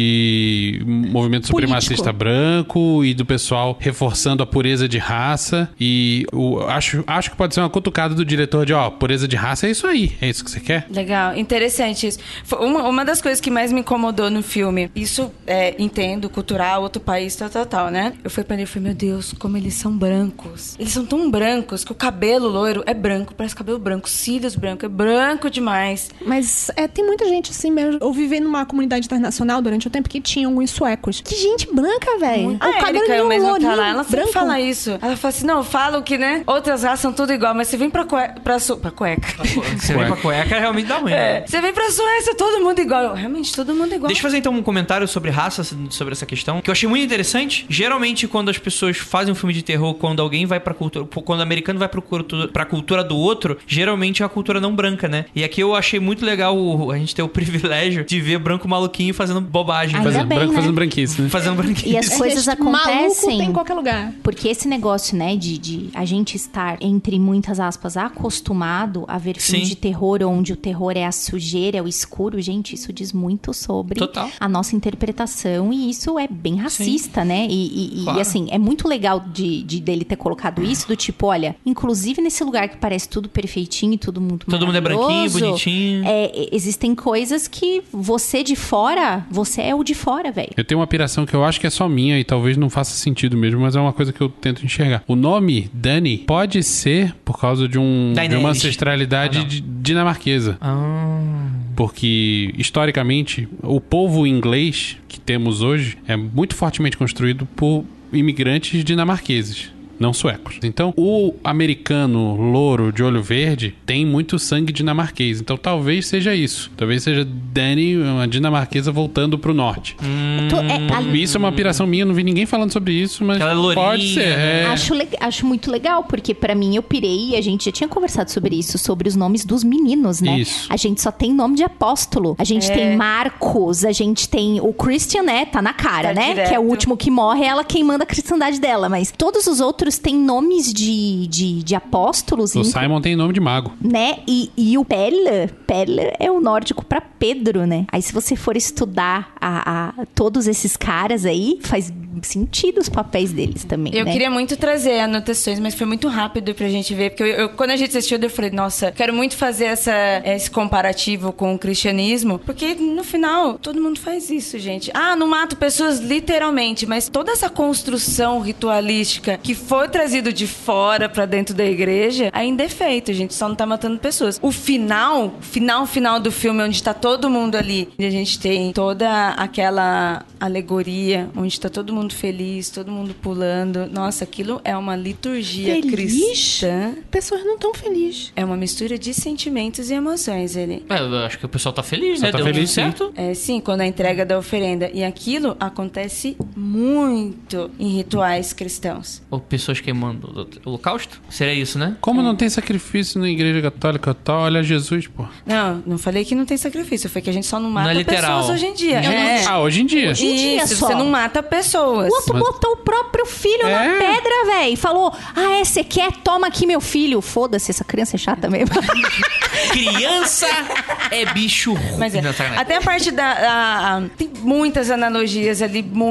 de movimento supremacista branco e do pessoal reforçando a pureza de raça. E o, acho, acho que pode ser uma cutucada do diretor de, ó, pureza de raça é isso aí, é isso que você quer? Legal, interessante isso. Foi uma, uma das coisas que mais me incomodou no filme, isso, é, entendo, cultural, outro país, tal, tal, tal, né? Eu fui pra ele e falei, meu Deus, como eles são brancos. Eles são tão brancos que o cabelo loiro é branco, parece cabelo branco, cílios branco, é branco demais. Mas é, tem muita gente assim mesmo. Eu vivi numa comunidade internacional durante o tempo que tinha alguns suecos. Que gente branca, velho. A Erika, eu mesmo tá lá, ela sempre branco. fala isso. Ela fala assim, não, falam que, né, outras raças são tudo igual, mas você vem pra, cue... pra, su... pra cueca. Você vem pra cueca, realmente dá ruim. É. Né? Você vem pra Suécia, todo mundo igual. Realmente, todo mundo igual. Deixa eu fazer então um comentário sobre raça, sobre essa questão, que eu achei muito interessante. Geralmente, quando as pessoas fazem um filme de terror, quando alguém vai pra cultura, quando o americano vai pra cultura, pra cultura do outro, geralmente é a cultura não branca, né? E aqui eu achei muito legal o, a gente ter o privilégio de ver branco maluquinho fazendo bobagem. Ainda Fazendo bem, branco né? fazendo branquice, né? Fazendo branquice. E as coisas Gente, maluco acontecem tem em qualquer lugar. porque esse negócio, né, de, de a gente estar, entre muitas aspas, acostumado a ver filmes Sim. de terror onde o terror é a sujeira, é o escuro, gente, isso diz muito sobre Total. a nossa interpretação e isso é bem racista, né? E, e, Claro. e, assim, é muito legal de, de dele ter colocado isso, do tipo, olha, inclusive nesse lugar que parece tudo perfeitinho e todo mundo Todo mundo é branquinho, maravilhoso, bonitinho. é, existem coisas que você de fora, você é o de fora, velho. Eu tenho uma piração que eu acho que é só minha e talvez não faça sentido mesmo, mas é uma coisa que eu tento enxergar. O nome Dani pode ser por causa de, um, de Daenerys. uma ancestralidade Ah, não. de- dinamarquesa. Ah... Porque, historicamente, o povo inglês que temos hoje é muito fortemente construído por imigrantes dinamarqueses, não suecos. Então, o americano louro de olho verde tem muito sangue dinamarquês. Então, talvez seja isso. Talvez seja Dani, uma dinamarquesa, voltando pro norte. Tu- é, a- Isso é uma piração minha, não vi ninguém falando sobre isso, mas Aquela lourinha, pode ser. né? É. Acho, le- acho muito legal, porque pra mim eu pirei e a gente já tinha conversado sobre isso, sobre os nomes dos meninos, né? Isso. A gente só tem nome de apóstolo. A gente É. tem Marcos, a gente tem o Christian, né? Tá na cara, Tá né? direto. Que é o último que morre, é ela quem manda a cristandade dela. Mas todos os outros têm nomes de, de, de apóstolos, O inclu- Simon tem nome de mago. né? E, e o Pelle, Pelle é o nórdico pra Pedro, né? Aí se você for estudar a, a- todos esses caras aí, faz sentido os papéis deles também, Eu né? queria muito trazer anotações, mas foi muito rápido pra gente ver. Porque eu, eu- quando a gente assistiu, eu falei, nossa, quero muito fazer essa, esse comparativo com o cristianismo. Porque no final, todo mundo faz isso, gente. Ah, não mato pessoas literalmente, mas toda essa construção ritualística que foi trazido de fora pra dentro da igreja, ainda é feito. A gente só não tá matando pessoas. O final, final, final do filme, onde tá todo mundo ali, e a gente tem toda aquela alegoria, onde tá todo mundo feliz, todo mundo pulando. Nossa, aquilo é uma liturgia Feliz? cristã. Pessoas não tão felizes. É uma mistura de sentimentos e emoções, ele. É, eu acho que o pessoal tá feliz, Só né? tá Deu feliz, tudo certo. É, sim, quando a entrega da oferenda. E aquilo acontece muito em rituais cristãos. Ou pessoas queimando o holocausto? Seria isso, né? Como não tem sacrifício na igreja católica tal? Olha Jesus, pô. Não, não falei que não tem sacrifício. Foi que a gente só não mata Não é literal. pessoas hoje em dia. Eu É. Ah, hoje em dia. Hoje em dia Isso, só. você não mata pessoas. O outro Mas- botou o próprio filho É. na pedra, velho. Falou, ah, é, você quer? Toma aqui meu filho. Foda-se, essa criança é chata mesmo. Criança é bicho ruim. Mas é, Não, sacanagem. até a parte da... a- a- tem muitas analogias ali, muita mesmo.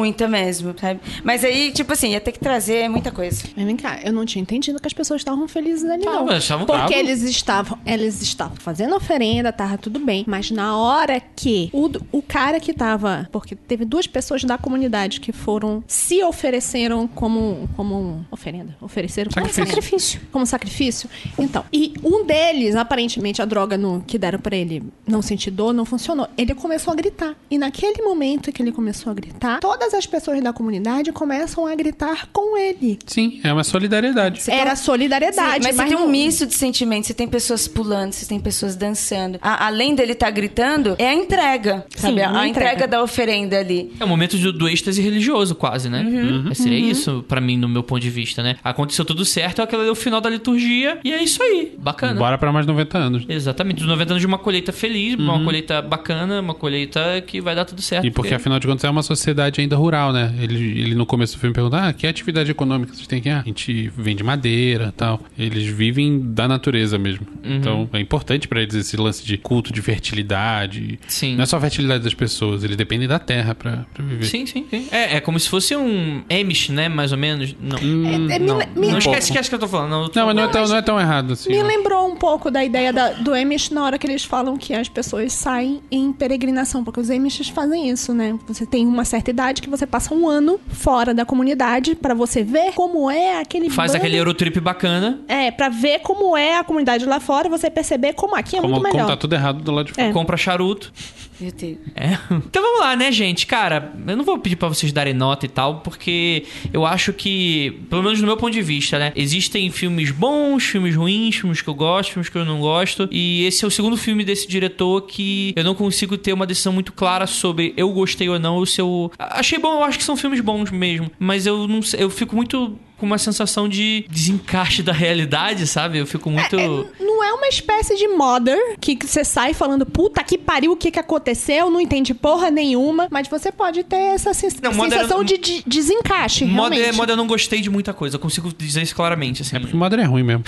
mesmo, sabe? Mas aí, tipo assim, ia ter que trazer muita coisa. Mas vem cá, eu não tinha entendido que as pessoas estavam felizes ali, Tá, não. mas estavam Porque bravos. eles estavam, eles estavam fazendo oferenda, tava tudo bem. Mas na hora que o, o cara que tava... Porque teve duas pessoas da comunidade que foram, se ofereceram como, como oferenda. Ofereceram como Sacrifício. sacrifício. Como sacrifício. Então, e um deles, aparentemente, a droga no, que deram pra ele não sentir dor, não funcionou. Ele começou a gritar. E naquele momento que ele começou a gritar, todas as pessoas da comunidade começam a gritar com ele. Sim, é uma solidariedade. Era solidariedade, Sim, mas, mas você tem não- um misto de sentimentos. Você tem pessoas pulando, você tem pessoas dançando. A- além dele estar gritando, é a entrega, sabe? Sim, a, uma a entrega. entrega da oferenda ali. É o momento do, do êxtase religioso, quase, né? Uhum. Seria isso, pra mim, no meu ponto de vista, né? Aconteceu tudo certo, aquele é o final da liturgia, e é isso aí. Bacana. Bora pra mais noventa anos. Exatamente, dos noventa anos de uma colheita feliz, uma colheita bacana, uma colheita que vai dar tudo certo. E porque, afinal de contas, é uma sociedade ainda rural, né? Ele, ele no começo do filme pergunta, ah, que atividade econômica vocês têm aqui? Ah, a gente vende madeira e tal. Eles vivem da natureza mesmo. Então, é importante pra eles esse lance de culto de fertilidade. Sim. Não é só a fertilidade das pessoas, eles dependem da terra pra, pra viver. Sim, sim, sim. É, é como se fosse um Amish, né? Mais ou menos. Não. É, me não, le- me- não esquece, esquece que eu tô falando. Não, eu tô Não, mas não é, falando. tão, não é tão errado assim. Me né? lembrou um pouco da ideia da- do Amish na hora que eles falam que as pessoas saem em peregrinação, porque os Amishes fazem isso, né? Você tem uma certa idade que você passa um ano fora da comunidade pra você ver como é aquele Faz bando- aquele Eurotrip bacana. É, pra ver como é a comunidade lá fora, você perceber como aqui é Como, muito como melhor. tá tudo errado do lado de fora. É. Compra charuto. Meu Deus. É. Então vamos lá, né, gente? Cara, eu não vou pedir pra vocês darem nota e tal, porque eu acho que, pelo menos no meu ponto de vista, né, existem filmes bons, filmes ruins, filmes que eu gosto, filmes que eu não gosto, e esse é o segundo filme desse diretor que eu não consigo ter uma decisão muito clara sobre eu gostei ou não, ou se eu... Achei bom, eu acho que são filmes bons mesmo, mas eu não sei, eu fico muito com uma sensação de desencaixe da realidade, sabe? Eu fico muito... É, não é uma espécie de Mother que que você sai falando, puta que pariu, o que que aconteceu, não entendi porra nenhuma, mas você pode ter essa sen- Não, Mother- sensação de, de desencaixe, Moda, realmente. moda eu não gostei de muita coisa, eu consigo dizer isso claramente, assim. É porque o Mother é ruim mesmo.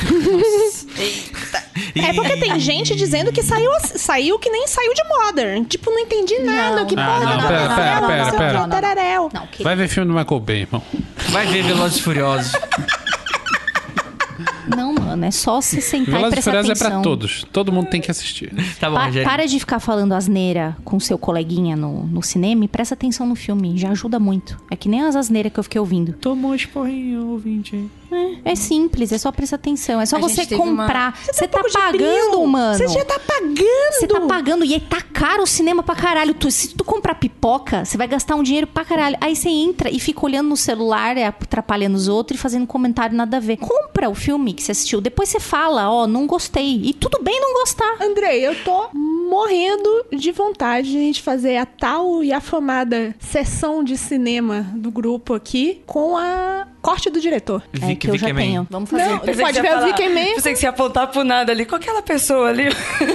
É porque tem gente dizendo que saiu, saiu que nem saiu de Modern. Tipo, não entendi nada. Não, que não, porra não, da pera, novela, pera, não pera, sei o pera. que, tararéu. Não, que... Vai ver filme do Michael Bay, irmão. Vai ver Velozes e Furiosos. Não, mano, é só se sentar e Velozes e prestar Furiosos é atenção. pra todos. Todo mundo tem que assistir. Tá bom, Pa- Rogério. para de ficar falando asneira com seu coleguinha no, no cinema e presta atenção no filme. Já ajuda muito. É que nem as asneiras que eu fiquei ouvindo. Tomou esporrinho, ouvinte. É, é simples, é só prestar atenção. É só A você gente teve uma- comprar. Você tá pouco de pagando, brilho. mano. Você já tá pagando. Você tá pagando e aí tá caro o cinema pra caralho. Tu- se tu comprar pipoca, você vai gastar um dinheiro pra caralho. Aí você entra e fica olhando no celular, é, atrapalhando os outros e fazendo comentário nada a ver. Compra o filme que você assistiu. Depois você fala, ó, não gostei. E tudo bem não gostar. Andrei, eu tô morrendo de vontade de a gente fazer a tal e afamada sessão de cinema do grupo aqui com a corte do diretor. É Vic, que eu já Vic Man. tenho. Vamos fazer. Não, Pensei pode que você ver ia o Vic Man. Pensei que você ia apontar pro nada ali. Com aquela pessoa ali.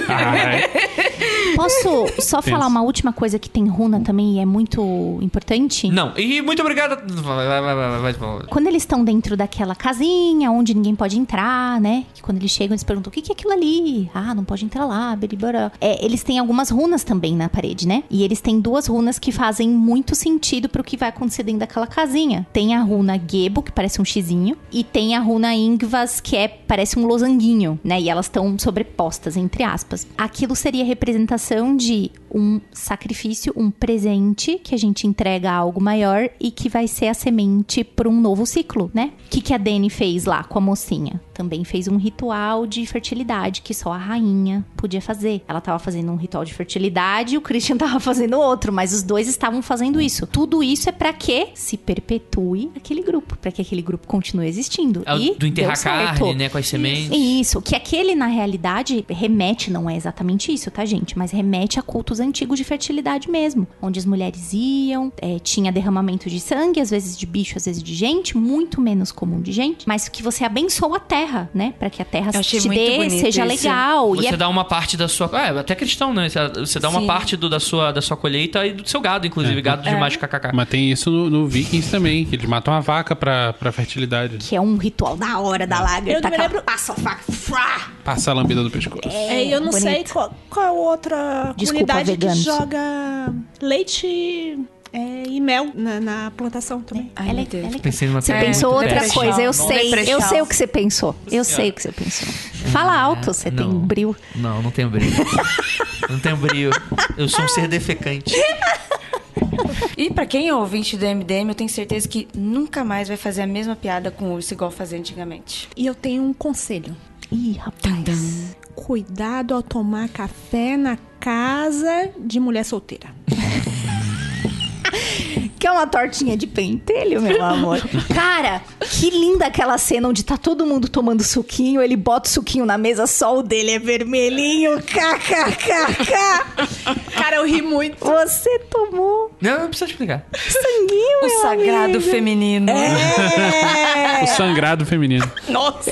Ai. Posso só Pensa. falar uma última coisa que tem runa também e é muito importante? Não, e muito obrigado. Vai, vai, vai, vai, vai, vai. Quando eles estão dentro daquela casinha onde ninguém pode entrar, né? Que quando eles chegam, eles perguntam, o que que é aquilo ali? Ah, não pode entrar lá, beribará. É, eles têm algumas runas também na parede, né? E eles têm duas runas que fazem muito sentido pro que vai acontecer dentro daquela casinha. Tem a runa Gebo, que parece um xizinho, e tem a runa Ingvas, que é, parece um losanguinho, né? E elas estão sobrepostas, entre aspas. Aquilo seria a representação de um sacrifício, um presente que a gente entrega a algo maior e que vai ser a semente para um novo ciclo, né? O que, que a Dani fez lá com a mocinha? Também fez um ritual de fertilidade que só a rainha podia fazer. Ela tava fazendo um ritual de fertilidade e o Christian tava fazendo outro, mas os dois estavam fazendo isso. Tudo isso é pra que se perpetue aquele grupo, pra que aquele grupo continue existindo. É o e do enterrar deu certo. carne, né? Com as sementes. Isso, que aquele, na realidade, remete, não é exatamente isso, tá, gente? Mas remete a cultos antigos de fertilidade mesmo. Onde as mulheres iam, é, tinha derramamento de sangue, às vezes de bicho, às vezes de gente, muito menos comum de gente, mas que você abençoa a terra, né? Pra que a terra Eu achei te muito dê, bonito seja isso. legal. Você E é dá uma parte da sua... Ah, é até cristão, né? Você- Você dá uma Sim. parte do- da, sua, da sua colheita e do seu gado, inclusive. É. Gado demais, kkk. Mas tem isso no, no Vikings também, que eles matam a vaca pra, pra fertilidade. que é um ritual da hora da lager. Eu tá me aquela- lembro- Passa a faca. frá. Passa a lambida do pescoço. É, e eu não bonito. sei qual, qual é a outra Desculpa, comunidade veganos. que joga leite É, e mel na, na plantação também. Ai, Ela meu é- Deus. ela é- Pensei numa Você coisa pensou muito outra depressiva. coisa, eu Não, sei. depressão. Eu sei o que você pensou. Eu sei o que você pensou. Fala alto, você tem Não. brilho. Não, não tenho brilho. Não tenho brilho. Eu sou um ser defecante. E pra quem é ouvinte do M D M, eu tenho certeza que nunca mais vai fazer a mesma piada com o urso igual fazia antigamente. E eu tenho um conselho. Ih, rapaz. Cuidado ao tomar café na casa de mulher solteira. Quer uma tortinha de pentelho, meu amor? Cara, que linda aquela cena onde tá todo mundo tomando suquinho, ele bota o suquinho na mesa, só o dele é vermelhinho. Kkkk. Cara, eu ri muito. Você tomou Não, não precisa explicar. sanguinho, O meu sagrado amigo. feminino. É. O sangrado feminino. Nossa.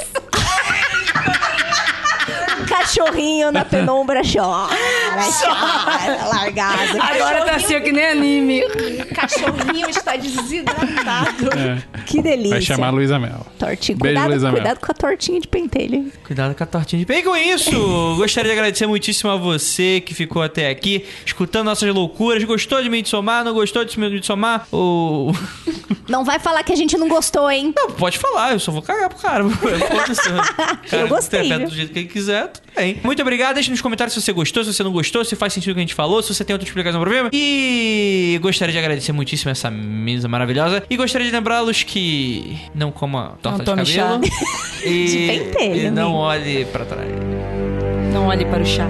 Cachorrinho na penumbra chora, chora, largado. Agora tá assim, ó, que nem anime. Cachorrinho está desidratado. É. Que delícia. Vai chamar a Luísa Mel. Tortinha. Beijo, Cuidado, Luísa Mel. cuidado com a tortinha de pentelho. Cuidado com a tortinha de peixe. E com isso, gostaria de agradecer muitíssimo a você que ficou até aqui, escutando nossas loucuras. Gostou de Midsommar? Não gostou de Midsommar? Ou... Não vai falar que a gente não gostou, hein? Não, pode falar, eu só vou cagar pro cara. Foda-se. O cara Eu gostei, interpreta viu? do jeito que ele quiser, tudo bem. Muito obrigado, deixe nos comentários se você gostou, se você não gostou, se faz sentido o que a gente falou, se você tem outra explicação pro problema. E gostaria de agradecer muitíssimo essa mesa maravilhosa. E gostaria de lembrá-los que não coma torta Não tome de cabelo. E, De pentelho, e não amigo. olhe pra trás. Não olhe para o chá.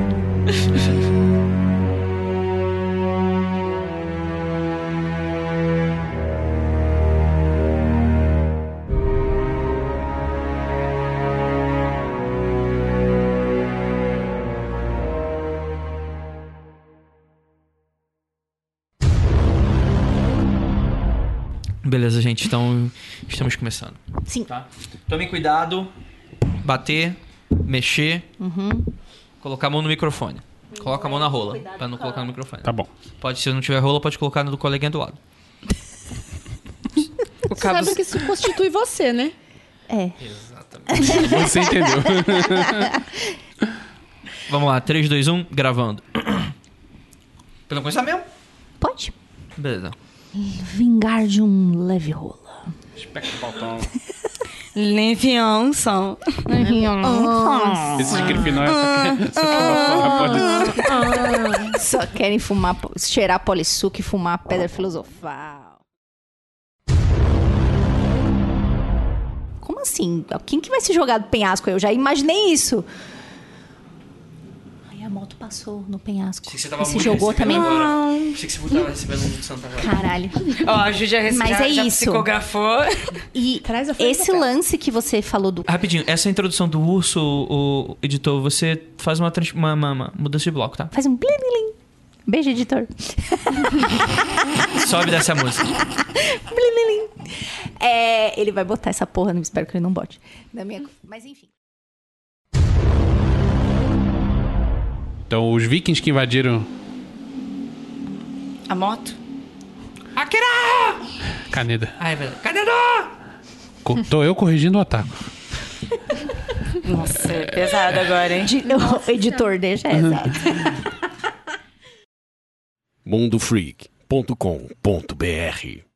Beleza, gente, então estamos começando. Sim. Tá? Tome cuidado, bater, mexer, colocar a mão no microfone. Coloca a mão na rola, pra não colocar no microfone. Tá bom. Pode, se não tiver rola, pode colocar no do coleguinha do lado. O Você cabo... sabe que isso constitui você, né? É. Você entendeu. Vamos lá, três, dois, um, gravando. Pelo começar mesmo? Pode. Beleza. Vingar de um leve rola. Espectro Baltão. Lenfiança. Esse de Grifinória só quer- só pode... Só querem fumar, cheirar polissuco e fumar pedra filosofal. Como assim? Quem que vai se jogar do penhasco? Eu já imaginei isso. Aí a moto passou no penhasco. Achei que você tava E se muito jogou recebendo também. agora. Achei que você tava recebendo um santo agora. Caralho. Ó, a Ju já, Mas já, é já isso. psicografou. E Traz a folha de esse papel. lance que você falou do... Rapidinho, essa introdução do urso, o, o editor, você faz uma, trans- uma, uma, uma mudança de bloco, tá? Faz um blim, blim. Beijo, editor. Sobe dessa música. Blim, blim. É, ele vai botar essa porra, não espero que ele não bote. Na minha... Mas enfim. Então, os vikings que invadiram A moto? Akira! Caneda. Ai, velho. Caneda! Co- Tô eu corrigindo o ataque. Nossa, é pesado agora, hein? Di- o editor, deixa essa. mundo freak ponto com ponto b r